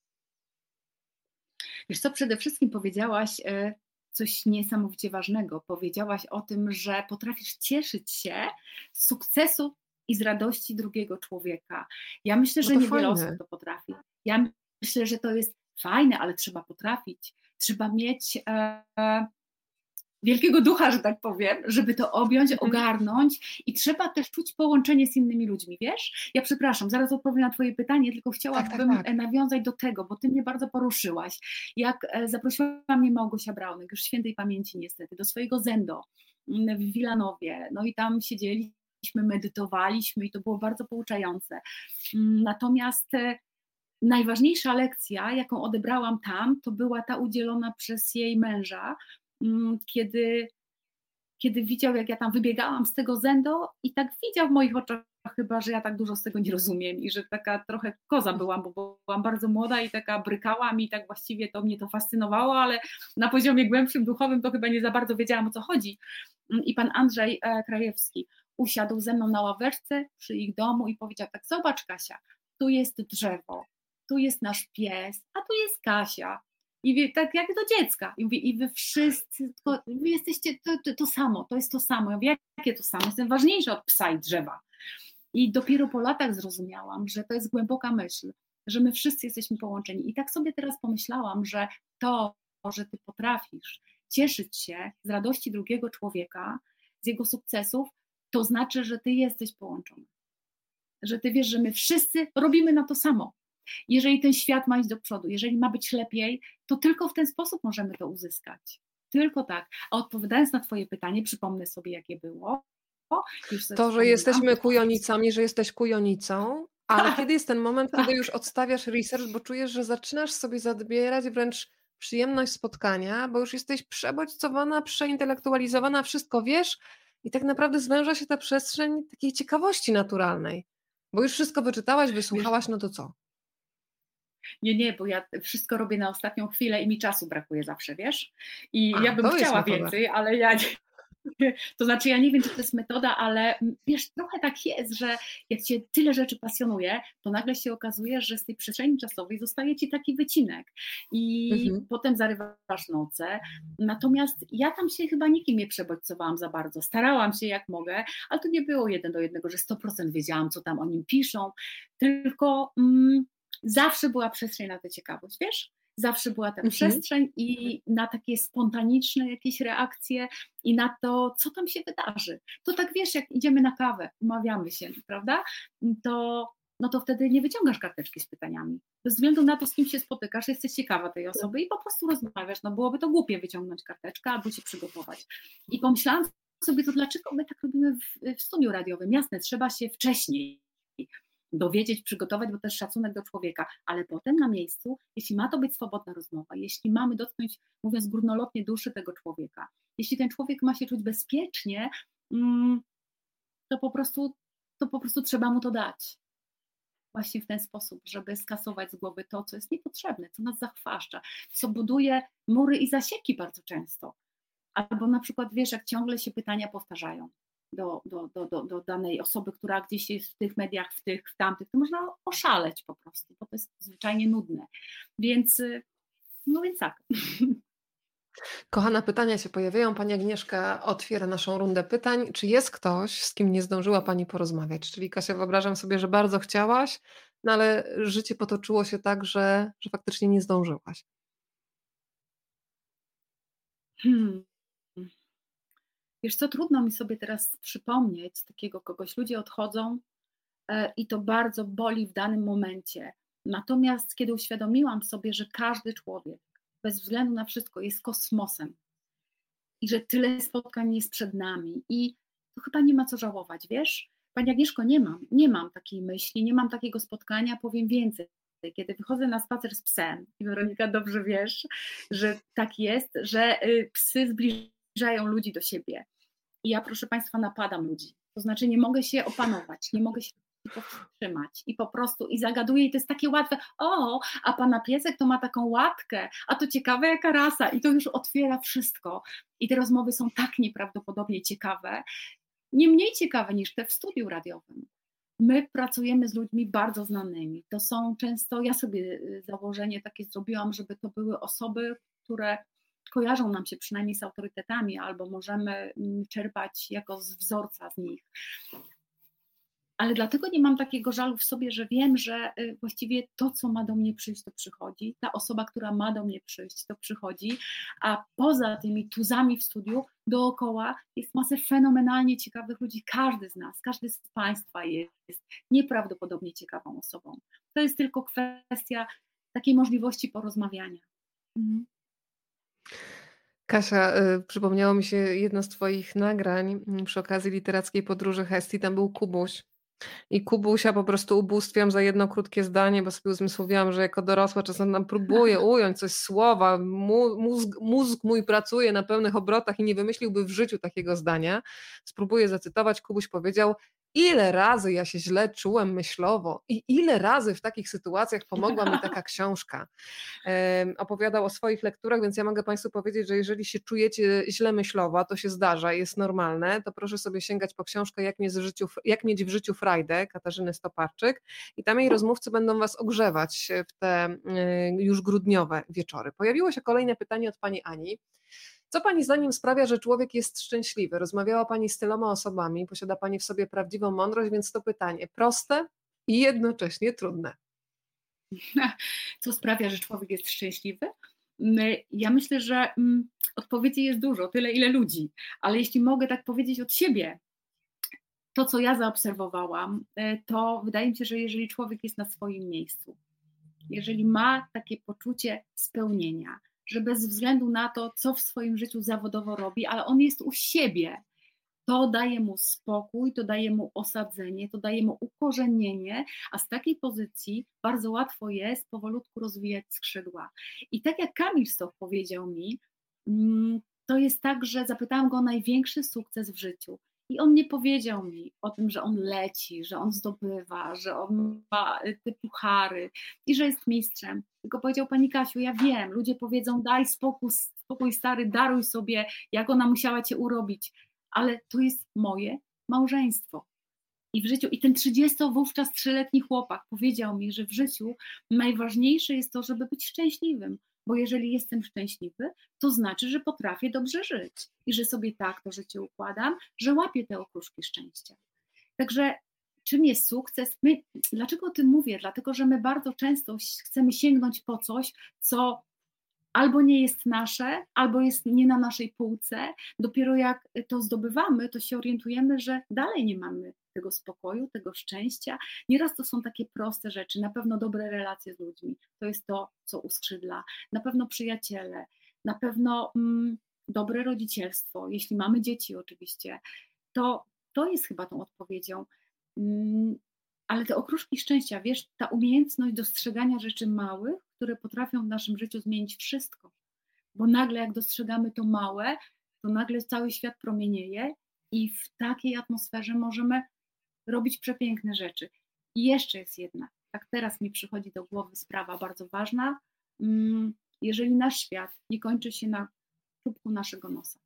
Wiesz co, przede wszystkim powiedziałaś e, coś niesamowicie ważnego. Powiedziałaś o tym, że potrafisz cieszyć się z sukcesu i z radości drugiego człowieka. Ja myślę, No że to niewiele fajne. osób to potrafi. Ja myślę, że to jest fajne, ale trzeba potrafić. Trzeba mieć e, wielkiego ducha, że tak powiem, żeby to objąć, Mhm. ogarnąć i trzeba też czuć połączenie z innymi ludźmi, wiesz? Ja przepraszam, zaraz odpowiem na twoje pytanie, tylko chciałabym Tak, tak, tak. nawiązać do tego, bo ty mnie bardzo poruszyłaś. Jak e, zaprosiła mnie Małgosia Braunek, już świętej pamięci niestety, do swojego Zendo mm, w Wilanowie, no i tam siedzieliśmy, medytowaliśmy i to było bardzo pouczające. Mm, Natomiast e, najważniejsza lekcja, jaką odebrałam tam, to była ta udzielona przez jej męża, mm, kiedy, kiedy widział, jak ja tam wybiegałam z tego Zendo i tak widział w moich oczach chyba, że ja tak dużo z tego nie rozumiem i że taka trochę koza byłam, bo byłam bardzo młoda i taka brykałam i tak właściwie to mnie to fascynowało, ale na poziomie głębszym, duchowym to chyba nie za bardzo wiedziałam, o co chodzi. I pan Andrzej e, Krajewski usiadł ze mną na ławeczce przy ich domu i powiedział tak, zobacz Kasia, tu jest drzewo, tu jest nasz pies, a tu jest Kasia. I wie, tak jak do dziecka. I, mówię, i wy wszyscy, to, wy jesteście to, to, to samo, to jest to samo. Ja mówię, jakie to samo? Jestem ważniejsza od psa i drzewa. I dopiero po latach zrozumiałam, że to jest głęboka myśl, że my wszyscy jesteśmy połączeni. I tak sobie teraz pomyślałam, że to, że ty potrafisz cieszyć się z radości drugiego człowieka, z jego sukcesów, to znaczy, że ty jesteś połączony. Że ty wiesz, że my wszyscy robimy na to samo. Jeżeli ten świat ma iść do przodu, jeżeli ma być lepiej, to tylko w ten sposób możemy to uzyskać. Tylko tak. A odpowiadając na twoje pytanie, przypomnę sobie, jakie było. Już sobie To, że wspomniałam. jesteśmy kujonicami, że jesteś kujonicą, ale Tak, kiedy jest ten moment, tak. kiedy już odstawiasz research, bo czujesz, że zaczynasz sobie zadbierać wręcz przyjemność spotkania, bo już jesteś przebodźcowana, przeintelektualizowana, wszystko wiesz i tak naprawdę zwęża się ta przestrzeń takiej ciekawości naturalnej, bo już wszystko wyczytałaś, wysłuchałaś, no to co? Nie, nie, bo ja wszystko robię na ostatnią chwilę i mi czasu brakuje zawsze, wiesz? I A, ja bym to jest chciała metoda. więcej, ale ja nie. To znaczy, ja nie wiem, czy to jest metoda, ale wiesz, trochę tak jest, że jak cię tyle rzeczy pasjonuje, to nagle się okazuje, że z tej przestrzeni czasowej zostaje ci taki wycinek i Mhm. potem zarywasz noce. Natomiast ja tam się chyba nikim nie przebodźcowałam za bardzo. Starałam się jak mogę, ale to nie było jeden do jednego, że sto procent wiedziałam, co tam o nim piszą, tylko mm, zawsze była przestrzeń na tę ciekawość, wiesz? Zawsze była ta Mhm. przestrzeń i na takie spontaniczne jakieś reakcje i na to, co tam się wydarzy. To tak wiesz, jak idziemy na kawę, umawiamy się, prawda? To, no to wtedy nie wyciągasz karteczki z pytaniami. Bez względu na to, z kim się spotykasz, jesteś ciekawa tej osoby i po prostu rozmawiasz. No byłoby to głupie wyciągnąć karteczkę albo się przygotować. I pomyślałam sobie, to dlaczego my tak robimy w, w studiu radiowym? Jasne, trzeba się wcześniej dowiedzieć, przygotować, bo też szacunek do człowieka, ale potem na miejscu, jeśli ma to być swobodna rozmowa, jeśli mamy dotknąć, mówiąc górnolotnie, duszy tego człowieka, jeśli ten człowiek ma się czuć bezpiecznie, to po prostu, to po prostu trzeba mu to dać. Właśnie w ten sposób, żeby skasować z głowy to, co jest niepotrzebne, co nas zachwaszcza, co buduje mury i zasieki bardzo często. Albo na przykład, wiesz, jak ciągle się pytania powtarzają do, do, do, do, do danej osoby, która gdzieś jest w tych mediach, w tych, w tamtych, to można oszaleć po prostu, bo to jest zwyczajnie nudne. Więc, no więc tak. Kochana, pytania się pojawiają. Pani Agnieszka otwiera naszą rundę pytań. Czy jest ktoś, z kim nie zdążyła Pani porozmawiać? Czyli Kasia, wyobrażam sobie, że bardzo chciałaś, no ale życie potoczyło się tak, że, że faktycznie nie zdążyłaś. Hmm. Wiesz co, trudno mi sobie teraz przypomnieć z takiego kogoś. Ludzie odchodzą e, i to bardzo boli w danym momencie. Natomiast kiedy uświadomiłam sobie, że każdy człowiek, bez względu na wszystko, jest kosmosem i że tyle spotkań jest przed nami i to chyba nie ma co żałować, wiesz? Pani Agnieszko, nie mam, nie mam takiej myśli, nie mam takiego spotkania, powiem więcej. Kiedy wychodzę na spacer z psem, i Weronika dobrze wiesz, że tak jest, że y, psy zbliżają ludzi do siebie. I ja, proszę Państwa, napadam ludzi. To znaczy nie mogę się opanować, nie mogę się powstrzymać i po prostu i zagaduję i to jest takie łatwe. O, a Pana piesek to ma taką łatkę, a to ciekawe jaka rasa i to już otwiera wszystko. I te rozmowy są tak nieprawdopodobnie ciekawe, nie mniej ciekawe niż te w studiu radiowym. My pracujemy z ludźmi bardzo znanymi. To są często, ja sobie założenie takie zrobiłam, żeby to były osoby, które kojarzą nam się przynajmniej z autorytetami, albo możemy czerpać jako z wzorca z nich. Ale dlatego nie mam takiego żalu w sobie, że wiem, że właściwie to, co ma do mnie przyjść, to przychodzi. Ta osoba, która ma do mnie przyjść, to przychodzi. A poza tymi tuzami w studiu, dookoła jest masę fenomenalnie ciekawych ludzi. Każdy z nas, każdy z Państwa jest nieprawdopodobnie ciekawą osobą. To jest tylko kwestia takiej możliwości porozmawiania. Mhm. Kasia, y, przypomniało mi się jedno z Twoich nagrań y, przy okazji literackiej podróży Hestii. Tam był Kubuś. I Kubusia po prostu ubóstwiam za jedno krótkie zdanie, bo sobie uzmysłowiłam, że jako dorosła czasem tam próbuję ująć coś słowa, mózg, mózg mój pracuje na pełnych obrotach i nie wymyśliłby w życiu takiego zdania. Spróbuję zacytować. Kubuś powiedział: ile razy ja się źle czułem myślowo i ile razy w takich sytuacjach pomogła mi taka książka. Um, opowiadał o swoich lekturach, więc ja mogę Państwu powiedzieć, że jeżeli się czujecie źle myślowo, to się zdarza, jest normalne, to proszę sobie sięgać po książkę Jak mieć w życiu, Jak mieć w życiu frajdę Katarzyny Stoparczyk i tam jej rozmówcy będą Was ogrzewać w te y, już grudniowe wieczory. Pojawiło się kolejne pytanie od Pani Ani. Co Pani zdaniem sprawia, że człowiek jest szczęśliwy? Rozmawiała Pani z tyloma osobami, posiada Pani w sobie prawdziwą mądrość, więc to pytanie proste i jednocześnie trudne. Co sprawia, że człowiek jest szczęśliwy? Ja myślę, że odpowiedzi jest dużo, tyle ile ludzi, ale jeśli mogę tak powiedzieć od siebie, to co ja zaobserwowałam, to wydaje mi się, że jeżeli człowiek jest na swoim miejscu, jeżeli ma takie poczucie spełnienia, że bez względu na to, co w swoim życiu zawodowo robi, ale on jest u siebie, to daje mu spokój, to daje mu osadzenie, to daje mu ukorzenienie, a z takiej pozycji bardzo łatwo jest powolutku rozwijać skrzydła. I tak jak Kamil Stoch powiedział mi, to jest tak, że zapytałam go o największy sukces w życiu. I on nie powiedział mi o tym, że on leci, że on zdobywa, że on ma te puchary i że jest mistrzem. Tylko powiedział: Pani Kasiu, ja wiem, ludzie powiedzą: daj spokój, spokój stary, daruj sobie, jak ona musiała cię urobić. Ale to jest moje małżeństwo. I w życiu, i ten trzydziesto wówczas trzyletni chłopak powiedział mi, że w życiu najważniejsze jest to, żeby być szczęśliwym, bo jeżeli jestem szczęśliwy, to znaczy, że potrafię dobrze żyć i że sobie tak to życie układam, że łapię te okruszki szczęścia. Także czym jest sukces? My, dlaczego o tym mówię? Dlatego, że my bardzo często chcemy sięgnąć po coś, co albo nie jest nasze, albo jest nie na naszej półce. Dopiero jak to zdobywamy, to się orientujemy, że dalej nie mamy tego spokoju, tego szczęścia. Nieraz to są takie proste rzeczy, na pewno dobre relacje z ludźmi, to jest to, co uskrzydla, na pewno przyjaciele, na pewno mm, dobre rodzicielstwo, jeśli mamy dzieci oczywiście, to, to jest chyba tą odpowiedzią. Mm, ale te okruszki szczęścia, wiesz, ta umiejętność dostrzegania rzeczy małych, które potrafią w naszym życiu zmienić wszystko. Bo nagle jak dostrzegamy to małe, to nagle cały świat promienieje i w takiej atmosferze możemy robić przepiękne rzeczy. I jeszcze jest jedna, tak teraz mi przychodzi do głowy sprawa bardzo ważna. Jeżeli nasz świat nie kończy się na czubku naszego nosa,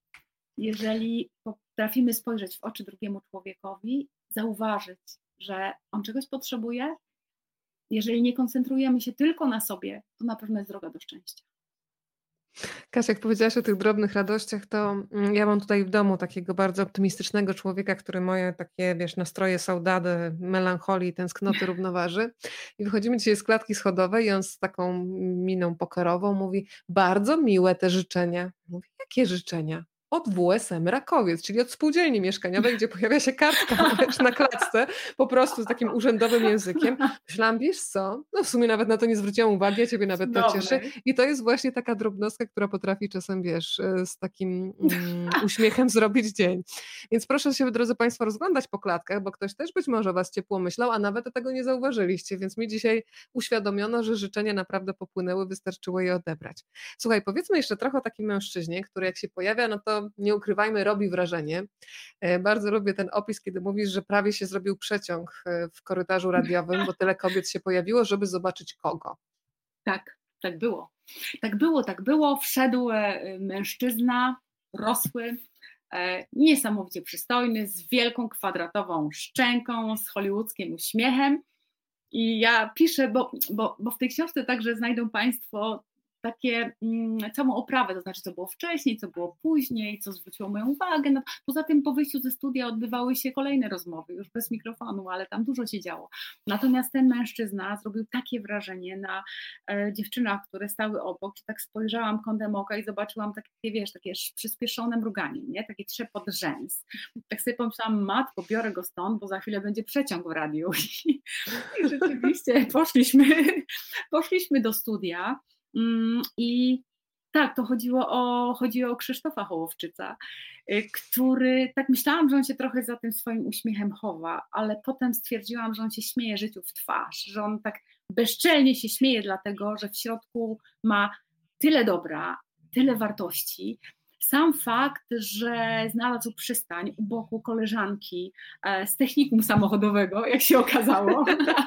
jeżeli potrafimy spojrzeć w oczy drugiemu człowiekowi, zauważyć, że on czegoś potrzebuje, jeżeli nie koncentrujemy się tylko na sobie, to na pewno jest droga do szczęścia. Kasia, jak powiedziałaś o tych drobnych radościach, to mm, ja mam tutaj w domu takiego bardzo optymistycznego człowieka, który moje takie, wiesz, nastroje saudady, melancholii, tęsknoty równoważy. I wychodzimy dzisiaj z klatki schodowej i on z taką miną pokerową mówi: bardzo miłe te życzenia. Mówi: jakie życzenia? Od W S M Rakowiec, czyli od spółdzielni mieszkaniowej, gdzie pojawia się kartka wiesz, na klatce, po prostu z takim urzędowym językiem. Myślałam, wiesz co, no w sumie nawet na to nie zwróciłam uwagi, a ciebie nawet to cieszy. Cudowne. I to jest właśnie taka drobnostka, która potrafi czasem, wiesz, e, z takim mm, uśmiechem zrobić dzień. Więc proszę się, drodzy Państwo, rozglądać po klatkach, bo ktoś też być może o Was ciepło myślał, a nawet tego nie zauważyliście, więc mi dzisiaj uświadomiono, że życzenia naprawdę popłynęły, wystarczyło je odebrać. Słuchaj, powiedzmy jeszcze trochę o takim mężczyźnie, który jak się pojawia, no to nie ukrywajmy, robi wrażenie. E, Bardzo lubię ten opis, kiedy mówisz, że prawie się zrobił przeciąg e, w korytarzu radiowym, bo tyle kobiet się pojawiło, żeby zobaczyć kogo. Tak, tak było. Tak było, tak było. Wszedł e, mężczyzna, rosły, e, niesamowicie przystojny, z wielką kwadratową szczęką, z hollywoodzkim uśmiechem. I ja piszę, bo, bo, bo w tej książce także znajdą Państwo takie mm, całą oprawę, to znaczy co było wcześniej, co było później, co zwróciło moją uwagę. No, poza tym po wyjściu ze studia odbywały się kolejne rozmowy, już bez mikrofonu, ale tam dużo się działo. Natomiast ten mężczyzna zrobił takie wrażenie na e, dziewczynach, które stały obok, że tak spojrzałam kątem oka i zobaczyłam takie, wiesz, takie przyspieszone mruganie, nie? Takie trzepot rzęs. Tak sobie pomyślałam, matko, biorę go stąd, bo za chwilę będzie przeciąg w radiu. I, i rzeczywiście poszliśmy, poszliśmy do studia. I tak, to chodziło o, chodziło o Krzysztofa Hołowczyca, który, tak myślałam, że on się trochę za tym swoim uśmiechem chowa, ale potem stwierdziłam, że on się śmieje życiu w twarz, że on tak bezczelnie się śmieje dlatego, że w środku ma tyle dobra, tyle wartości. Sam fakt, że znalazł przystań u boku koleżanki z technikum samochodowego, jak się okazało,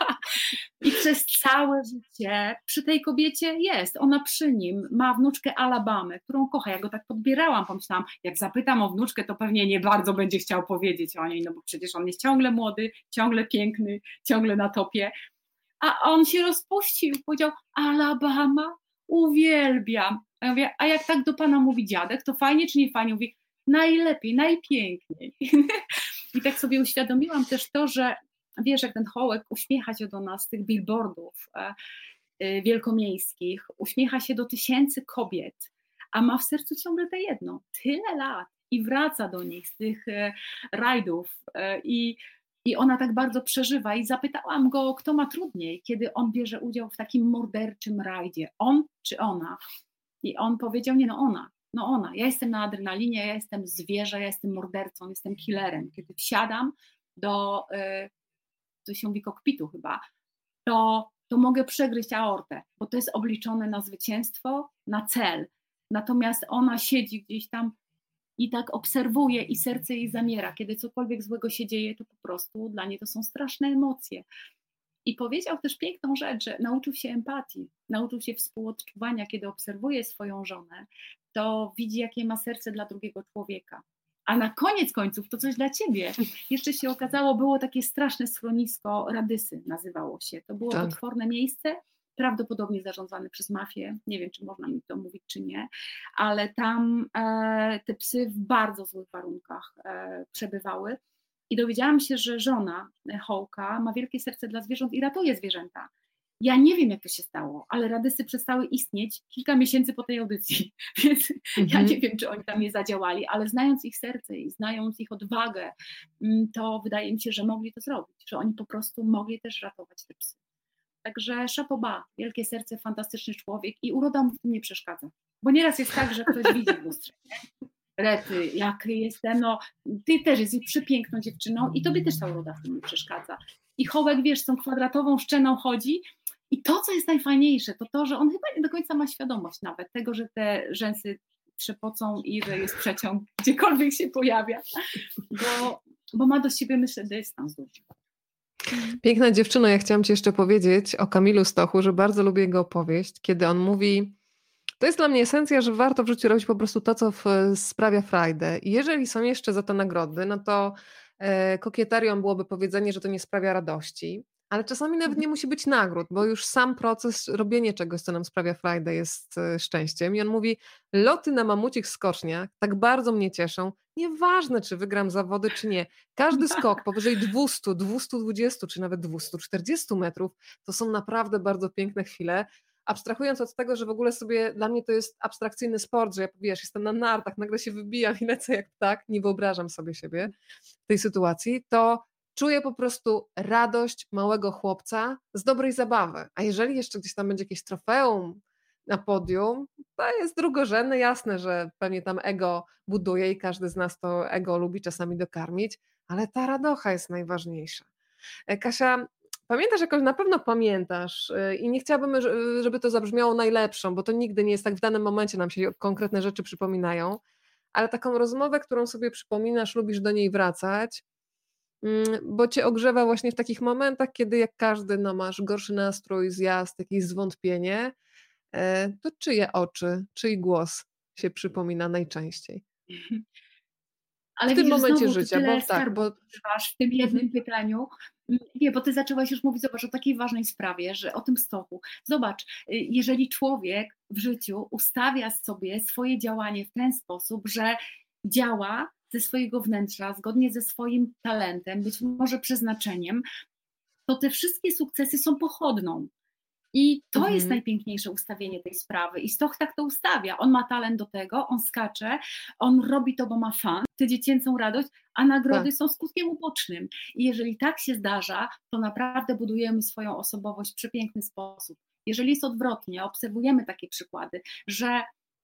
i przez całe życie przy tej kobiecie jest, ona przy nim ma wnuczkę Alabamę, którą kocha. Ja go tak podbierałam, pomyślałam, jak zapytam o wnuczkę, to pewnie nie bardzo będzie chciał powiedzieć o niej, no bo przecież on jest ciągle młody, ciągle piękny, ciągle na topie. A on się rozpuścił i powiedział: Alabama, uwielbiam. A ja mówię: a jak tak do pana mówi dziadek, to fajnie czy nie fajnie? Mówi: najlepiej, najpiękniej. I tak sobie uświadomiłam też to, że wiesz, jak ten Hołek uśmiecha się do nas z tych billboardów e, e, wielkomiejskich, uśmiecha się do tysięcy kobiet, a ma w sercu ciągle te jedno, tyle lat i wraca do nich z tych e, rajdów e, i, i ona tak bardzo przeżywa i zapytałam go, kto ma trudniej, kiedy on bierze udział w takim morderczym rajdzie, on czy ona? I on powiedział: nie, no ona. No ona, ja jestem na adrenalinie, ja jestem zwierzę, ja jestem mordercą, jestem killerem. Kiedy wsiadam do, to się mówi kokpitu chyba, to, to mogę przegryźć aortę, bo to jest obliczone na zwycięstwo, na cel. Natomiast ona siedzi gdzieś tam i tak obserwuje i serce jej zamiera. Kiedy cokolwiek złego się dzieje, to po prostu dla niej to są straszne emocje. I powiedział też piękną rzecz, że nauczył się empatii, nauczył się współodczuwania, kiedy obserwuje swoją żonę, to widzi, jakie ma serce dla drugiego człowieka. A na koniec końców to coś dla ciebie. Jeszcze się okazało, było takie straszne schronisko, Radysy nazywało się. To było tak. Potworne miejsce, prawdopodobnie zarządzane przez mafię. Nie wiem, czy można mi to mówić, czy nie, ale tam e, te psy w bardzo złych warunkach e, przebywały. I dowiedziałam się, że żona Hołka ma wielkie serce dla zwierząt i ratuje zwierzęta. Ja nie wiem, jak to się stało, ale Radysy przestały istnieć kilka miesięcy po tej audycji, więc mhm. ja nie wiem, czy oni tam nie zadziałali, ale znając ich serce i znając ich odwagę, to wydaje mi się, że mogli to zrobić, że oni po prostu mogli też ratować te psy. Także chapeau bas, wielkie serce, fantastyczny człowiek i uroda mu w tym nie przeszkadza. Bo nieraz jest tak, że ktoś widzi w lustrze, nie? Rety, jak jestem, no ty też jesteś przepiękną dziewczyną i tobie też ta uroda w tym nie przeszkadza. I Hołek, wiesz, z tą kwadratową szczeną chodzi i to, co jest najfajniejsze, to to, że on chyba nie do końca ma świadomość nawet tego, że te rzęsy trzepocą i że jest przeciąg, gdziekolwiek się pojawia, bo, bo ma do siebie, myślę, dystans duży. Piękna dziewczyna, ja chciałam ci jeszcze powiedzieć o Kamilu Stochu, że bardzo lubię jego opowieść, kiedy on mówi: to jest dla mnie esencja, że warto w życiu robić po prostu to, co w, sprawia frajdę. I jeżeli są jeszcze za to nagrody, no to e, kokieterią byłoby powiedzenie, że to nie sprawia radości. Ale czasami nawet nie musi być nagród, bo już sam proces, robienie czegoś, co nam sprawia frajdę, jest e, szczęściem. I on mówi: loty na mamucich skoczniach tak bardzo mnie cieszą. Nieważne, czy wygram zawody, czy nie. Każdy skok powyżej dwieście, dwieście dwadzieścia czy nawet dwieście czterdzieści metrów to są naprawdę bardzo piękne chwile. Abstrahując od tego, że w ogóle sobie dla mnie to jest abstrakcyjny sport, że ja wiesz, jestem na nartach, nagle się wybijam i lecę jak ptak, nie wyobrażam sobie siebie w tej sytuacji, to czuję po prostu radość małego chłopca z dobrej zabawy. A jeżeli jeszcze gdzieś tam będzie jakieś trofeum na podium, to jest drugorzędne. Jasne, że pewnie tam ego buduje i każdy z nas to ego lubi czasami dokarmić, ale ta radocha jest najważniejsza. E, Kasia, pamiętasz jakoś, na pewno pamiętasz e, i nie chciałabym, że- żeby to zabrzmiało najlepszą, bo to nigdy nie jest tak, w danym momencie nam się konkretne rzeczy przypominają, ale taką rozmowę, którą sobie przypominasz, lubisz do niej wracać, Mm, bo cię ogrzewa właśnie w takich momentach, kiedy jak każdy, no masz gorszy nastrój, zjazd, jakieś zwątpienie, e, to czyje oczy, czyj głos się przypomina najczęściej? W Ale tym widzisz, momencie znowu ty życia, bo tyle tak, skarbów bo ukrywasz w tym mhm, jednym pytaniu. Mm, Nie, bo ty zaczęłaś już mówić, zobacz, o takiej ważnej sprawie, że o tym stoku. Zobacz, y, jeżeli człowiek w życiu ustawia sobie swoje działanie w ten sposób, że działa ze swojego wnętrza, zgodnie ze swoim talentem, być może przeznaczeniem, to te wszystkie sukcesy są pochodną. I to jest mhm, najpiękniejsze ustawienie tej sprawy. I Stoch tak to ustawia. On ma talent do tego, on skacze, on robi to, bo ma fan, tę dziecięcą radość, a nagrody tak, są skutkiem ubocznym. I jeżeli tak się zdarza, to naprawdę budujemy swoją osobowość w przepiękny sposób. Jeżeli jest odwrotnie, obserwujemy takie przykłady, że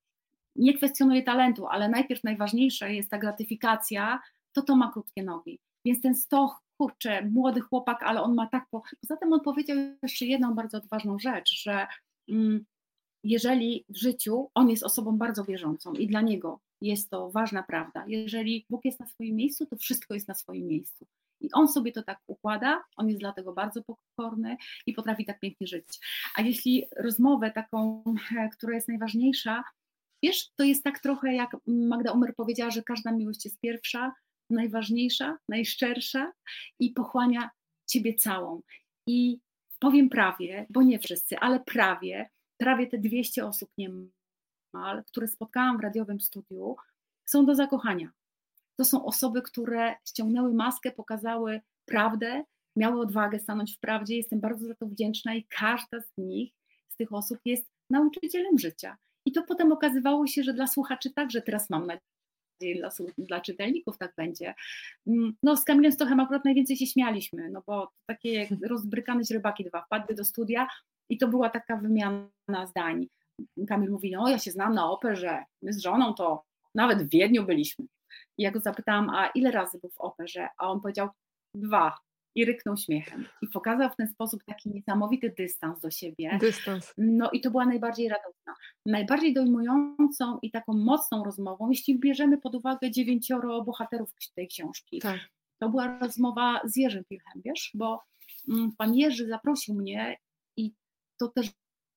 nie kwestionuję talentu, ale najpierw najważniejsza jest ta gratyfikacja, to to ma krótkie nogi. Więc ten Stoch, kurczę, młody chłopak, ale on ma tak... Po... Poza tym on powiedział jeszcze jedną bardzo ważną rzecz, że mm, jeżeli w życiu on jest osobą bardzo wierzącą i dla niego jest to ważna prawda, jeżeli Bóg jest na swoim miejscu, to wszystko jest na swoim miejscu. I on sobie to tak układa, on jest dlatego bardzo pokorny i potrafi tak pięknie żyć. A jeśli rozmowę taką, e, która jest najważniejsza, wiesz, to jest tak trochę jak Magda Umer powiedziała, że każda miłość jest pierwsza, najważniejsza, najszczersza i pochłania ciebie całą. I powiem prawie, bo nie wszyscy, ale prawie, prawie te dwieście osób niemal, które spotkałam w radiowym studiu, są do zakochania. To są osoby, które ściągnęły maskę, pokazały prawdę, miały odwagę stanąć w prawdzie. Jestem bardzo za to wdzięczna i każda z nich, z tych osób jest nauczycielem życia. I to potem okazywało się, że dla słuchaczy także, teraz mam nadzieję, dla, dla czytelników tak będzie. No z Kamilem Stochem akurat najwięcej się śmialiśmy, no bo takie jak rozbrykane źrebaki dwa wpadły do studia i to była taka wymiana zdań. Kamil mówi, no ja się znam na operze, my z żoną to nawet w Wiedniu byliśmy. I ja go zapytałam, a ile razy był w operze? A on powiedział, dwa. I ryknął śmiechem. I pokazał w ten sposób taki niesamowity dystans do siebie. dystans. No i to była najbardziej radosna. Najbardziej dojmującą i taką mocną rozmową, jeśli bierzemy pod uwagę dziewięcioro bohaterów tej książki, Tak. to była rozmowa z Jerzym Pilchem, wiesz, bo pan Jerzy zaprosił mnie i to też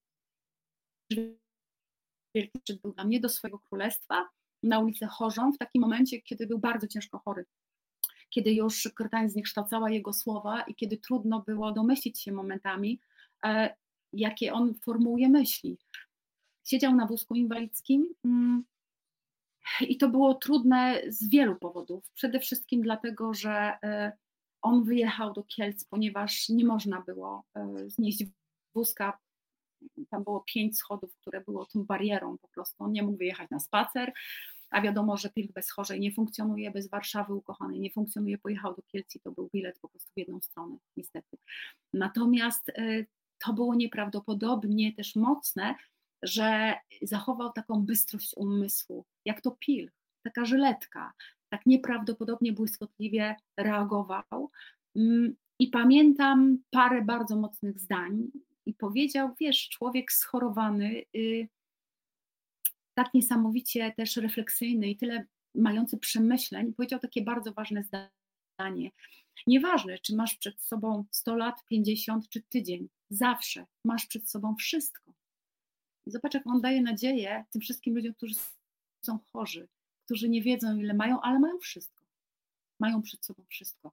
wielki szczyt był dla mnie, do swojego królestwa na ulicę Chorzą w takim momencie, kiedy był bardzo ciężko chory, kiedy już krtań zniekształcała jego słowa i kiedy trudno było domyślić się momentami, e, jakie on formułuje myśli. Siedział na wózku inwalidzkim mm, i to było trudne z wielu powodów. Przede wszystkim dlatego, że e, on wyjechał do Kielc, ponieważ nie można było e, znieść wózka. Tam było pięć schodów, które było tą barierą po prostu. On nie mógł wyjechać na spacer, a wiadomo, że Pilch bez Chorzej nie funkcjonuje, bez Warszawy ukochanej nie funkcjonuje. Pojechał do Kielc i to był bilet po prostu w jedną stronę, niestety. Natomiast y, to było nieprawdopodobnie też mocne, że zachował taką bystrość umysłu, jak to Pilch, taka żyletka, tak nieprawdopodobnie błyskotliwie reagował. Mm, I pamiętam parę bardzo mocnych zdań, i powiedział, wiesz, człowiek schorowany, y, tak niesamowicie też refleksyjny i tyle mający przemyśleń, powiedział takie bardzo ważne zdanie. Nieważne, czy masz przed sobą sto lat, pięćdziesiąt czy tydzień, zawsze masz przed sobą wszystko. I zobacz, jak on daje nadzieję tym wszystkim ludziom, którzy są chorzy, którzy nie wiedzą, ile mają, ale mają wszystko. Mają przed sobą wszystko.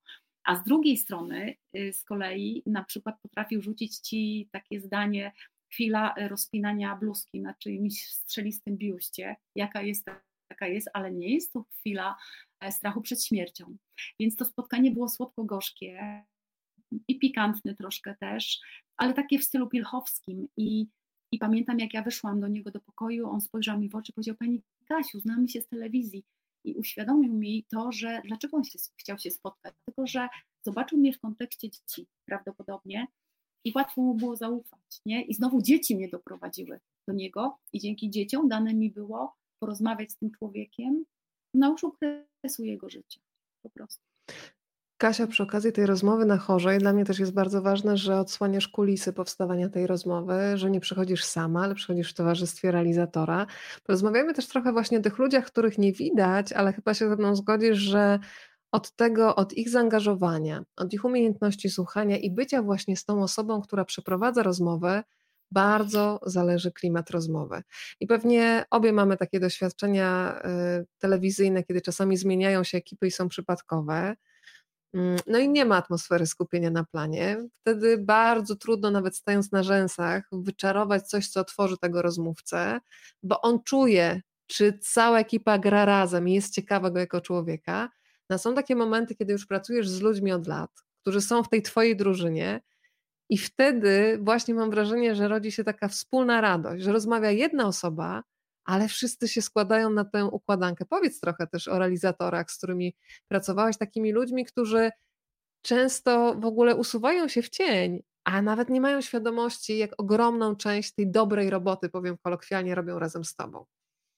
A z drugiej strony z kolei na przykład potrafił rzucić ci takie zdanie, chwila rozpinania bluzki na czyimś strzelistym biuście, jaka jest, taka jest, ale nie jest to chwila strachu przed śmiercią. Więc to spotkanie było słodko-gorzkie i pikantne troszkę też, ale takie w stylu pilchowskim. I, I pamiętam, jak ja wyszłam do niego do pokoju, on spojrzał mi w oczy i powiedział: pani Kasiu, znamy się z telewizji. I uświadomił mi to, że dlaczego on się, chciał się spotkać, tylko że zobaczył mnie w kontekście dzieci prawdopodobnie i łatwo mu było zaufać, nie? I znowu dzieci mnie doprowadziły do niego i dzięki dzieciom dane mi było porozmawiać z tym człowiekiem na już okresu jego życia, po prostu. Kasia, przy okazji tej rozmowy na Chorzej, dla mnie też jest bardzo ważne, że odsłaniasz kulisy powstawania tej rozmowy, że nie przychodzisz sama, ale przychodzisz w towarzystwie realizatora. Porozmawiajmy też trochę właśnie o tych ludziach, których nie widać, ale chyba się ze mną zgodzisz, że od tego, od ich zaangażowania, od ich umiejętności słuchania i bycia właśnie z tą osobą, która przeprowadza rozmowę, bardzo zależy klimat rozmowy. I pewnie obie mamy takie doświadczenia y, telewizyjne, kiedy czasami zmieniają się ekipy i są przypadkowe. No i nie ma atmosfery skupienia na planie. Wtedy bardzo trudno, nawet stając na rzęsach, wyczarować coś, co otworzy tego rozmówcę, bo on czuje, czy cała ekipa gra razem i jest ciekawa go jako człowieka. No są takie momenty, kiedy już pracujesz z ludźmi od lat, którzy są w tej twojej drużynie i wtedy właśnie mam wrażenie, że rodzi się taka wspólna radość, że rozmawia jedna osoba, ale wszyscy się składają na tę układankę. Powiedz trochę też o realizatorach, z którymi pracowałeś, takimi ludźmi, którzy często w ogóle usuwają się w cień, a nawet nie mają świadomości, jak ogromną część tej dobrej roboty, powiem kolokwialnie, robią razem z tobą.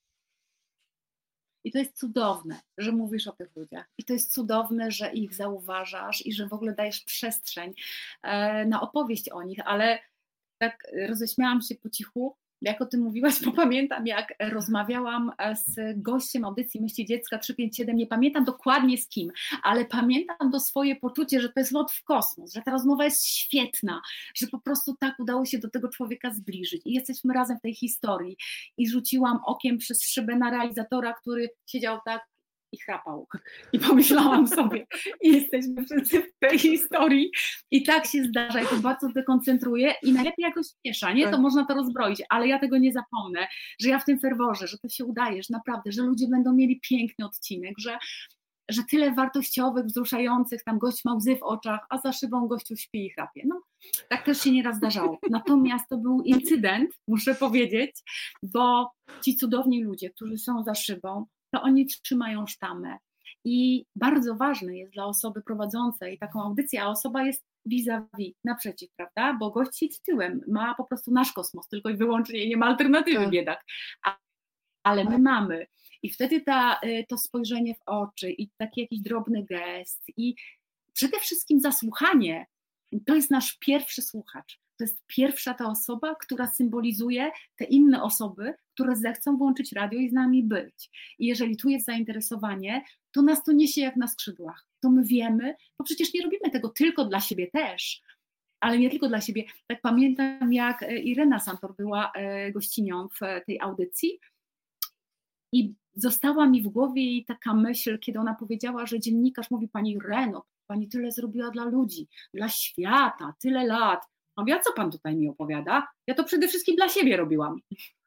I to jest cudowne, że mówisz o tych ludziach. I to jest cudowne, że ich zauważasz i że w ogóle dajesz przestrzeń na opowieść o nich, ale tak roześmiałam się po cichu, jak o tym mówiłaś, bo pamiętam, jak rozmawiałam z gościem audycji Myśli Dziecka trzysta pięćdziesiąt siedem, nie pamiętam dokładnie z kim, ale pamiętam to swoje poczucie, że to jest lot w kosmos, że ta rozmowa jest świetna, że po prostu tak udało się do tego człowieka zbliżyć i jesteśmy razem w tej historii. I rzuciłam okiem przez szybę na realizatora, który siedział tak i chrapał. I pomyślałam sobie, jesteśmy wszyscy w tej historii i tak się zdarza, i to bardzo dekoncentruje i najlepiej jakoś śmiesza, nie? To można to rozbroić, ale ja tego nie zapomnę, że ja w tym ferworze, że to się udaje, że naprawdę, że ludzie będą mieli piękny odcinek, że, że tyle wartościowych, wzruszających, tam gość ma łzy w oczach, a za szybą gościu śpi i chrapie. No, tak też się nieraz zdarzało. Natomiast to był incydent, muszę powiedzieć, bo ci cudowni ludzie, którzy są za szybą, to oni trzymają sztamę. I bardzo ważne jest dla osoby prowadzącej taką audycję, a osoba jest vis-a-vis, naprzeciw, prawda? Bo gość siedzi tyłem, ma po prostu nasz kosmos, tylko i wyłącznie, nie ma alternatywy, tak. Biedak. A, ale my mamy. I wtedy ta, to spojrzenie w oczy i taki jakiś drobny gest i przede wszystkim zasłuchanie, to jest nasz pierwszy słuchacz. To jest pierwsza ta osoba, która symbolizuje te inne osoby, które zechcą włączyć radio i z nami być. I jeżeli tu jest zainteresowanie, to nas to niesie jak na skrzydłach. To my wiemy, bo przecież nie robimy tego tylko dla siebie też, ale nie tylko dla siebie. Tak pamiętam, jak Irena Santor była gościnią w tej audycji i została mi w głowie jej taka myśl, kiedy ona powiedziała, że dziennikarz mówi: pani Ireno, pani tyle zrobiła dla ludzi, dla świata, tyle lat. A ja, co pan tutaj mi opowiada? Ja to przede wszystkim dla siebie robiłam.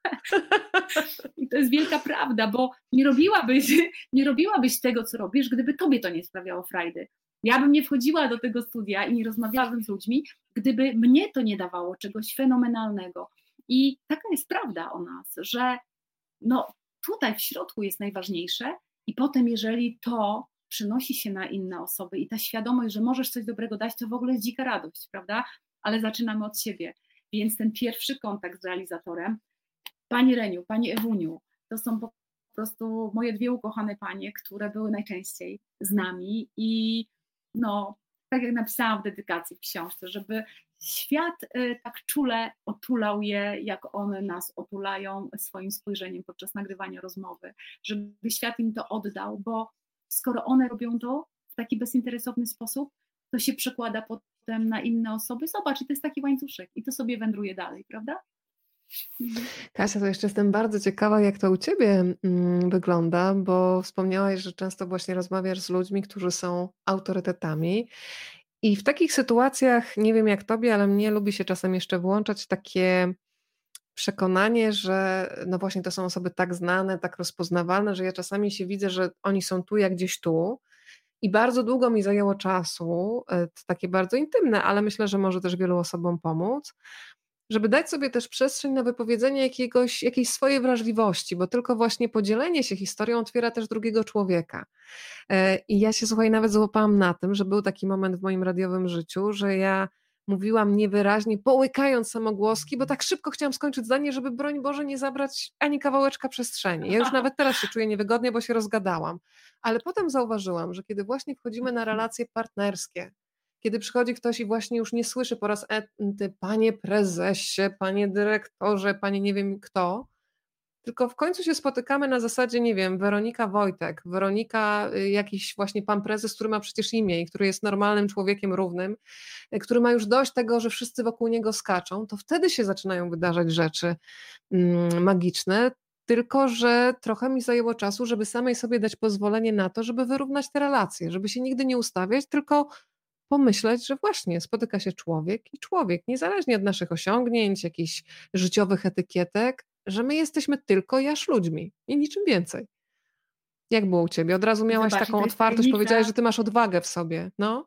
I to jest wielka prawda, bo nie robiłabyś, nie robiłabyś tego, co robisz, gdyby tobie to nie sprawiało frajdy. Ja bym nie wchodziła do tego studia i nie rozmawiałabym z ludźmi, gdyby mnie to nie dawało czegoś fenomenalnego. I taka jest prawda o nas, że no, tutaj w środku jest najważniejsze i potem, jeżeli to przynosi się na inne osoby i ta świadomość, że możesz coś dobrego dać, to w ogóle jest dzika radość, prawda? Ale zaczynamy od siebie. Więc ten pierwszy kontakt z realizatorem, pani Reniu, pani Ewuniu, to są po prostu moje dwie ukochane panie, które były najczęściej z nami i no, tak jak napisałam w dedykacji w książce, żeby świat tak czule otulał je, jak one nas otulają swoim spojrzeniem podczas nagrywania rozmowy, żeby świat im to oddał, bo skoro one robią to w taki bezinteresowny sposób, to się przekłada potem na inne osoby. Zobacz, i to jest taki łańcuszek i to sobie wędruje dalej, prawda? Mhm. Kasia, to jeszcze jestem bardzo ciekawa, jak to u ciebie mm, wygląda, bo wspomniałaś, że często właśnie rozmawiasz z ludźmi, którzy są autorytetami. I w takich sytuacjach, nie wiem jak tobie, ale mnie lubi się czasem jeszcze włączać takie przekonanie, że no właśnie to są osoby tak znane, tak rozpoznawalne, że ja czasami się widzę, że oni są tu jak gdzieś tu. I bardzo długo mi zajęło czasu, e, to takie bardzo intymne, ale myślę, że może też wielu osobom pomóc, żeby dać sobie też przestrzeń na wypowiedzenie jakiegoś, jakiejś swojej wrażliwości, bo tylko właśnie podzielenie się historią otwiera też drugiego człowieka. E, I ja się, słuchaj, nawet złapałam na tym, że był taki moment w moim radiowym życiu, że ja mówiłam niewyraźnie, połykając samogłoski, bo tak szybko chciałam skończyć zdanie, żeby broń Boże nie zabrać ani kawałeczka przestrzeni. Ja już nawet teraz się czuję niewygodnie, bo się rozgadałam. Ale potem zauważyłam, że kiedy właśnie wchodzimy na relacje partnerskie, kiedy przychodzi ktoś i właśnie już nie słyszy po raz enty, panie prezesie, panie dyrektorze, panie nie wiem kto, tylko w końcu się spotykamy na zasadzie, nie wiem, Weronika Wojtek, Weronika y, jakiś właśnie pan prezes, który ma przecież imię i który jest normalnym człowiekiem równym, y, który ma już dość tego, że wszyscy wokół niego skaczą, to wtedy się zaczynają wydarzać rzeczy mm, magiczne, tylko że trochę mi zajęło czasu, żeby samej sobie dać pozwolenie na to, żeby wyrównać te relacje, żeby się nigdy nie ustawiać, tylko pomyśleć, że właśnie spotyka się człowiek i człowiek, niezależnie od naszych osiągnięć, jakichś życiowych etykietek, że my jesteśmy tylko jaż ludźmi i niczym więcej. Jak było u ciebie? Od razu miałaś Zobacz, i taką to jest otwartość, powiedziałaś, tajemnica. że ty masz odwagę w sobie, no?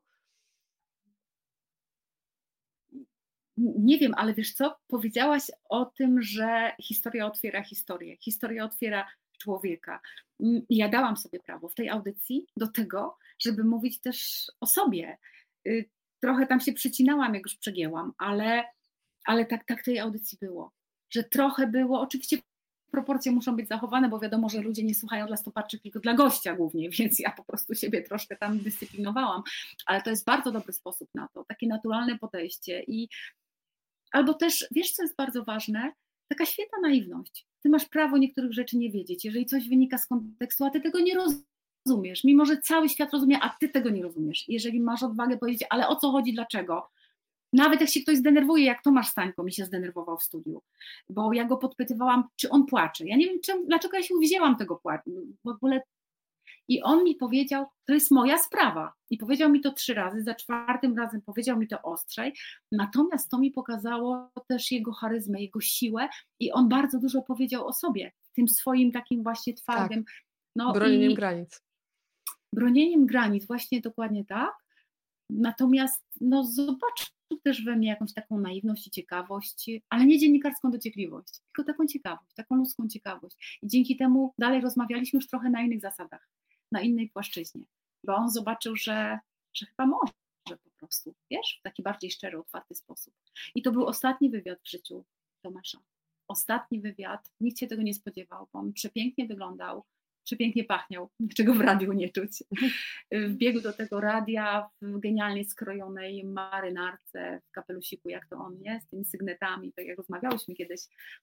Nie wiem, ale wiesz co? Powiedziałaś o tym, że historia otwiera historię, historia otwiera człowieka. Mm, Ja dałam sobie prawo w tej audycji do tego, żeby mówić też o sobie. Y, Trochę tam się przycinałam, jak już przegięłam, ale, ale tak, tak tej audycji było. Że trochę było, oczywiście proporcje muszą być zachowane, bo wiadomo, że ludzie nie słuchają dla stopaczy, tylko dla gościa głównie, więc ja po prostu siebie troszkę tam dyscyplinowałam, ale to jest bardzo dobry sposób na to, takie naturalne podejście i albo też, wiesz co jest bardzo ważne? Taka święta naiwność. Ty masz prawo niektórych rzeczy nie wiedzieć, jeżeli coś wynika z kontekstu, a ty tego nie rozumiesz, mimo że cały świat rozumie, a ty tego nie rozumiesz. Jeżeli masz odwagę powiedzieć, ale o co chodzi, dlaczego? Nawet jak się ktoś zdenerwuje, jak Tomasz Stańko mi się zdenerwował w studiu, bo ja go podpytywałam, czy on płacze. Ja nie wiem, czym, dlaczego ja się uwzięłam tego płaczu. W ogóle i on mi powiedział, to jest moja sprawa. I powiedział mi to trzy razy, za czwartym razem powiedział mi to ostrzej. Natomiast to mi pokazało też jego charyzmę, jego siłę i on bardzo dużo powiedział o sobie, tym swoim takim właśnie twardym. Tak, No bronieniem i granic. bronieniem granic, właśnie dokładnie tak. Natomiast no zobaczył też we mnie jakąś taką naiwność i ciekawość, ale nie dziennikarską dociekliwość, tylko taką ciekawość, taką ludzką ciekawość. I dzięki temu dalej rozmawialiśmy już trochę na innych zasadach, na innej płaszczyźnie, bo on zobaczył, że, że chyba może po prostu, wiesz, w taki bardziej szczery, otwarty sposób. I to był ostatni wywiad w życiu Tomasza. Ostatni wywiad, nikt się tego nie spodziewał, bo on przepięknie wyglądał, przepięknie pachniał, czego w radiu nie czuć. Wbiegł do tego radia w genialnie skrojonej marynarce, w kapelusiku, jak to on jest, z tymi sygnetami, tak jak rozmawiałyśmy kiedyś.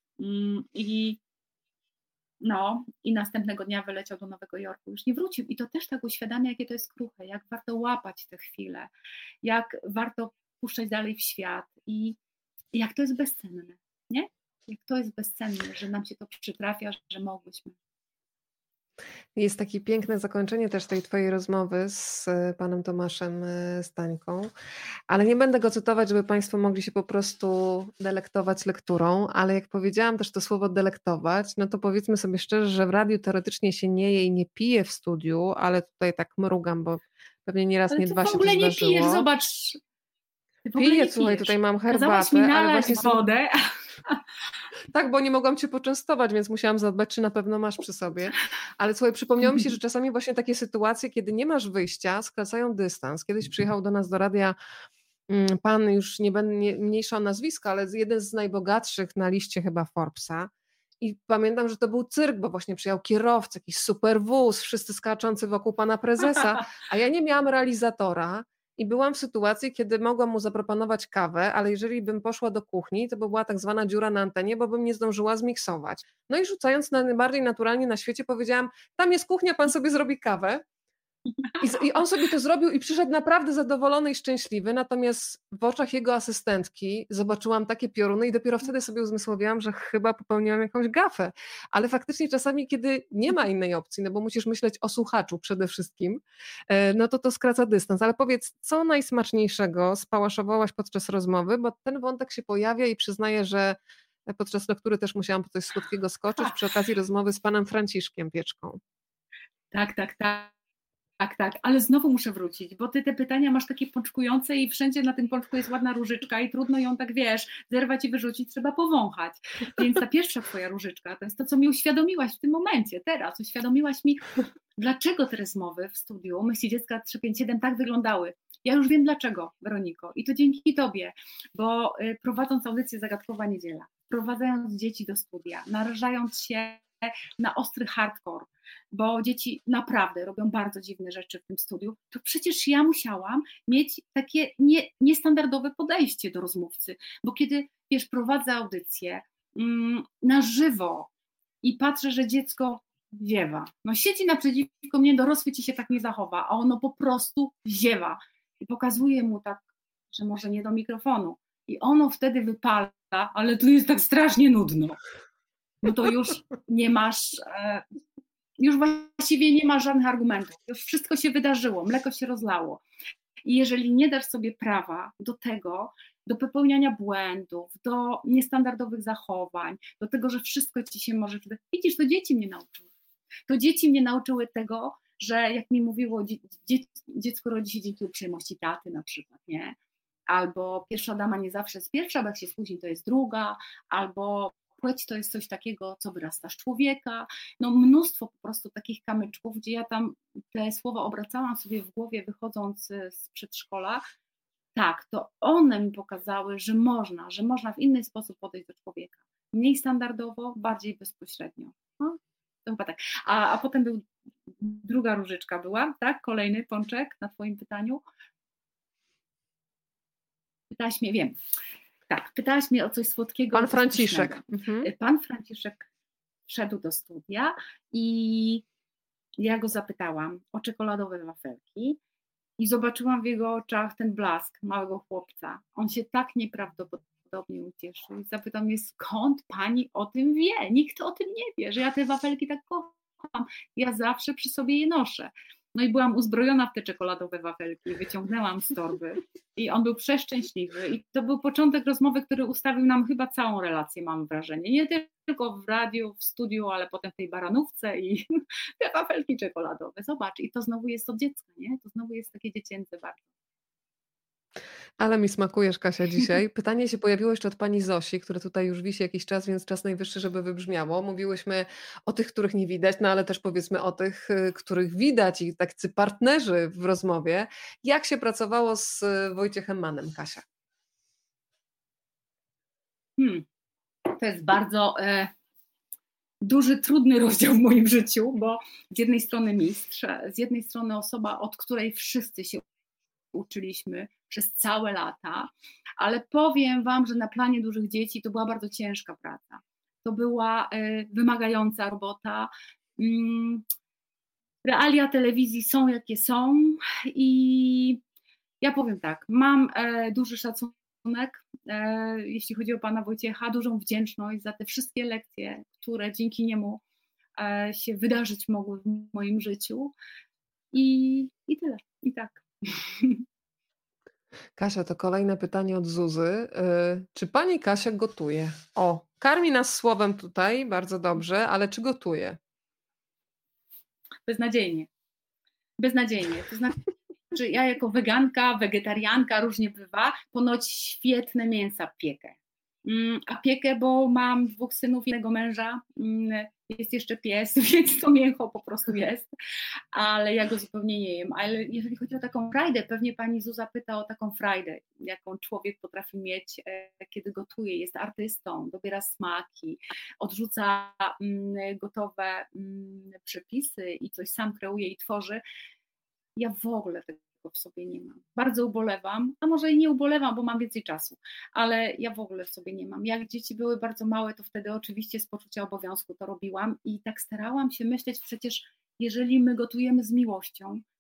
I no, i następnego dnia wyleciał do Nowego Jorku, już nie wrócił. I to też tak uświadamia, jakie to jest kruche, jak warto łapać te chwile, jak warto puszczać dalej w świat i jak to jest bezcenne, nie? Jak to jest bezcenne, że nam się to przytrafia, że mogłyśmy. Jest takie piękne zakończenie też tej twojej rozmowy z e, panem Tomaszem e, Stańką, ale nie będę go cytować, żeby państwo mogli się po prostu delektować lekturą, ale jak powiedziałam też to słowo delektować, no to powiedzmy sobie szczerze, że w radiu teoretycznie się nie je i nie pije w studiu, ale tutaj tak mrugam, bo pewnie nie raz, Ale nie ty dwa w się to ogóle nie zdarzyło. pijesz, zobacz. Ty w ogóle Piję, nie słuchaj, pijesz. tutaj mam Kazałaś mi herbatę, ale nalać właśnie... wodę. Tak, bo nie mogłam cię poczęstować, więc musiałam zadbać, czy na pewno masz przy sobie. Ale słuchaj, przypomniało mi się, że czasami właśnie takie sytuacje, kiedy nie masz wyjścia, skracają dystans. Kiedyś przyjechał do nas do radia mm, pan, już nie będę nie, mniejsza o nazwisko, ale jeden z najbogatszych na liście chyba Forbesa. I pamiętam, że to był cyrk, bo właśnie przyjechał kierowca, jakiś super wóz, wszyscy skaczący wokół pana prezesa, a ja nie miałam realizatora. I byłam w sytuacji, kiedy mogłam mu zaproponować kawę, ale jeżeli bym poszła do kuchni, to by była tak zwana dziura na antenie, bo bym nie zdążyła zmiksować. No i rzucając na najbardziej naturalnie na świecie powiedziałam, tam jest kuchnia, pan sobie zrobi kawę. I, z, I on sobie to zrobił i przyszedł naprawdę zadowolony i szczęśliwy, natomiast w oczach jego asystentki zobaczyłam takie pioruny i dopiero wtedy sobie uzmysłowiłam, że chyba popełniłam jakąś gafę. Ale faktycznie czasami, kiedy nie ma innej opcji, no bo musisz myśleć o słuchaczu przede wszystkim, e, no to to skraca dystans. Ale powiedz, co najsmaczniejszego spałaszowałaś podczas rozmowy, bo ten wątek się pojawia i przyznaję, że podczas lektury też musiałam po coś słodkiego skoczyć przy okazji rozmowy z panem Franciszkiem Pieczką. Tak, tak, tak. Tak, tak, ale znowu muszę wrócić, bo ty te pytania masz takie pączkujące i wszędzie na tym pączku jest ładna różyczka i trudno ją tak, wiesz, zerwać i wyrzucić, trzeba powąchać. Więc ta pierwsza twoja różyczka to jest to, co mi uświadomiłaś w tym momencie, teraz. Uświadomiłaś mi, dlaczego te rozmowy w studiu Myśli Dziecka trzysta pięćdziesiąt siedem tak wyglądały. Ja już wiem dlaczego, Weroniko, i to dzięki tobie, bo prowadząc audycję Zagadkowa Niedziela, wprowadzając dzieci do studia, narażając się na ostry hardcore, bo dzieci naprawdę robią bardzo dziwne rzeczy w tym studiu, to przecież ja musiałam mieć takie nie, niestandardowe podejście do rozmówcy, bo kiedy, wiesz, prowadzę audycję mm, na żywo i patrzę, że dziecko ziewa, no siedzi naprzeciwko mnie, dorosły ci się tak nie zachowa, a ono po prostu ziewa i pokazuje mu tak, że może nie do mikrofonu i ono wtedy wypala, ale tu jest tak strasznie nudno. No to już nie masz, już właściwie nie masz żadnych argumentów, już wszystko się wydarzyło, mleko się rozlało. I jeżeli nie dasz sobie prawa do tego, do popełniania błędów, do niestandardowych zachowań, do tego, że wszystko ci się może... Widzisz, to dzieci mnie nauczyły. To dzieci mnie nauczyły tego, że jak mi mówiło, dzie- dziecko rodzi się dzięki uprzejmości taty na przykład, nie? Albo pierwsza dama nie zawsze jest pierwsza, bo jak się spóźni, to jest druga, albo płeć to jest coś takiego, co wyrasta z człowieka, no mnóstwo po prostu takich kamyczków, gdzie ja tam te słowa obracałam sobie w głowie wychodząc z przedszkola, tak, to one mi pokazały, że można, że można w inny sposób podejść do człowieka, mniej standardowo, bardziej bezpośrednio. No, to chyba tak. A, a potem był, druga różyczka była, tak, kolejny pączek na twoim pytaniu. Pytałaś mnie, wiem, tak, pytałaś mnie o coś słodkiego. Pan Franciszek. Mhm. Pan Franciszek wszedł do studia i ja go zapytałam o czekoladowe wafelki i zobaczyłam w jego oczach ten blask małego chłopca. On się tak nieprawdopodobnie ucieszył i zapytał mnie, skąd pani o tym wie? Nikt o tym nie wie, że ja te wafelki tak kocham. Ja zawsze przy sobie je noszę. No i byłam uzbrojona w te czekoladowe wafelki, wyciągnęłam z torby i on był przeszczęśliwy i to był początek rozmowy, który ustawił nam chyba całą relację, mam wrażenie, nie tylko w radiu, w studiu, ale potem w tej baranówce i te wafelki czekoladowe, zobacz, i to znowu jest od dziecka, nie? To znowu jest takie dziecięce bardzo. Ale mi smakujesz, Kasia, dzisiaj. Pytanie się pojawiło jeszcze od pani Zosi, które tutaj już wisi jakiś czas, więc czas najwyższy, żeby wybrzmiało. Mówiłyśmy o tych, których nie widać, no ale też powiedzmy o tych, których widać i tacy partnerzy w rozmowie. Jak się pracowało z Wojciechem Mannem, Kasia? Hmm. To jest bardzo e, duży, trudny rozdział w moim życiu, bo z jednej strony mistrz, z jednej strony osoba, od której wszyscy się uczyliśmy przez całe lata, ale powiem wam, że na planie dużych dzieci to była bardzo ciężka praca. To była y, wymagająca robota. Mm, realia telewizji są jakie są i ja powiem tak, mam e, duży szacunek, e, jeśli chodzi o pana Wojciecha, dużą wdzięczność za te wszystkie lekcje, które dzięki niemu e, się wydarzyć mogły w moim życiu i, i tyle, i tak. Kasia, to kolejne pytanie od Zuzy. Czy pani Kasia gotuje? O, karmi nas słowem tutaj, bardzo dobrze, ale czy gotuje? Beznadziejnie. Beznadziejnie. To znaczy, że ja jako weganka, wegetarianka, różnie bywa, ponoć świetne mięsa piekę. A piekę, bo mam dwóch synów, jednego męża, jest jeszcze pies, więc to mięcho po prostu jest, ale ja go zupełnie nie jem. Ale jeżeli chodzi o taką frajdę, pewnie pani Zuza pyta o taką frajdę, jaką człowiek potrafi mieć, kiedy gotuje, jest artystą, dobiera smaki, odrzuca gotowe przepisy i coś sam kreuje i tworzy. Ja w ogóle tego w sobie nie mam. Bardzo ubolewam, a może i nie ubolewam, bo mam więcej czasu, ale ja w ogóle w sobie nie mam. Jak dzieci były bardzo małe, to wtedy oczywiście z poczucia obowiązku to robiłam i tak starałam się myśleć, przecież jeżeli my gotujemy z miłością,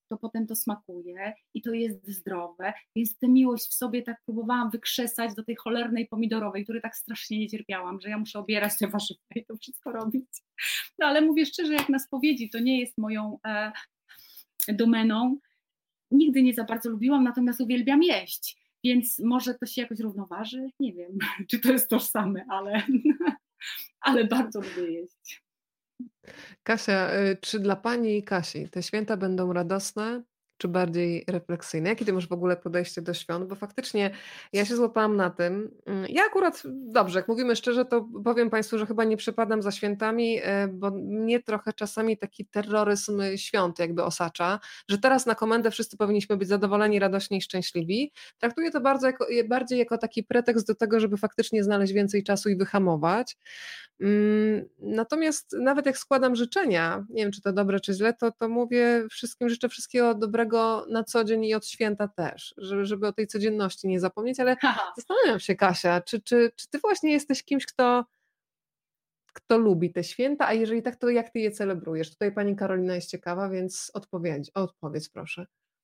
to potem to smakuje i to jest zdrowe, więc tę miłość w sobie tak próbowałam wykrzesać do tej cholernej pomidorowej, której tak strasznie nie cierpiałam, że ja muszę obierać te warzywa i to wszystko robić. No ale mówię szczerze, jak na spowiedzi, to nie jest moją e, domeną. Nigdy nie za bardzo lubiłam, natomiast uwielbiam jeść, więc może to się jakoś równoważy, nie wiem, czy to jest tożsame, ale, ale bardzo lubię jeść. Kasia, czy dla Pani Kasi te święta będą radosne, czy bardziej refleksyjne? Jakie Ty masz w ogóle podejście do świąt? Bo faktycznie ja się złapałam na tym. Ja akurat, dobrze, jak mówimy szczerze, to powiem Państwu, że chyba nie przepadam za świętami, bo mnie trochę czasami taki terroryzm świąt jakby osacza, że teraz na komendę wszyscy powinniśmy być zadowoleni, radośni i szczęśliwi. Traktuję to bardzo jako, bardziej jako taki pretekst do tego, żeby faktycznie znaleźć więcej czasu i wyhamować. Natomiast nawet jak składam życzenia, nie wiem czy to dobre czy źle, to, to mówię wszystkim, życzę wszystkiego dobrego na co dzień i od święta też, żeby, żeby o tej codzienności nie zapomnieć, ale Aha. zastanawiam się, Kasia, czy, czy, czy ty właśnie jesteś kimś, kto, kto lubi te święta, a jeżeli tak, to jak ty je celebrujesz? Tutaj pani Karolina jest ciekawa, więc odpowiedź, odpowiedz proszę.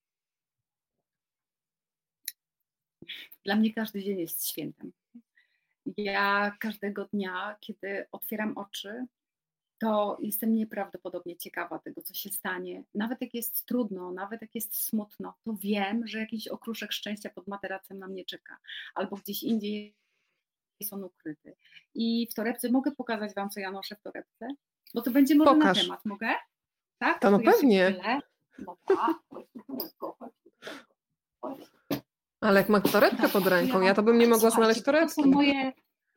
Dla mnie każdy dzień jest świętem. Ja każdego dnia, kiedy otwieram oczy, to jestem nieprawdopodobnie ciekawa tego, co się stanie. Nawet jak jest trudno, nawet jak jest smutno, to wiem, że jakiś okruszek szczęścia pod materacem na mnie czeka. Albo gdzieś indziej jest on ukryty. I w torebce mogę pokazać Wam, co ja noszę w torebce? Bo to będzie może Pokaż. na temat. Mogę? Tak? To no tu ja pewnie. No tak. Ale jak ma torebkę pod ręką, ja to bym nie mogła znaleźć torebki. To są moje...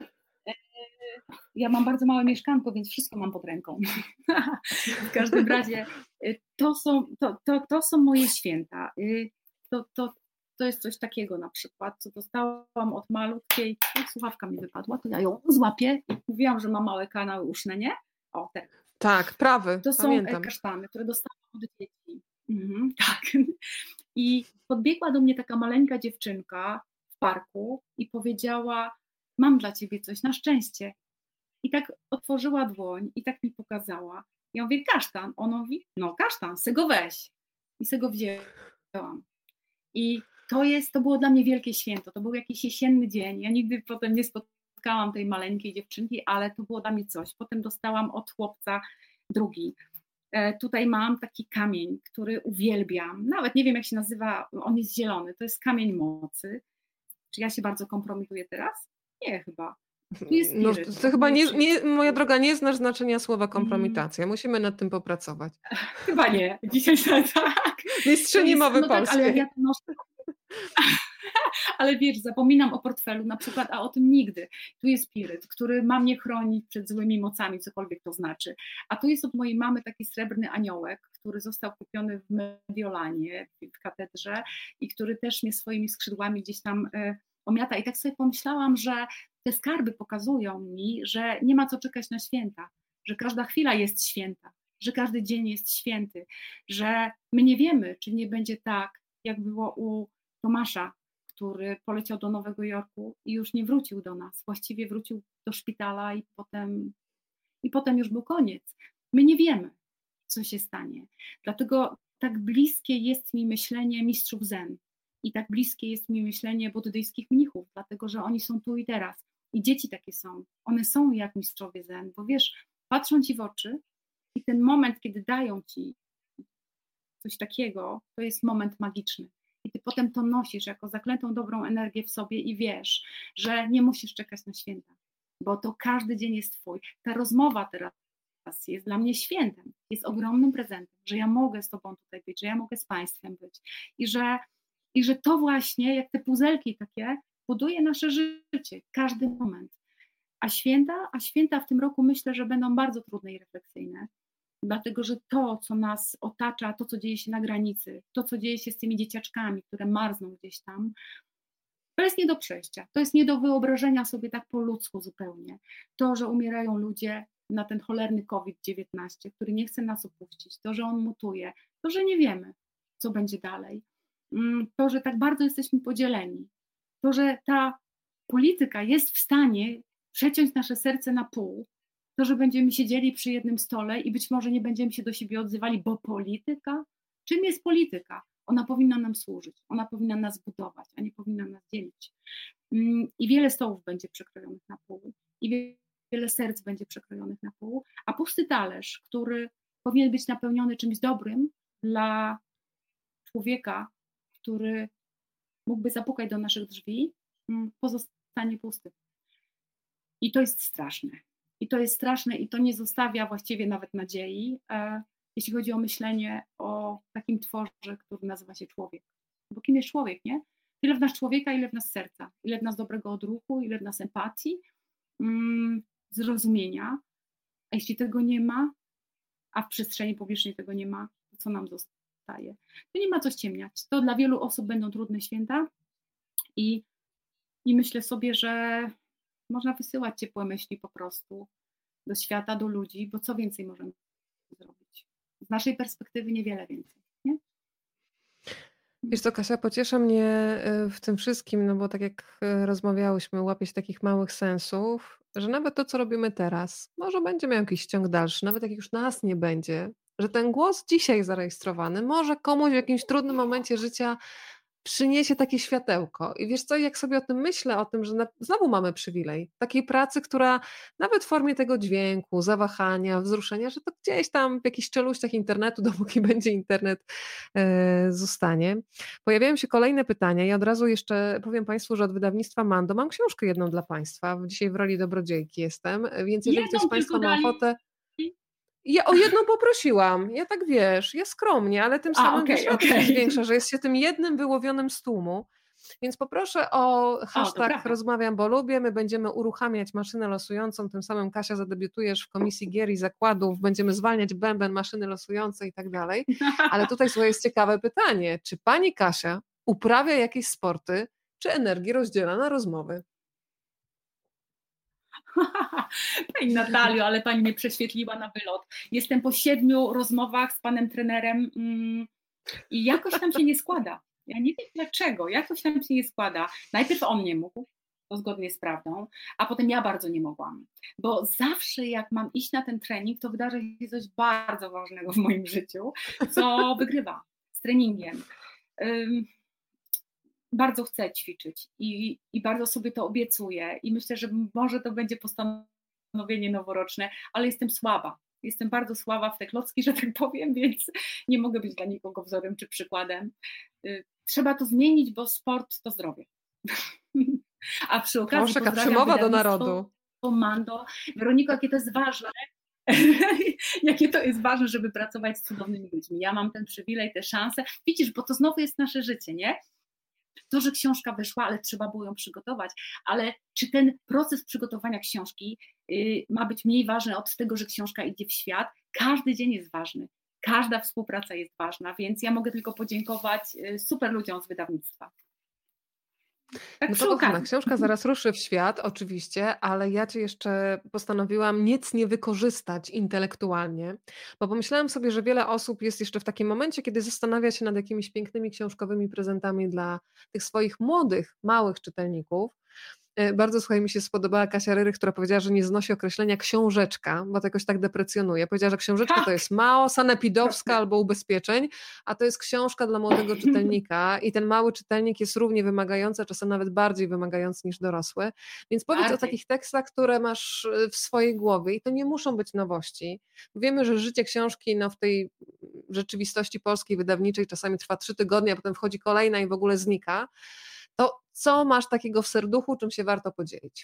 Ja mam bardzo małe mieszkanko, więc wszystko mam pod ręką. W każdym razie to są, to, to, to są moje święta. To, to, to jest coś takiego na przykład, co dostałam od malutkiej, słuchawka mi wypadła, to ja ją złapię i mówiłam, że ma małe kanały uszne, nie? O, te. Tak, prawy, To są pamiętam. kasztany, które dostałam od dzieci. Mhm, tak. I podbiegła do mnie taka maleńka dziewczynka w parku i powiedziała: mam dla ciebie coś, na szczęście. I tak otworzyła dłoń i tak mi pokazała. Ja mówię: kasztan. Ona mówi: no kasztan, se go weź. I se go wzięłam. I to jest, to było dla mnie wielkie święto. To był jakiś jesienny dzień. Ja nigdy potem nie spotkałam tej maleńkiej dziewczynki, ale to było dla mnie coś. Potem dostałam od chłopca drugi. E, tutaj mam taki kamień, który uwielbiam. Nawet nie wiem, jak się nazywa, on jest zielony. To jest kamień mocy. Czy ja się bardzo kompromituję teraz? Nie, chyba. Tu jest no, spiryt. to chyba nie, nie, moja droga, nie znasz znaczenia słowa kompromitacja. Musimy nad tym popracować. Chyba nie. Dzisiaj tak. Mistrzyni mowy no polskiej. Tak, ale jak ja to noszę... Ale wiesz, zapominam o portfelu na przykład, a o tym nigdy. Tu jest spiryt, który ma mnie chronić przed złymi mocami, cokolwiek to znaczy. A tu jest od mojej mamy taki srebrny aniołek, który został kupiony w Mediolanie, w katedrze i który też mnie swoimi skrzydłami gdzieś tam y, omiata. I tak sobie pomyślałam, że te skarby pokazują mi, że nie ma co czekać na święta, że każda chwila jest święta, że każdy dzień jest święty, że my nie wiemy, czy nie będzie tak, jak było u Tomasza, który poleciał do Nowego Jorku i już nie wrócił do nas. Właściwie wrócił do szpitala i potem, i potem już był koniec. My nie wiemy, co się stanie. Dlatego tak bliskie jest mi myślenie mistrzów zen i tak bliskie jest mi myślenie buddyjskich mnichów, dlatego że oni są tu i teraz. I dzieci takie są. One są jak mistrzowie zen, bo wiesz, patrzą ci w oczy i ten moment, kiedy dają ci coś takiego, to jest moment magiczny. I ty potem to nosisz jako zaklętą dobrą energię w sobie i wiesz, że nie musisz czekać na święta, bo to każdy dzień jest twój. Ta rozmowa teraz jest dla mnie świętem, jest ogromnym prezentem, że ja mogę z tobą tutaj być, że ja mogę z państwem być i że, i że to właśnie, jak te puzelki takie, buduje nasze życie, każdy moment. A święta, a święta w tym roku myślę, że będą bardzo trudne i refleksyjne. Dlatego, że to, co nas otacza, to, co dzieje się na granicy, to, co dzieje się z tymi dzieciaczkami, które marzną gdzieś tam, to jest nie do przejścia. To jest nie do wyobrażenia sobie tak po ludzku zupełnie. To, że umierają ludzie na ten cholerny COVID dziewiętnaście, który nie chce nas opuścić, to, że on mutuje, to, że nie wiemy, co będzie dalej, to, że tak bardzo jesteśmy podzieleni, to, że ta polityka jest w stanie przeciąć nasze serce na pół, to, że będziemy siedzieli przy jednym stole i być może nie będziemy się do siebie odzywali, bo polityka, Czym jest polityka? Ona powinna nam służyć, ona powinna nas budować, a nie powinna nas dzielić. I wiele stołów będzie przekrojonych na pół, i wiele serc będzie przekrojonych na pół, a pusty talerz, który powinien być napełniony czymś dobrym dla człowieka, który mógłby zapukać do naszych drzwi, pozostanie pusty. I to jest straszne. I to jest straszne i to nie zostawia właściwie nawet nadziei, e, jeśli chodzi o myślenie o takim tworze, który nazywa się człowiek. Bo kim jest człowiek, nie? Ile w nas człowieka, ile w nas serca, ile w nas dobrego odruchu, ile w nas empatii, mm, zrozumienia. A jeśli tego nie ma, a w przestrzeni powierzchni tego nie ma, to co nam zostaje? To nie ma co ściemniać. To dla wielu osób będą trudne święta i, i myślę sobie, że można wysyłać ciepłe myśli po prostu do świata, do ludzi, bo co więcej możemy zrobić? Z naszej perspektywy niewiele więcej, nie? Wiesz co, Kasia, pociesza mnie y, w tym wszystkim, no bo tak jak y, rozmawiałyśmy, łapie się takich małych sensów, że nawet to, co robimy teraz, może będzie miał jakiś ciąg dalszy, nawet jak już nas nie będzie, że ten głos dzisiaj zarejestrowany może komuś w jakimś trudnym momencie życia przyniesie takie światełko. I wiesz co, jak sobie o tym myślę, o tym, że na, znowu mamy przywilej takiej pracy, która nawet w formie tego dźwięku, zawahania, wzruszenia, że to gdzieś tam w jakichś czeluściach internetu, dopóki będzie internet, e, zostanie. Pojawiają się kolejne pytania i od razu jeszcze powiem Państwu, że od wydawnictwa Mando mam książkę jedną dla Państwa. Dzisiaj w roli dobrodziejki jestem, więc jeżeli ktoś z Jedną Państwa tylko ma dali. ochotę... Ja o jedną poprosiłam, ja tak wiesz, ja skromnie, ale tym A, samym okej, wiesz, radość okej. jest większa, że jest się tym jednym wyłowionym z tłumu. Więc poproszę o O, to hashtag prawda. rozmawiam, bo lubię, my będziemy uruchamiać maszynę losującą, tym samym Kasia zadebiutujesz w Komisji Gier i Zakładów, będziemy zwalniać bęben, maszyny losujące i tak dalej. Ale tutaj słuchaj, jest ciekawe pytanie, czy pani Kasia uprawia jakieś sporty, czy energię rozdziela na rozmowy? Pani Natalio, ale pani mnie prześwietliła na wylot. Jestem po siedmiu rozmowach z panem trenerem mm, i jakoś tam się nie składa. Ja nie wiem dlaczego, jakoś tam się nie składa. Najpierw on nie mógł, to zgodnie z prawdą, a potem ja bardzo nie mogłam. Bo zawsze jak mam iść na ten trening, to wydarzy się coś bardzo ważnego w moim życiu, co wygrywa z treningiem. Ym, Bardzo chcę ćwiczyć i, i bardzo sobie to obiecuję i myślę, że może to będzie postanowienie noworoczne, ale jestem słaba. Jestem bardzo słaba w te klocki, że tak powiem, więc nie mogę być dla nikogo wzorem czy przykładem. Trzeba to zmienić, bo sport to zdrowie. A przy okazji Proszę, taka przemowa do narodu. Mando. Weroniko, jakie to jest ważne, jakie to jest ważne, żeby pracować z cudownymi ludźmi. Ja mam ten przywilej, tę szansę. Widzisz, bo to znowu jest nasze życie, nie? To, że książka wyszła, ale trzeba było ją przygotować, ale czy ten proces przygotowania książki y, ma być mniej ważny od tego, że książka idzie w świat? Każdy dzień jest ważny, każda współpraca jest ważna, więc ja mogę tylko podziękować y, super ludziom z wydawnictwa. Tak No przy to kochana, okazji. książka zaraz ruszy w świat, oczywiście, ale ja cię jeszcze postanowiłam nic nie wykorzystać intelektualnie, bo pomyślałam sobie, że wiele osób jest jeszcze w takim momencie, kiedy zastanawia się nad jakimiś pięknymi książkowymi prezentami dla tych swoich młodych, małych czytelników. E, Bardzo, słuchaj, mi się spodobała Kasia Ryrych, która powiedziała, że nie znosi określenia książeczka, bo to jakoś tak deprecjonuje. Powiedziała, że książeczka to jest Mao, sanepidowska albo ubezpieczeń, a to jest książka dla młodego czytelnika i ten mały czytelnik jest równie wymagający, a czasem nawet bardziej wymagający niż dorosły. Więc powiedz Bardziej. o takich tekstach, które masz w swojej głowie i to nie muszą być nowości. Wiemy, że życie książki no, w tej rzeczywistości polskiej wydawniczej czasami trwa trzy tygodnie, a potem wchodzi kolejna i w ogóle znika. To co masz takiego w serduchu, czym się warto podzielić?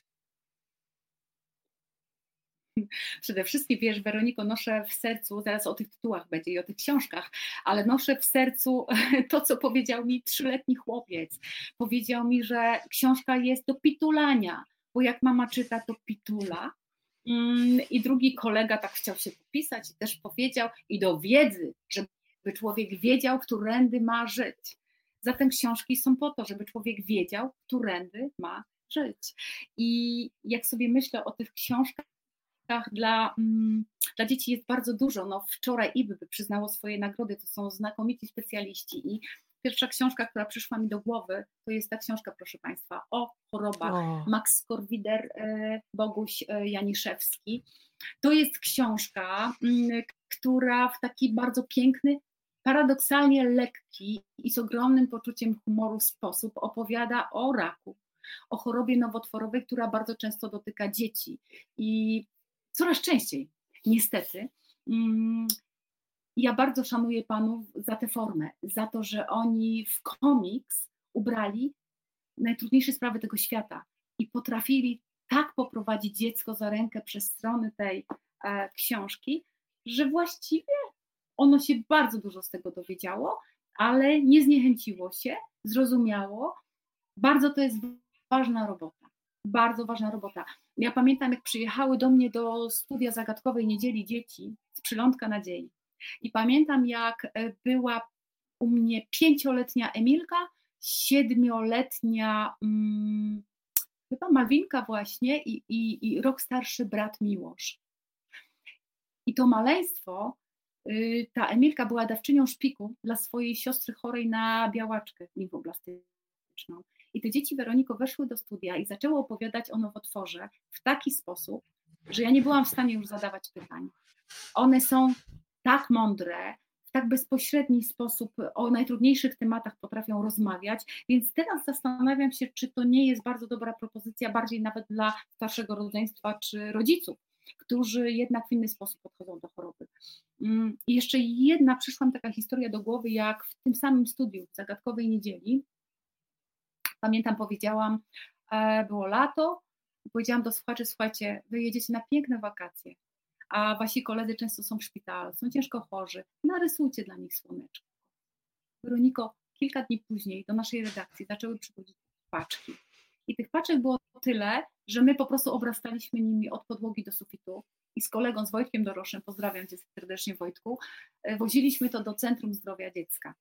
Przede wszystkim, wiesz, Weroniko, noszę w sercu, zaraz o tych tytułach będzie i o tych książkach, ale noszę w sercu to, co powiedział mi trzyletni chłopiec. Powiedział mi, że książka jest do pitulania, bo jak mama czyta, to pitula. I drugi kolega tak chciał się popisać i też powiedział, i do wiedzy, żeby człowiek wiedział, którędy ma żyć. Zatem książki są po to, żeby człowiek wiedział, którędy ma żyć. I jak sobie myślę o tych książkach, Dla, mm, dla dzieci jest bardzo dużo. No, wczoraj I B Y przyznało swoje nagrody, to są znakomici specjaliści i pierwsza książka, która przyszła mi do głowy, to jest ta książka, proszę Państwa, o chorobach. O. Max Korwider, e, Boguś e, Janiszewski. To jest książka, m, która w taki bardzo piękny, paradoksalnie lekki i z ogromnym poczuciem humoru sposób opowiada o raku, o chorobie nowotworowej, która bardzo często dotyka dzieci i coraz częściej, niestety. Ja bardzo szanuję panów za tę formę, za to, że oni w komiks ubrali najtrudniejsze sprawy tego świata i potrafili tak poprowadzić dziecko za rękę przez strony tej e, książki, że właściwie ono się bardzo dużo z tego dowiedziało, ale nie zniechęciło się, zrozumiało. Bardzo to jest ważna robota, bardzo ważna robota. Ja pamiętam, jak przyjechały do mnie do studia Zagadkowej Niedzieli dzieci z Przylądka Nadziei i pamiętam, jak była u mnie pięcioletnia Emilka, siedmioletnia hmm, chyba Malwinka właśnie i, i, i rok starszy brat Miłosz. I to maleństwo, ta Emilka była dawczynią szpiku dla swojej siostry chorej na białaczkę limfoblastyczną. I te dzieci, Weroniko, weszły do studia i zaczęły opowiadać o nowotworze w taki sposób, że ja nie byłam w stanie już zadawać pytań. One są tak mądre, w tak bezpośredni sposób o najtrudniejszych tematach potrafią rozmawiać, więc teraz zastanawiam się, czy to nie jest bardzo dobra propozycja, bardziej nawet dla starszego rodzeństwa czy rodziców, którzy jednak w inny sposób podchodzą do choroby. I jeszcze jedna, przyszła mi taka historia do głowy, jak w tym samym studiu w Zagadkowej Niedzieli, pamiętam, powiedziałam, było lato, powiedziałam do słuchaczy, słuchajcie, wy jedziecie na piękne wakacje, a wasi koledzy często są w szpitalu, są ciężko chorzy, narysujcie dla nich słoneczko. Weroniko, kilka dni później do naszej redakcji zaczęły przychodzić paczki. I tych paczek było tyle, że my po prostu obrastaliśmy nimi od podłogi do sufitu i z kolegą, z Wojtkiem Doroszem, pozdrawiam cię serdecznie Wojtku, woziliśmy to do Centrum Zdrowia Dziecka.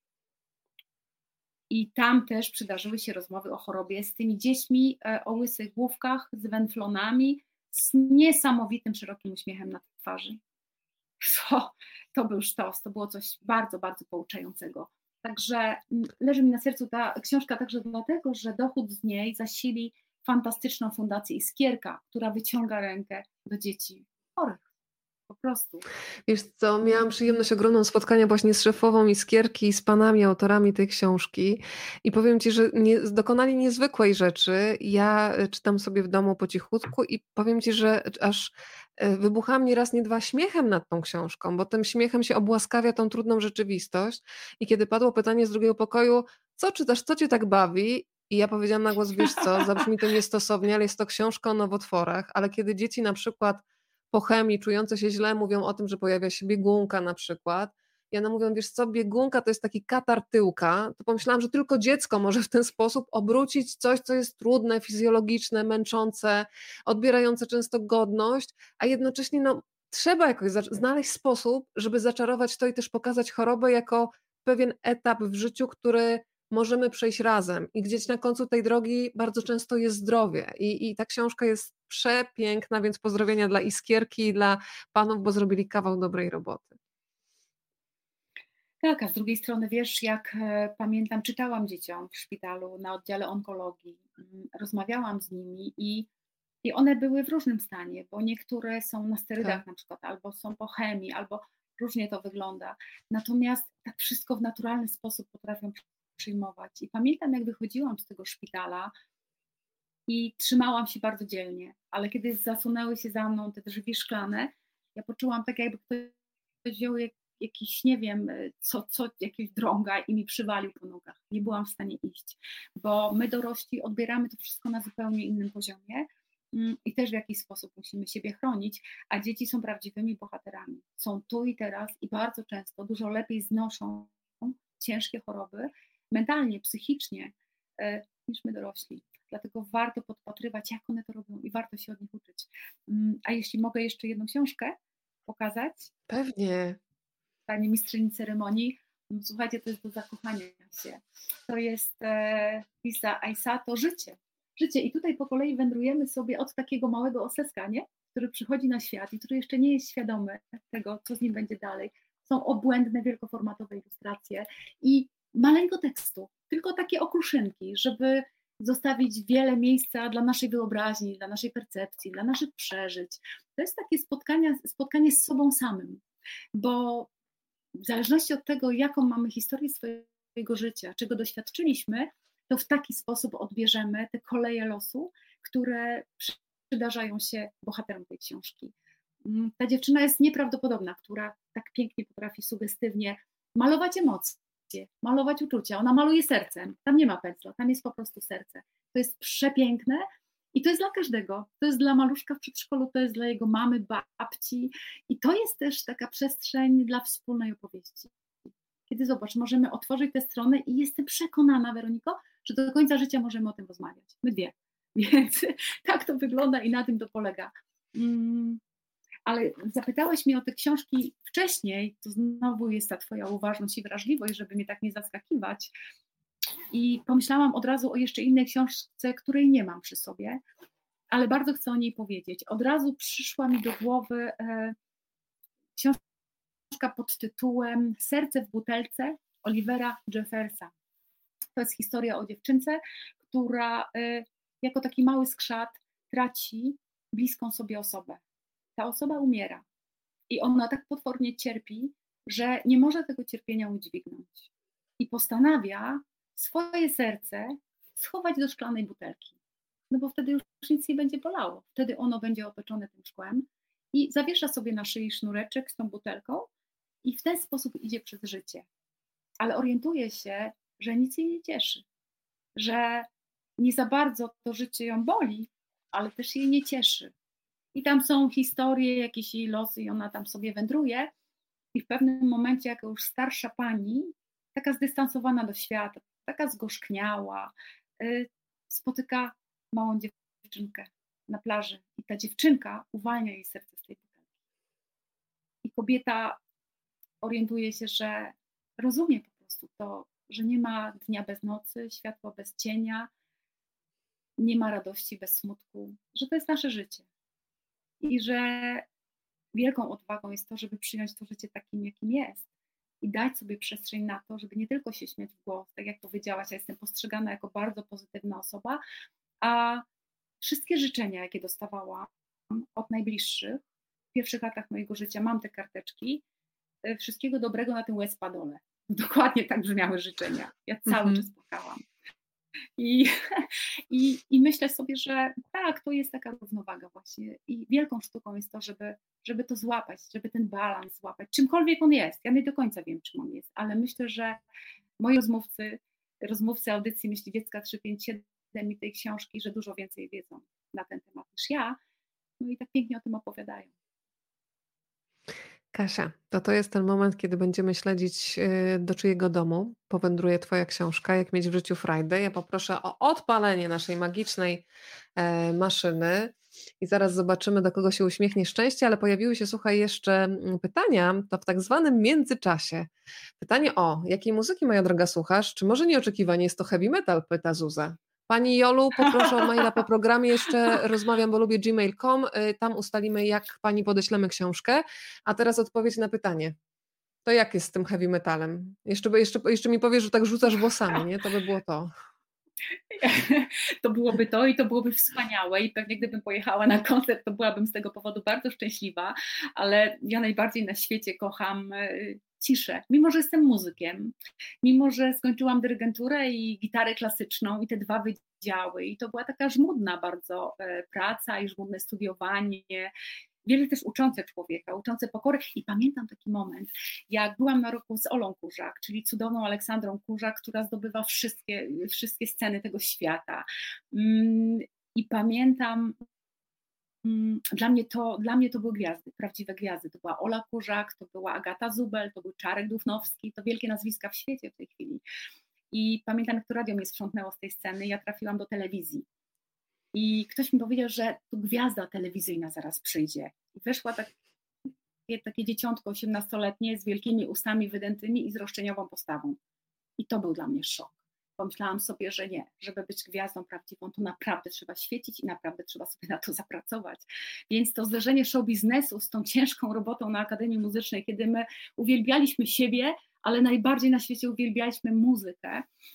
I tam też przydarzyły się rozmowy o chorobie z tymi dziećmi o łysych główkach, z węflonami, z niesamowitym szerokim uśmiechem na twarzy. To, to był sztos, to było coś bardzo, bardzo pouczającego. Także leży mi na sercu ta książka także dlatego, że dochód z niej zasili fantastyczną fundację Iskierka, która wyciąga rękę do dzieci chorych. Po prostu. Wiesz co, miałam przyjemność ogromną spotkania właśnie z szefową Iskierki i z panami autorami tej książki i powiem ci, że nie, dokonali niezwykłej rzeczy. Ja czytam sobie w domu po cichutku i powiem ci, że aż wybuchałam nie raz, nie dwa śmiechem nad tą książką, bo tym śmiechem się obłaskawia tą trudną rzeczywistość i kiedy padło pytanie z drugiego pokoju, co czytasz, co cię tak bawi? I ja powiedziałam na głos, wiesz co, zabrzmi to niestosownie, ale jest to książka o nowotworach, ale kiedy dzieci na przykład po chemii, czujące się źle, mówią o tym, że pojawia się biegunka na przykład. I one mówią, wiesz co, biegunka to jest taki katar tyłka. To pomyślałam, że tylko dziecko może w ten sposób obrócić coś, co jest trudne, fizjologiczne, męczące, odbierające często godność, a jednocześnie no, trzeba jakoś znaleźć sposób, żeby zaczarować to i też pokazać chorobę jako pewien etap w życiu, który możemy przejść razem i gdzieś na końcu tej drogi bardzo często jest zdrowie i, i ta książka jest przepiękna, więc pozdrowienia dla Iskierki i dla panów, bo zrobili kawał dobrej roboty. Tak, a z drugiej strony wiesz, jak e, pamiętam, czytałam dzieciom w szpitalu na oddziale onkologii, m, rozmawiałam z nimi i, i one były w różnym stanie, bo niektóre są na sterydach Tak. na przykład, albo są po chemii, albo różnie to wygląda. Natomiast tak wszystko w naturalny sposób potrafią przyjmować. I pamiętam, jak wychodziłam z tego szpitala i trzymałam się bardzo dzielnie, ale kiedy zasunęły się za mną te drzwi szklane, ja poczułam tak, jakby ktoś wziął jak, jakiś, nie wiem, co, co, jakiegoś drąga i mi przywalił po nogach. Nie byłam w stanie iść, bo my dorośli odbieramy to wszystko na zupełnie innym poziomie i też w jakiś sposób musimy siebie chronić, a dzieci są prawdziwymi bohaterami. Są tu i teraz i bardzo często dużo lepiej znoszą ciężkie choroby, mentalnie, psychicznie, niż my dorośli. Dlatego warto podpatrywać, jak one to robią i warto się od nich uczyć. A jeśli mogę jeszcze jedną książkę pokazać? Pewnie. Pani mistrzyni ceremonii, słuchajcie, to jest do zakochania się. To jest Lisa Aisato, Życie. Życie. I tutaj po kolei wędrujemy sobie od takiego małego oseska, nie? Który przychodzi na świat i który jeszcze nie jest świadomy tego, co z nim będzie dalej. Są obłędne, wielkoformatowe ilustracje i maleńko tekstu, tylko takie okruszynki, żeby zostawić wiele miejsca dla naszej wyobraźni, dla naszej percepcji, dla naszych przeżyć. To jest takie spotkanie, spotkanie z sobą samym, bo w zależności od tego, jaką mamy historię swojego życia, czego doświadczyliśmy, to w taki sposób odbierzemy te koleje losu, które przydarzają się bohaterom tej książki. Ta dziewczyna jest nieprawdopodobna, która tak pięknie potrafi sugestywnie malować emocje, malować uczucia. Ona maluje sercem, tam nie ma pędzla, tam jest po prostu serce. To jest przepiękne i to jest dla każdego. To jest dla maluszka w przedszkolu, to jest dla jego mamy, babci i to jest też taka przestrzeń dla wspólnej opowieści. Kiedy zobacz, możemy otworzyć tę stronę i jestem przekonana, Weroniko, że do końca życia możemy o tym rozmawiać. My dwie. Więc tak to wygląda i na tym to polega. Mm. Ale zapytałeś mnie o te książki wcześniej, to znowu jest ta twoja uważność i wrażliwość, żeby mnie tak nie zaskakiwać. I pomyślałam od razu o jeszcze innej książce, której nie mam przy sobie, ale bardzo chcę o niej powiedzieć. Od razu przyszła mi do głowy e, książka pod tytułem Serce w butelce Olivera Jeffersa. To jest historia o dziewczynce, która e, jako taki mały skrzat traci bliską sobie osobę. Ta osoba umiera i ona tak potwornie cierpi, że nie może tego cierpienia udźwignąć. I postanawia swoje serce schować do szklanej butelki. No bo wtedy już nic nie będzie bolało. Wtedy ono będzie otoczone tym szkłem i zawiesza sobie na szyi sznureczek z tą butelką i w ten sposób idzie przez życie. Ale orientuje się, że nic jej nie cieszy. Że nie za bardzo to życie ją boli, ale też jej nie cieszy. I tam są historie, jakieś jej losy i ona tam sobie wędruje i w pewnym momencie jako już starsza pani, taka zdystansowana do świata, taka zgorzkniała, yy, spotyka małą dziewczynkę na plaży i ta dziewczynka uwalnia jej serce z tej butelki. I kobieta orientuje się, że rozumie po prostu to, że nie ma dnia bez nocy, światła bez cienia, nie ma radości bez smutku, że to jest nasze życie. I że wielką odwagą jest to, żeby przyjąć to życie takim, jakim jest i dać sobie przestrzeń na to, żeby nie tylko się śmiać w głos, tak jak powiedziałaś, ja jestem postrzegana jako bardzo pozytywna osoba, a wszystkie życzenia, jakie dostawałam od najbliższych w pierwszych latach mojego życia, mam te karteczki, wszystkiego dobrego na tym łez padole. Dokładnie tak brzmiały życzenia. Ja cały mm-hmm. czas płakałam. I, i, I myślę sobie, że tak, to jest taka równowaga właśnie i wielką sztuką jest to, żeby, żeby to złapać, żeby ten balans złapać, czymkolwiek on jest. Ja nie do końca wiem, czym on jest, ale myślę, że moi rozmówcy, rozmówcy audycji Myśli Dziecka trzysta pięćdziesiąt siedem i tej książki, że dużo więcej wiedzą na ten temat niż ja, no i tak pięknie o tym opowiadają. Kasia, to to jest ten moment, kiedy będziemy śledzić, do czyjego domu powędruje twoja książka, Jak mieć w życiu frajdę. Ja poproszę o odpalenie naszej magicznej maszyny i zaraz zobaczymy, do kogo się uśmiechnie szczęście, ale pojawiły się, słuchaj, jeszcze pytania, to w tak zwanym międzyczasie. Pytanie o, jakiej muzyki, moja droga, słuchasz? Czy może nieoczekiwanie jest to heavy metal, pyta Zuza. Pani Jolu, poproszę o maila po programie, jeszcze rozmawiam, bo lubię gmail kropka com, tam ustalimy, jak pani podeślemy książkę, a teraz odpowiedź na pytanie. To jak jest z tym heavy metalem? Jeszcze, jeszcze, jeszcze mi powiesz, że tak rzucasz włosami, nie? To by było to. To byłoby to i to byłoby wspaniałe i pewnie gdybym pojechała na koncert, to byłabym z tego powodu bardzo szczęśliwa, ale ja najbardziej na świecie kocham ciszę, mimo że jestem muzykiem, mimo że skończyłam dyrygenturę i gitarę klasyczną i te dwa wydziały i to była taka żmudna bardzo praca i żmudne studiowanie, wiele też uczące człowieka, uczące pokory i pamiętam taki moment, jak byłam na roku z Olą Kurzak, czyli cudowną Aleksandrą Kurzak, która zdobywa wszystkie, wszystkie sceny tego świata i pamiętam, Dla mnie, to, dla mnie to były gwiazdy, prawdziwe gwiazdy. To była Ola Kurzak, to była Agata Zubel, to był Czarek Dufnowski, to wielkie nazwiska w świecie w tej chwili. I pamiętam, jak to radio mnie sprzątnęło z tej sceny, ja trafiłam do telewizji. I ktoś mi powiedział, że tu gwiazda telewizyjna zaraz przyjdzie. I weszła tak, takie dzieciątko osiemnastoletnie z wielkimi ustami wydętymi i z roszczeniową postawą. I to był dla mnie szok. Pomyślałam sobie, że nie, żeby być gwiazdą prawdziwą, to naprawdę trzeba świecić i naprawdę trzeba sobie na to zapracować. Więc to zderzenie show biznesu z tą ciężką robotą na Akademii Muzycznej, kiedy my uwielbialiśmy siebie, ale najbardziej na świecie uwielbialiśmy muzykę,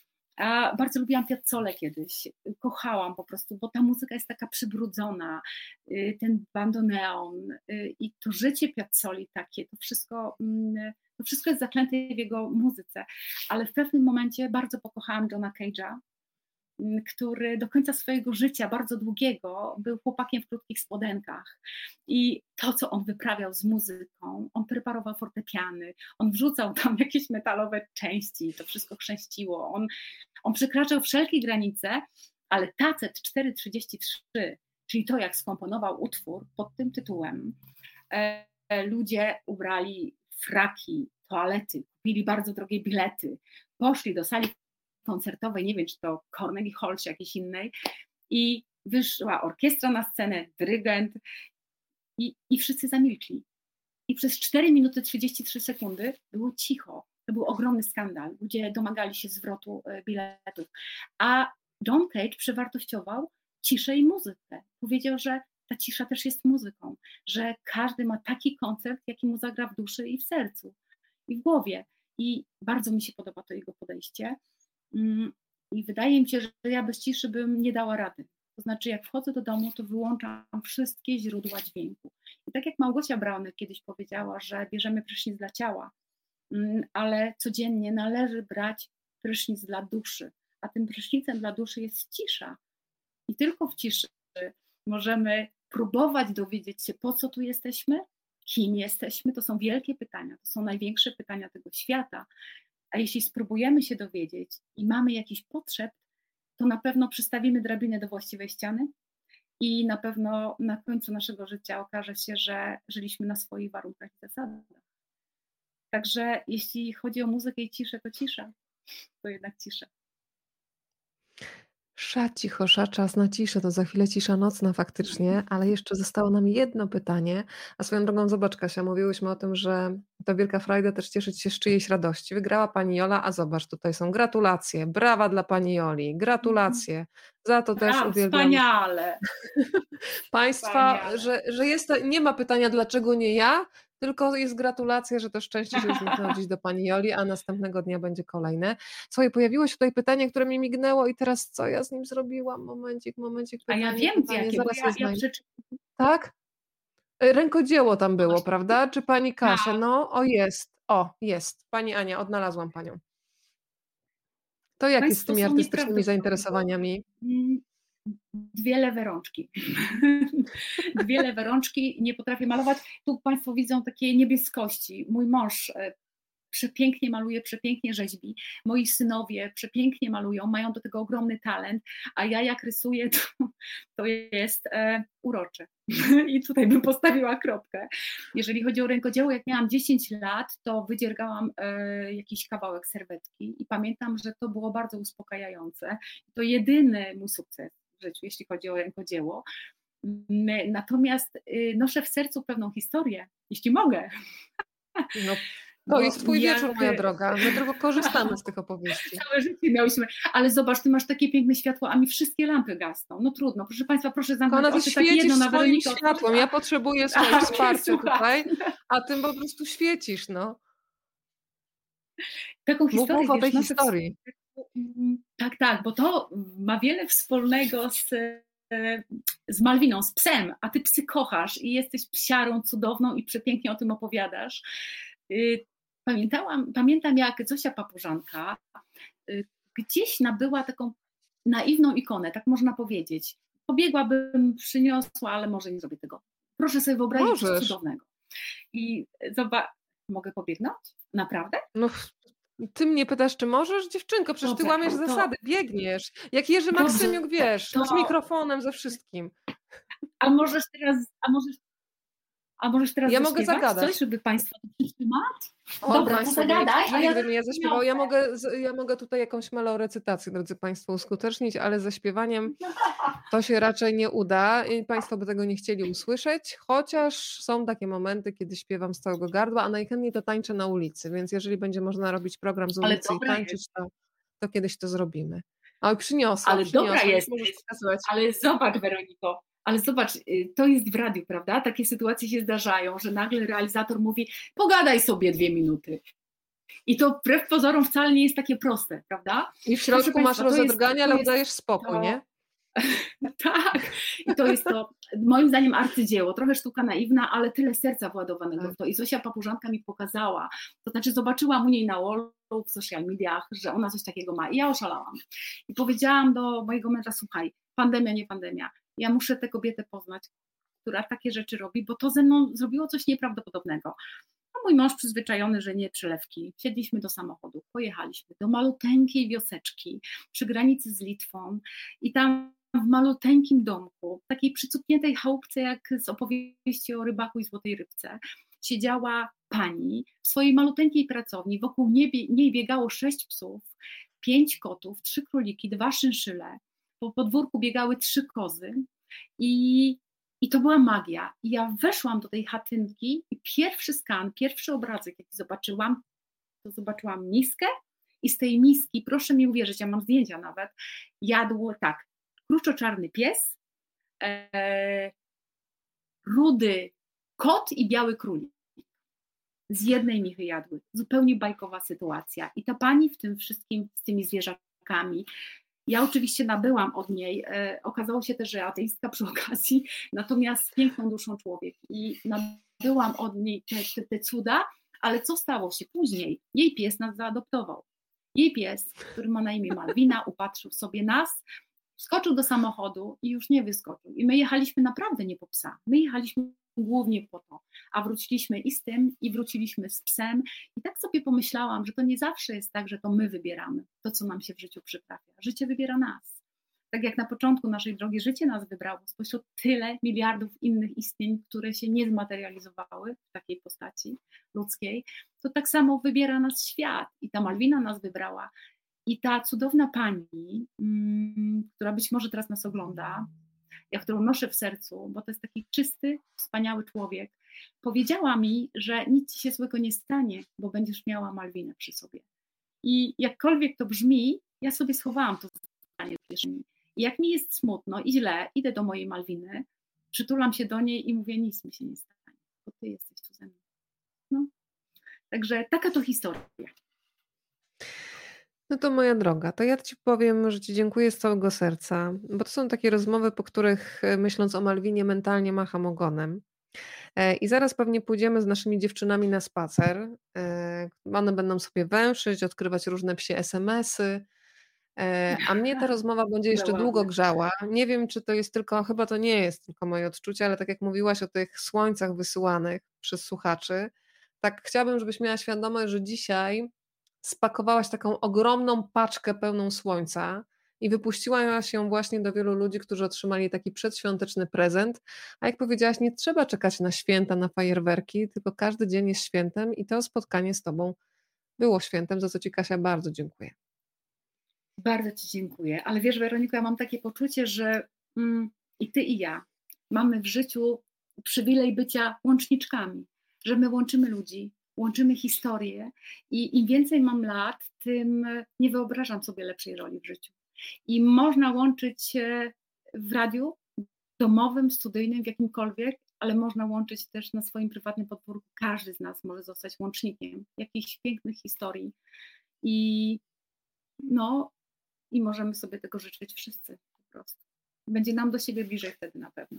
A bardzo lubiłam Piazzolę kiedyś, kochałam po prostu, bo ta muzyka jest taka przybrudzona, ten bandoneon i to życie Piazzoli takie, to wszystko, to wszystko jest zaklęte w jego muzyce, ale w pewnym momencie bardzo pokochałam Johna Cage'a, który do końca swojego życia, bardzo długiego, był chłopakiem w krótkich spodenkach i to, co on wyprawiał z muzyką, on preparował fortepiany, on wrzucał tam jakieś metalowe części, to wszystko chrzęściło, on, on przekraczał wszelkie granice, ale Tacet czterysta trzydzieści trzy, czyli to, jak skomponował utwór pod tym tytułem, e, ludzie ubrali fraki, toalety, kupili bardzo drogie bilety, poszli do sali koncertowej, nie wiem, czy to Carnegie Hall, czy jakiejś innej, i wyszła orkiestra na scenę, dyrygent i, i wszyscy zamilkli. I przez cztery minuty trzydzieści trzy sekundy było cicho. To był ogromny skandal. Ludzie domagali się zwrotu biletów. A John Cage przewartościował ciszę i muzykę. Powiedział, że ta cisza też jest muzyką, że każdy ma taki koncert, jaki mu zagra w duszy i w sercu, i w głowie. I bardzo mi się podoba to jego podejście. I wydaje mi się, że ja bez ciszy bym nie dała rady. To znaczy, jak wchodzę do domu, to wyłączam wszystkie źródła dźwięku. I tak jak Małgosia Brauner kiedyś powiedziała, że bierzemy prysznic dla ciała, ale codziennie należy brać prysznic dla duszy, a tym prysznicem dla duszy jest cisza. I tylko w ciszy możemy próbować dowiedzieć się, po co tu jesteśmy, kim jesteśmy. To są wielkie pytania, to są największe pytania tego świata. A jeśli spróbujemy się dowiedzieć i mamy jakiś potrzeb, to na pewno przystawimy drabinę do właściwej ściany i na pewno na końcu naszego życia okaże się, że żyliśmy na swoich warunkach i zasadach. Także jeśli chodzi o muzykę i ciszę, to cisza, to jednak cisza. Sza cicho, sza czas na ciszę, to za chwilę cisza nocna faktycznie, ale jeszcze zostało nam jedno pytanie, a swoją drogą zobacz Kasia, mówiłyśmy o tym, że to wielka frajda też cieszyć się z czyjejś radości. Wygrała pani Jola, a zobacz, tutaj są gratulacje, brawa dla pani Joli, gratulacje, za to też A, uwielbiam wspaniale. Państwa, Wspaniale. że, że jest to, nie ma pytania dlaczego nie ja, tylko jest gratulacja, że to szczęście się uśmiechnęło dziś do pani Joli, a następnego dnia będzie kolejne. Słuchaj, pojawiło się tutaj pytanie, które mi mignęło i teraz co ja z nim zrobiłam? Momencik, momencik. Pytanie, a ja wiem, pytanie, jakie, zaraz bo ja, je ja przeczytam. Tak? Rękodzieło tam było, prawda? Czy pani Kasia? Tak. No, o jest, o jest. Pani Ania, odnalazłam panią. To jak jest z Państwo tymi są artystycznymi nieprawdopodobni. zainteresowaniami? Dwie lewe rączki. Dwie lewe rączki, nie potrafię malować. Tu Państwo widzą takie niebieskości. Mój mąż przepięknie maluje, przepięknie rzeźbi. Moi synowie przepięknie malują, mają do tego ogromny talent, a ja jak rysuję, to, to jest e, urocze. I tutaj bym postawiła kropkę. Jeżeli chodzi o rękodzieło, jak miałam dziesięć lat, to wydziergałam e, jakiś kawałek serwetki i pamiętam, że to było bardzo uspokajające. To jedyny mój sukces w życiu, jeśli chodzi o rękodzieło. Natomiast y, noszę w sercu pewną historię, jeśli mogę. No. To jest twój jak... wieczór, moja droga. My tylko korzystamy z tych opowieści. Całe życie miałyśmy. Ale zobacz, ty masz takie piękne światło, a mi wszystkie lampy gasną. No trudno. Proszę Państwa, proszę zamknąć Ona, ty oczy, świecisz tak jedno na swoim Weronikę. światłem. Ja potrzebuję swoich wsparcia słucham. tutaj, a ty po prostu świecisz, no. Taką historię, Mów o tej wiesz, historii. Tak, tak, bo to ma wiele wspólnego z, z Malwiną, z psem, a ty psy kochasz i jesteś psiarą cudowną i przepięknie o tym opowiadasz. Pamiętałam, pamiętam, jak Zosia Papużanka gdzieś nabyła taką naiwną ikonę, tak można powiedzieć. Pobiegłabym, przyniosła, ale może nie zrobię tego. Proszę sobie wyobrazić coś cudownego. I zobacz, mogę pobiegnąć? Naprawdę? No, ty mnie pytasz, czy możesz? Dziewczynko, przecież Dobrze, ty łamiesz to... zasady, biegniesz. Jak Jerzy Maksymiuk, wiesz, to... z mikrofonem, ze wszystkim. A możesz teraz, a możesz A możesz teraz ja mogę zagadać coś, żeby Państwo to przytrzymać? O, Dobra, Państwo, to zagadaj. A ja gdybym ja zaśpiewała, ja mogę, ja mogę tutaj jakąś malą recytację, drodzy Państwo, uskutecznić, ale ze śpiewaniem to się raczej nie uda i Państwo by tego nie chcieli usłyszeć, chociaż są takie momenty, kiedy śpiewam z całego gardła, a najchętniej to tańczę na ulicy, więc jeżeli będzie można robić program z ulicy i tańczyć, to, to kiedyś to zrobimy. Oj, przyniosłam, Ale przyniosłam. dobra jest, pokazywać. Ale zobacz, Weroniko, ale zobacz, to jest w radiu, prawda? Takie sytuacje się zdarzają, że nagle realizator mówi, pogadaj sobie dwie minuty. I to wbrew pozorom wcale nie jest takie proste, prawda? I w środku masz rozedrganie, ale udajesz spokój, to, nie? Tak, i to jest to moim zdaniem arcydzieło, trochę sztuka naiwna, ale tyle serca władowanego tak. w to. I Zosia Papużanka mi pokazała, to znaczy zobaczyłam u niej na wallu, w social mediach, że ona coś takiego ma i ja oszalałam. I powiedziałam do mojego męża, słuchaj, pandemia, nie pandemia, ja muszę tę kobietę poznać, która takie rzeczy robi, bo to ze mną zrobiło coś nieprawdopodobnego. A mój mąż przyzwyczajony, że nie przelewki, wsiedliśmy do samochodu, pojechaliśmy do maluteńkiej wioseczki przy granicy z Litwą i tam w maluteńkim domku, takiej przycupniętej chałupce jak z opowieści o rybaku i złotej rybce, siedziała pani w swojej maluteńkiej pracowni, wokół niej biegało sześć psów, pięć kotów, trzy króliki, dwa szynszyle, po podwórku biegały trzy kozy i, i to była magia. I ja weszłam do tej chatynki i pierwszy skan, pierwszy obrazek, jaki zobaczyłam, to zobaczyłam miskę i z tej miski, proszę mi uwierzyć, ja mam zdjęcia nawet, jadło tak, kruczoczarny pies, e, rudy kot i biały królik. Z jednej michy jadły. Zupełnie bajkowa sytuacja. I ta pani w tym wszystkim, z tymi zwierzakami, ja oczywiście nabyłam od niej, e, okazało się też, że ateistka przy okazji, natomiast piękną duszą człowiek. I nabyłam od niej te, te, te cuda, ale co stało się później? Jej pies nas zaadoptował. Jej pies, który ma na imię Malwina, upatrzył sobie nas, wskoczył do samochodu i już nie wyskoczył. I my jechaliśmy naprawdę nie po psa, my jechaliśmy głównie po to, a wróciliśmy i z tym, i wróciliśmy z psem. I tak sobie pomyślałam, że to nie zawsze jest tak, że to my wybieramy to, co nam się w życiu przytrafia. Życie wybiera nas. Tak jak na początku naszej drogi życie nas wybrało spośród tyle miliardów innych istnień, które się nie zmaterializowały w takiej postaci ludzkiej, to tak samo wybiera nas świat. I ta Malwina nas wybrała. I ta cudowna pani, mm, która być może teraz nas ogląda, ja którą noszę w sercu, bo to jest taki czysty, wspaniały człowiek, powiedziała mi, że nic ci się złego nie stanie, bo będziesz miała Malwinę przy sobie. I jakkolwiek to brzmi, ja sobie schowałam to zdanie w kieszeni. I jak mi jest smutno i źle, idę do mojej Malwiny, przytulam się do niej i mówię, nic mi się nie stanie, bo ty jesteś tu ze mną. No. Także taka to historia. No to moja droga, to ja Ci powiem, że Ci dziękuję z całego serca, bo to są takie rozmowy, po których myśląc o Malwinie mentalnie macham ogonem. I zaraz pewnie pójdziemy z naszymi dziewczynami na spacer. One będą sobie węszyć, odkrywać różne psie es em esy, a mnie ta rozmowa będzie jeszcze długo grzała. Nie wiem, czy to jest tylko, chyba to nie jest tylko moje odczucie, ale tak jak mówiłaś o tych słońcach wysyłanych przez słuchaczy, tak chciałabym, żebyś miała świadomość, że dzisiaj spakowałaś taką ogromną paczkę pełną słońca i wypuściłaś ją właśnie do wielu ludzi, którzy otrzymali taki przedświąteczny prezent, a jak powiedziałaś, nie trzeba czekać na święta, na fajerwerki, tylko każdy dzień jest świętem i to spotkanie z Tobą było świętem, za co Ci, Kasia, bardzo dziękuję. Bardzo Ci dziękuję, ale wiesz, Weroniko, ja mam takie poczucie, że mm, i Ty i ja mamy w życiu przywilej bycia łączniczkami, że my łączymy ludzi, łączymy historie i im więcej mam lat, tym nie wyobrażam sobie lepszej roli w życiu. I można łączyć się w radiu, domowym, studyjnym, w jakimkolwiek, ale można łączyć też na swoim prywatnym podwórku. Każdy z nas może zostać łącznikiem jakichś pięknych historii i no i możemy sobie tego życzyć wszyscy po prostu. Będzie nam do siebie bliżej wtedy na pewno.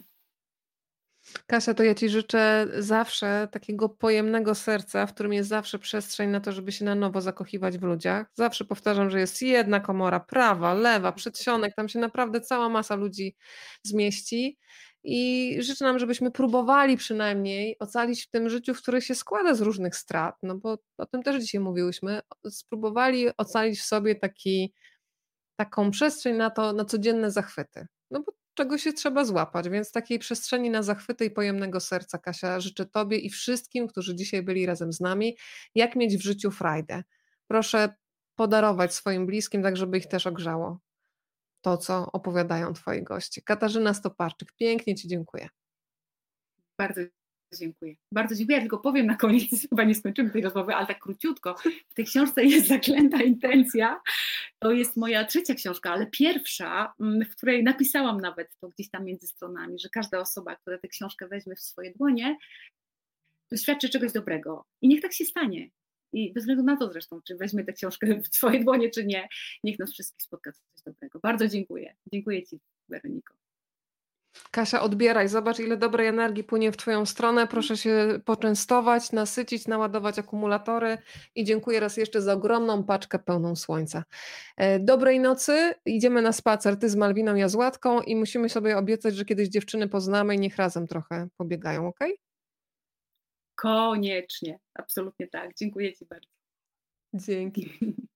Kasia, to ja Ci życzę zawsze takiego pojemnego serca, w którym jest zawsze przestrzeń na to, żeby się na nowo zakochiwać w ludziach. Zawsze powtarzam, że jest jedna komora, prawa, lewa, przedsionek, tam się naprawdę cała masa ludzi zmieści i życzę nam, żebyśmy próbowali przynajmniej ocalić w tym życiu, w które się składa z różnych strat, no bo o tym też dzisiaj mówiłyśmy, spróbowali ocalić w sobie taki, taką przestrzeń na to, na codzienne zachwyty. No bo czego się trzeba złapać, więc takiej przestrzeni na zachwyty i pojemnego serca, Kasia, życzę Tobie i wszystkim, którzy dzisiaj byli razem z nami, jak mieć w życiu frajdę. Proszę podarować swoim bliskim, tak żeby ich też ogrzało to, co opowiadają Twoi goście. Katarzyna Stoparczyk, pięknie Ci dziękuję. Bardzo dziękuję. Bardzo dziękuję. Ja tylko powiem na koniec, chyba nie skończymy tej rozmowy, ale tak króciutko. W tej książce jest Zaklęta intencja. To jest moja trzecia książka, ale pierwsza, w której napisałam nawet to gdzieś tam między stronami, że każda osoba, która tę książkę weźmie w swoje dłonie, doświadczy czegoś dobrego. I niech tak się stanie. i bez względu na to zresztą, czy weźmie tę książkę w swoje dłonie, czy nie, niech nas wszystkich spotka coś dobrego. Bardzo dziękuję. Dziękuję Ci, Weroniko. Kasia, odbieraj, zobacz, ile dobrej energii płynie w Twoją stronę. Proszę się poczęstować, nasycić, naładować akumulatory i dziękuję raz jeszcze za ogromną paczkę pełną słońca. Dobrej nocy, idziemy na spacer, Ty z Malwiną, ja z Łatką i musimy sobie obiecać, że kiedyś dziewczyny poznamy i niech razem trochę pobiegają, ok? Koniecznie, absolutnie tak. Dziękuję Ci bardzo. Dzięki.